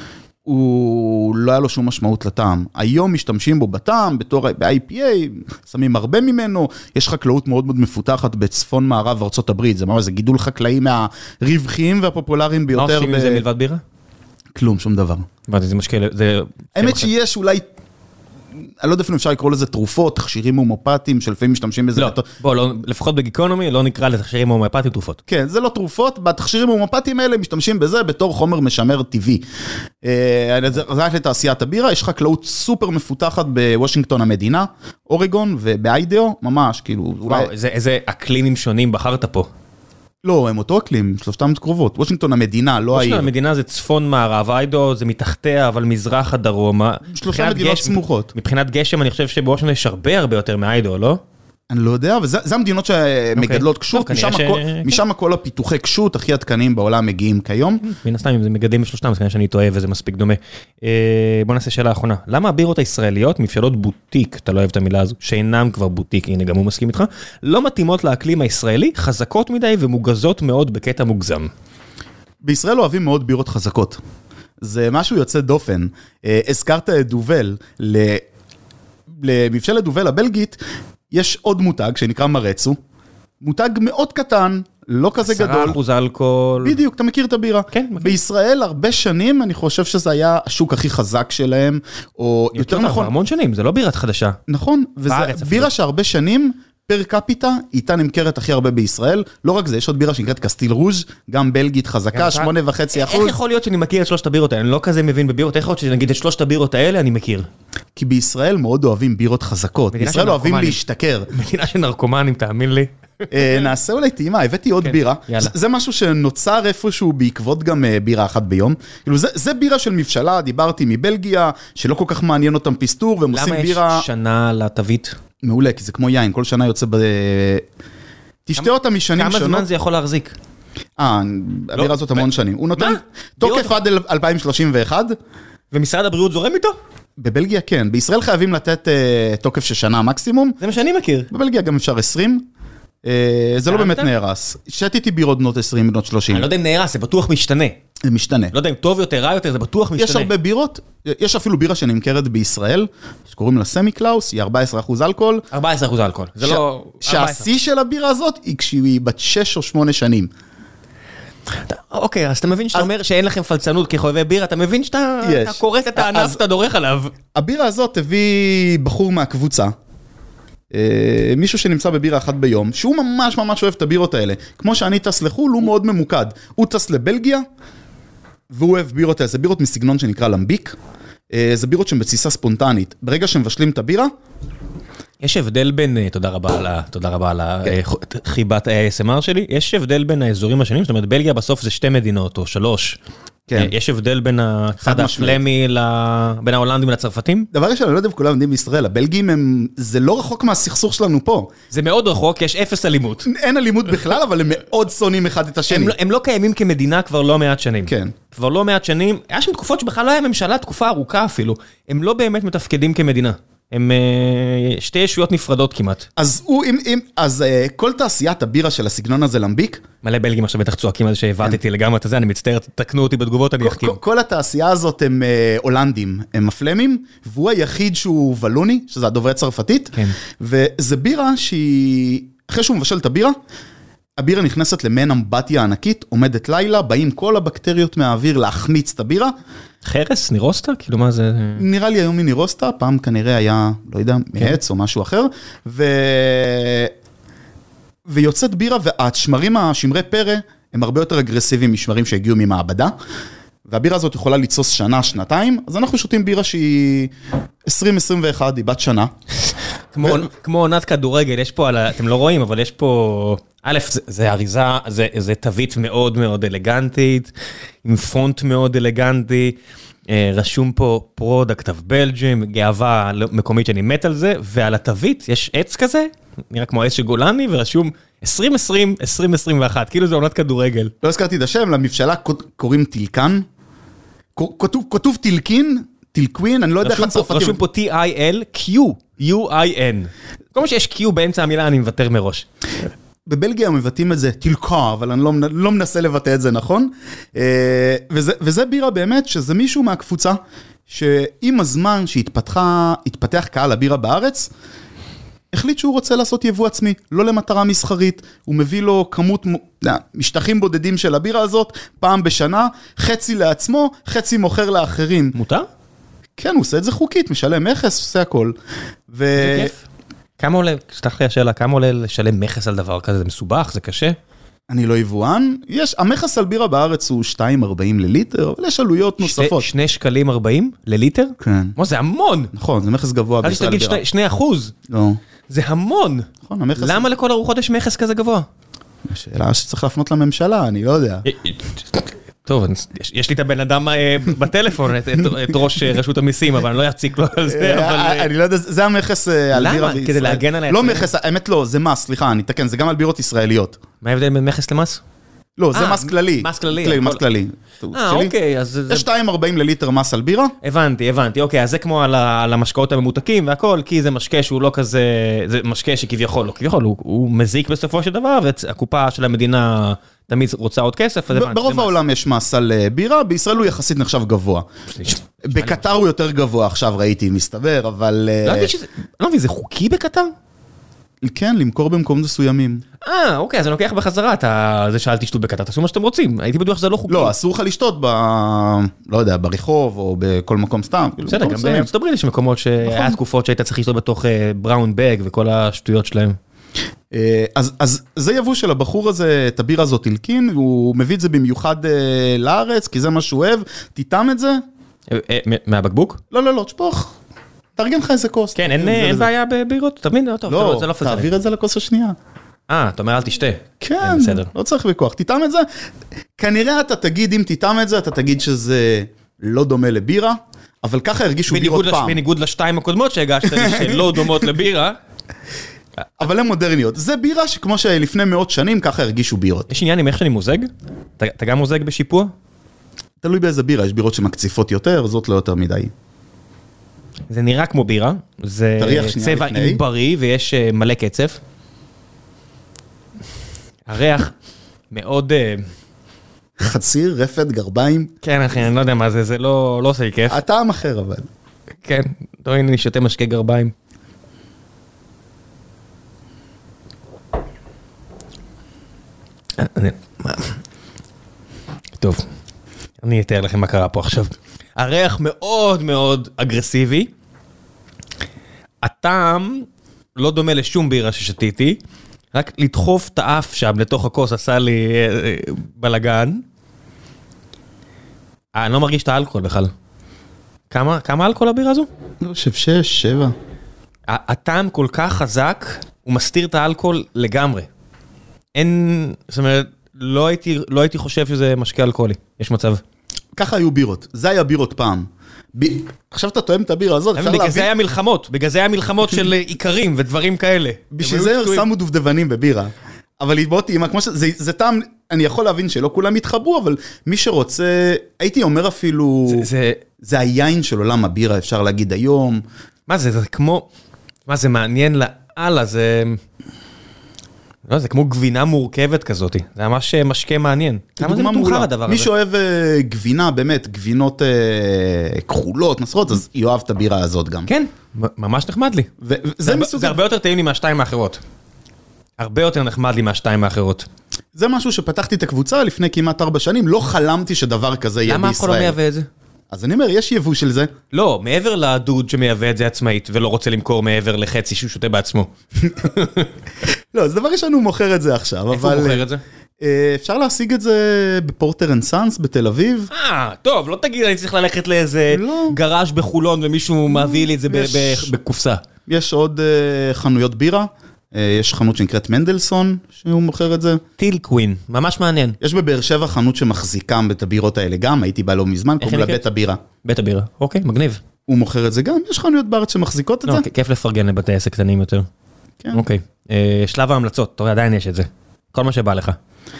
הוא לא היה לו שום משמעות לטעם. היום משתמשים בו בטעם, בתור ב-איי פי איי, שמים הרבה ממנו, יש חקלאות מאוד מאוד מפותחת בצפון מערב ארצות הברית, זה ממש, זה גידול חקלאי מהרווחיים והפופולריים ביותר. מה עושים עם זה מלבד בירה? כלום, שום דבר. זה משקה, זה... האמת שיש אולי... אני לא יודע אפילו אפשר לקרוא לזה תרופות, תכשירים הומופטיים, שלפעמים משתמשים בזה. לא, בוא, לא, לפחות בגיקונומי, לא נקרא לתכשירים הומופטיים תרופות. כן, זה לא תרופות, בתכשירים ההומופטיים האלה משתמשים בזה בתור חומר משמר טבעי. זה רק לתעשיית הבירה, יש חקלאות סופר מפותחת בוושינגטון המדינה, אורגון ובאיידאו, ממש, כאילו... וואו, איזה אקלימים שונים בחרת פה. לא, הם אותו אקלים, שלושתם קרובות. וושינגטון המדינה, לא העיר. וושינגטון המדינה זה צפון מערב, איידאו זה מתחתיה, אבל מזרח הדרומה. שלושה מדינות סמוכות. מבחינת גשם, אני חושב שבוושינגטון יש הרבה הרבה יותר מאיידאו, לא? אני לא יודע, וזה המדינות שמגדלות קשות, משם כל הפיתוחי קשות הכי עדכניים בעולם מגיעים כיום. מן הסתם, אם זה מגדלים בשלושתם, אז כנראה שאני טועה וזה מספיק דומה. בוא נעשה שאלה האחרונה. למה הבירות הישראליות, מבשלות בוטיק, אתה לא אוהב את המילה הזו, שאינם כבר בוטיק, הנה גם הוא מסכים איתך, לא מתאימות לאקלים הישראלי, חזקות מדי ומוגזות מאוד בקטע מוגזם? בישראל אוהבים מאוד בירות חזקות. זה משהו יוצא דופן. הזכרת את דובל, למבשלת דובל הבלגית, יש עוד מותג שנקרא מרצו, מותג מאוד קטן, לא כזה גדול. עשרה אחוז אלכוהול. בדיוק, אתה מכיר את הבירה. כן, מכיר. בישראל הרבה שנים, אני חושב שזה היה השוק הכי חזק שלהם, או יותר נכון... המון שנים, זה לא בירת חדשה. נכון, וזה בירה שהרבה שנים, פר קפיטה, איתה נמכרת הכי הרבה בישראל, לא רק זה, יש עוד בירה שנקראת קסטיל רוז', גם בלגית חזקה, שמונה וחצי אחוז. איך יכול להיות שאני מכיר את שלושת הבירות האלה? אני לא כזה מבין בבירות, איך יכול להיות שנגיד את שלושת הבירות האלה אני מכיר? כי בישראל מאוד אוהבים בירות חזקות, בישראל אוהבים להשתכר. מדינה של נרקומנים, תאמין לי. נעשה אולי טעימה, הבאתי עוד בירה, זה משהו שנוצר איפשהו בעקבות גם בירה אחת ביום, זה בירה של מבשלה, דיברתי מבלגיה, שלא כל כך מעניין אותם פיסטור, והם עושים בירה... למה יש שנה לתווית? מעולה, כי זה כמו יין, כל שנה יוצא ב... תשתה אותה משנים שונות. כמה זמן זה יכול להחזיק? אה, הבירה הזאת המון שנים. הוא נותן תוקף עד אלפיים שלושים ואחת. ומשרד הבריאות זורם איתו? בבלגיה כן. בישראל חייבים לתת תוקף של שנה מקסימום. זה מה שאני מכיר. בבלגיה גם אפשר עשרים. זה לא באמת נהרס. שתיתי בירות בנות עשרים, בנות שלושים. אני לא יודע אם נהרס, זה בטוח משתנה. זה משתנה. לא יודע אם טוב יותר, רע יותר, זה בטוח משתנה. יש הרבה בירות, יש אפילו בירה שנמכרת בישראל, שקוראים לה סמי קלאוס, היא ארבעה עשר אחוז אלכוהול. ארבעה עשר אחוז אלכוהול. זה לא... שהשיא של הבירה הזאת היא כשהיא בת שש או שמונה שנים. אוקיי, אז אתה מבין שאתה אומר שאין לכם פלצנות כחובבי בירה, אתה מבין שאתה קוראת את הענף שאתה דורך עליו. הבירה הזאת הביא בחור מהקבוצה, מישהו שנמצא בבירה אחת ביום, שהוא ממש ממש אוהב את הבירות האלה. כמו שאני טס לחול, הוא מאוד ממוקד. הוא טס לבלגיה, והוא אוהב בירות האלה. זה בירות מסגנון שנקרא למביק. זה בירות שהן בסיסה ספונטנית. ברגע שמבשלים את הבירה... יש הבדל בין, תודה רבה על, תודה רבה על חיבת ה-איי אס אם אר שלי, יש הבדל בין האזורים השונים, זאת אומרת, בלגיה בסוף זה שתי מדינות, או שלוש. כן. יש הבדל בין הצד הפלמי, בין ההולנדים לצרפתים? דבר ראשון, אני לא יודע אם כולם יודעים בישראל, הבלגים הם, זה לא רחוק מהסכסוך שלנו פה. זה מאוד רחוק, יש אפס אלימות. אין אלימות בכלל, אבל הם מאוד שונאים אחד את השני. הם, הם לא קיימים כמדינה כבר לא מעט שנים. כן. כבר לא מעט שנים, היה שם תקופות שבכלל לא היה ממשלה, תקופה ארוכה אפילו. הם לא באמת מתפקדים כמדינה. הם שתי ישויות נפרדות כמעט. אז הוא, אם, אם, אז כל תעשיית הבירה של הסגנון הזה למביק... מלא בלגים עכשיו בטח צועקים על זה שהבדתי לגמרי את זה, אני מצטער, תקנו אותי בתגובות, אני אחכים. כל התעשייה הזאת הם הולנדים, הם הפלמים, והוא היחיד שהוא ולוני, שזה הדוברי צרפתית, וזה בירה שהיא, אחרי שהוא מבשל את הבירה, הבירה נכנסת למעין אמבטיה ענקית, עומדת לילה, באים כל הבקטריות מהאוויר להחמיץ את הבירה. חרס? נירוסטה? כאילו מה זה? נראה לי היום מנירוסטה, פעם כנראה היה, לא יודע, מעץ או משהו אחר, ו... ויוצאת בירה, והשמרים, השמרי פרא, הם הרבה יותר אגרסיביים משמרים שהגיעו ממעבדה, והבירה הזאת יכולה ליצוס שנה, שנתיים, אז אנחנו שותים בירה שהיא עשרים עשרים ואחת, היא בת שנה. כמו עונת כדורגל, יש פה, אתם לא רואים, אבל יש פה, א', זה אריזה, זה תווית מאוד מאוד אלגנטית, עם פונט מאוד אלגנטי, רשום פה פרודקט אוף בלג'ים, גאווה מקומית שאני מת על זה, ועל התווית יש עץ כזה, נראה כמו עץ של גולני, ורשום עשרים עשרים, עשרים עשרים ואחת, כאילו זה עונת כדורגל. לא הזכרתי את השם, למבשלה קוראים טילקן, כתוב טילקין, טילקווין, אני לא יודע איך הצרפתים. רשום פה טי איי אל קיו, יו איי אן. כל מה שיש קיו באמצע המילה, אני מוותר מראש. בבלגיה מבטאים את זה טילקה, אבל אני לא, לא מנסה לבטא את זה נכון. וזה, וזה בירה באמת, שזה מישהו מהקבוצה, שעם הזמן שהתפתחה, התפתח קהל הבירה בארץ, החליט שהוא רוצה לעשות יבוא עצמי, לא למטרה מסחרית, הוא מביא לו כמות, משטחים בודדים של הבירה הזאת, פעם בשנה, חצי לעצמו, חצי מוכר לאחרים. מותר? כן, הוא עושה את זה חוקית, משלם מכס, עושה הכל. ו... זה כיף. כמה עולה, סלח לי השאלה, כמה עולה לשלם מכס על דבר כזה? זה מסובך, זה קשה? אני לא יבואן, יש, המכס על בירה בארץ הוא שתיים ארבעים לליטר, אבל יש עלויות נוספות. שני שקלים ארבעים לליטר? כן. מה, זה המון. נכון, זה מכס גבוה בישראל בירה. אז תגיד שני אחוז. לא. זה המון. נכון, המכס... למה לכל ארוחות יש מכס כזה גבוה? שאלה שצריך להפנות לממשלה, אני לא יודע. טוב, יש לי את הבן אדם בטלפון, את ראש רשות המיסים, אבל אני לא אציק לו על זה, אבל... אני לא יודע, זה המכס על בירה בישראל. למה? כדי להגן על היצרן? לא מכס, האמת לא, זה מס, סליחה, אני אתקן, זה גם על בירות ישראליות. מה ההבדל בין מכס למס? לא, זה מס כללי. מס כללי. מס כללי. אה, אוקיי, אז... יש שתיים ארבעים לליטר מס על בירה. הבנתי, הבנתי, אוקיי, אז זה כמו על המשקאות הממותקים והכל, כי זה משקה שהוא לא כזה, זה משקה שכביכול, לא כביכול, הוא מזיק בסופו של דבר, והקופה של המדינה תמיד רוצה עוד כסף. ברוב העולם יש מס על בירה, בישראל הוא יחסית נחשב גבוה. בקטר הוא יותר גבוה, עכשיו ראיתי, מסתבר, אבל... לא מבין, זה חוקי בקטר? כן, למכור במקום מסוימים. אה, אוקיי, אז אני לוקח בחזרה, זה שאל תשתו בקטר, תעשו מה שאתם רוצים, הייתי בטוח שזה לא חוקי. לא, אסור לך לשתות ב... לא יודע, ברחוב או בכל מקום סתם. בסדר, גם בארצות הברית יש מקומות שהיה תקופות שהיית צריך לשתות בתוך בראון בג וכל השטויות שלהם. אז זה יבוא של הבחור הזה, את הבירה הזאת הלקין, הוא מביא את זה במיוחד לארץ, כי זה מה שהוא אוהב, תיתם את זה. מהבקבוק? לא, לא, לא, תשפוך. תארגן לך איזה כוס. כן, אין בעיה בבירות, תמיד, לא טוב. לא, תעביר את זה לכוס השנייה. אה, אתה אומר, אל תשתה. כן, לא צריך ויכוח. תיתם את זה, כנראה אתה תגיד, אם תיתם את זה, אתה תגיד שזה לא דומה לבירה, אבל ככה הרגישו בירות פעם. בניגוד לשתיים הקודמות שהגשת לי, שלא דומות לבירה. אבל הן מודרניות. זה בירה שכמו שלפני מאות שנים ככה הרגישו בירות. יש עניין עם איך שאני מוזג? אתה, אתה גם מוזג בשיפוע? תלוי באיזה בירה, יש בירות שמקציפות יותר, זאת לא יותר מדי. זה נראה כמו בירה, זה צבע ענברי ויש מלא קצב. הריח מאוד... חציר, רפת, גרביים. כן אחי, אני לא יודע מה זה, זה לא עושה לי כיף. הטעם אחר אבל. כן, לא הנה אני שותה משקה גרביים. טוב, אני אתאר לכם מה קרה פה עכשיו. הריח מאוד מאוד אגרסיבי. הטעם לא דומה לשום בירה ששתיתי, רק לדחוף את האף שם לתוך הכוס עשה לי בלגן. אני לא מרגיש את האלכוהול בכלל. כמה, כמה אלכוהול הבירה הזו? לא, שב שש, שבע. הטעם כל כך חזק, הוא מסתיר את האלכוהול לגמרי. אין, זאת אומרת, לא הייתי, לא הייתי חושב שזה משקה אלכוהולי. יש מצב. ככה היו בירות. זה היה בירות פעם. ב... עכשיו אתה טועם את הבירה הזאת, אפשר להבין... בגלל להבין... זה היה מלחמות, בגלל זה היה מלחמות של עיקרים ודברים כאלה. בשביל זה שמו דובדבנים בבירה. אבל להתבעות אימא, כמו שזה, זה טעם, אני יכול להבין שלא כולם יתחברו, אבל מי שרוצה, הייתי אומר אפילו, זה, זה... זה היין של עולם הבירה, אפשר להגיד היום. מה זה, זה כמו, מה זה מעניין לאללה, זה... לא, זה כמו גבינה מורכבת כזאת, זה ממש משקה מעניין. כמה זה מתומחר הדבר הזה? מי שאוהב גבינה, באמת, גבינות כחולות, נסרות, אז יאהב את הבירה הזאת גם. כן, ממש נחמד לי. זה הרבה יותר טעים לי מהשתיים האחרות. הרבה יותר נחמד לי מהשתיים האחרות. זה משהו שפתחתי את הקבוצה לפני כמעט ארבע שנים, לא חלמתי שדבר כזה יהיה בישראל. למה אף אחד לא מייבא את זה? אז אני אומר, יש יבוא של זה. לא, מעבר לדוד שמייבא את זה עצמאית, ולא רוצה למכור מעבר לחצי שהוא שותה בעצמו. לא, אז דבר ראשון הוא מוכר את זה עכשיו. איפה הוא מוכר את זה? אפשר להשיג את זה בפורטר אנד סאנס בתל אביב. אה, טוב, לא תגיד, אני צריך ללכת לאיזה גראז' בחולון, ומישהו מביא לי את זה בקופסה. יש עוד חנויות בירה. יש חנות שנקראת מנדלסון, שהוא מוכר את זה. טיל קווין, ממש מעניין. יש בבאר שבע חנות שמחזיקה את הבירות האלה גם, הייתי בא לא מזמן, קוראים לה בית הבירה. בית הבירה, אוקיי, מגניב. הוא מוכר את זה גם, יש חנויות בארץ שמחזיקות את זה. כיף לפרגן לבתי עסק קטנים יותר. אוקיי, שלב ההמלצות, תראה, עדיין יש את זה. כל מה שבא לך.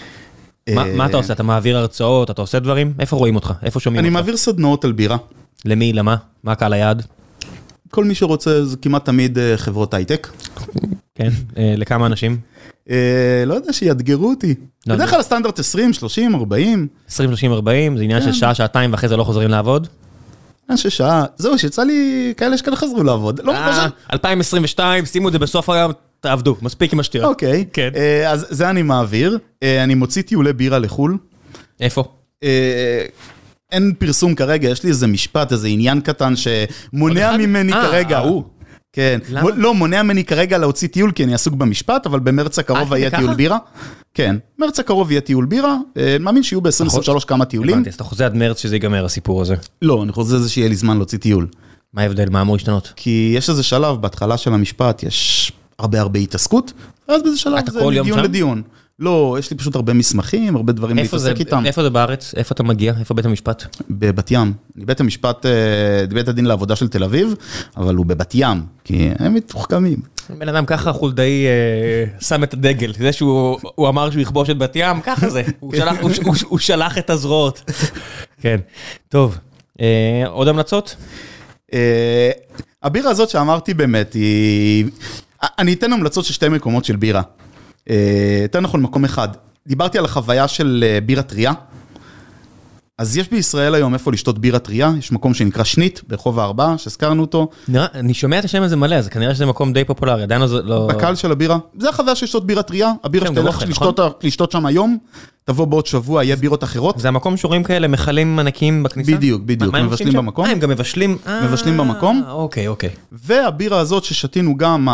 מה אתה עושה? אתה מעביר הרצאות, אתה עושה דברים? איפה רואים אותך? איפה שומעים אותך? אני מעביר סדנאות על בירה. למי? למה? מה הקהל היעד? כל מי שרוצה, זה כמעט תמיד חברות הייטק. כן, לכמה אנשים? לא יודע, שיאתגרו אותי. בדרך כלל הסטנדרט עשרים, שלושים, ארבעים. עשרים, שלושים, ארבעים, זה עניין של שעה, שעתיים, ואחרי זה לא חוזרים לעבוד? עניין של שעה, זהו, שיצא לי כאלה שכאלה חזרו לעבוד. אלפיים עשרים ושתיים, שימו את זה בסוף היום, תעבדו, מספיק עם השתירה. אוקיי, אז זה אני מעביר. אני מוציא טיולי בירה לחול. איפה? אין פרסום כרגע, יש לי איזה משפט, איזה עניין קטן שמונע ממני כרגע. כן, לא, מונע ממני כרגע להוציא טיול, כי אני עסוק במשפט, אבל במרץ הקרוב יהיה טיול בירה. כן, מרץ הקרוב יהיה טיול בירה, מאמין שיהיו ב-עשרים עשרים ושלוש כמה טיולים. אז אתה חוזה עד מרץ שזה ייגמר הסיפור הזה? לא, אני חוזה זה שיהיה לי זמן להוציא טיול. מה ההבדל? מה אמור להשתנות? כי יש איזה שלב, בהתחלה של המשפט, יש הרבה הרבה התעסקות, ואז באיזה שלב זה מדיון לדיון. לא, יש לי פשוט הרבה מסמכים, הרבה דברים להתעסק איתם. איפה זה בארץ? איפה אתה מגיע? איפה בית המשפט? בבת ים. בית המשפט, בית הדין לעבודה של תל אביב, אבל הוא בבת ים, כי הם מתוחכמים. בן אדם ככה חולדאי שם את הדגל, זה שהוא אמר שהוא יכבוש את בת ים, ככה זה. הוא שלח את הזרועות. כן, טוב. עוד המלצות? הבירה הזאת שאמרתי באמת, היא... אני אתן המלצות של שתי מקומות של בירה. יותר נכון, מקום אחד. דיברתי על החוויה של בירה טריה. אז יש בישראל היום איפה לשתות בירה טריה, יש מקום שנקרא שנית, ברחוב הארבעה, שהזכרנו אותו. אני שומע את השם הזה מלא, אז כנראה שזה מקום די פופולרי, עדיין לא... בקהל של הבירה. זה החוויה של לשתות בירה טריה, הבירה שתלך לשתות שם היום, תבוא בעוד שבוע, יהיה בירות אחרות. זה המקום שורים כאלה, מחלים ענקים בכניסה? בדיוק, בדיוק, מבשלים במקום. אה, הם גם מבשלים? מבשלים במקום. אוקיי, אוקיי. והבירה הזאת ששתינו גם,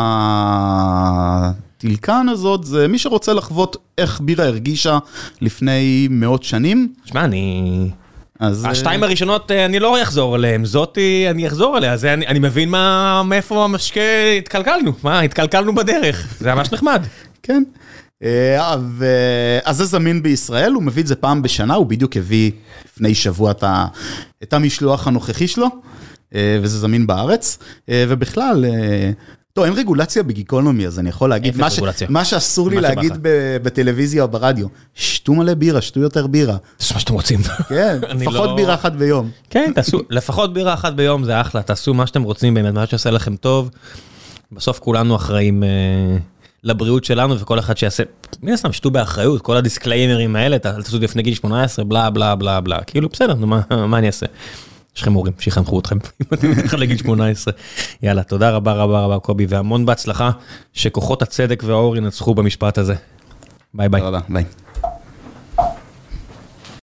התלקן הזאת, זה מי שרוצה לחוות איך בירה הרגישה לפני מאות שנים. שמע, אני... השתיים הראשונות אני לא אחזור עליהם, זאתי אני אחזור עליה, אז אני מבין מאיפה המשקה התקלקלנו, מה, התקלקלנו בדרך, זה ממש נחמד. כן. אז זה זמין בישראל, הוא מביא את זה פעם בשנה, הוא בדיוק הביא לפני שבוע את המשלוח הנוכחי שלו, וזה זמין בארץ, ובכלל, טוב, אין רגולציה בגיקונומי, אז אני יכול להגיד, מה שאסור לי להגיד בטלוויזיה או ברדיו, שתו מלא בירה, שתו יותר בירה. זה מה שאתם רוצים. כן, לפחות בירה אחת ביום. כן, תעשו, לפחות בירה אחת ביום זה אחלה, תעשו מה שאתם רוצים באמת, מה שעושה לכם טוב. בסוף כולנו אחראים לבריאות שלנו, וכל אחד שיעשה, מן הסתם, שתו באחריות, כל הדיסקליימרים האלה, תעשו לפני גיל שמונה עשרה, בלה בלה בלה בלה, כאילו בסדר, מה אני אעשה? יש לכם הורים שיחנכו אתכם, אם אתם מתחת לגיל שמונה עשרה. יאללה, תודה רבה רבה רבה קובי, והמון בהצלחה, שכוחות הצדק והאור ינצחו במשפט הזה. ביי ביי. תודה רבה, ביי.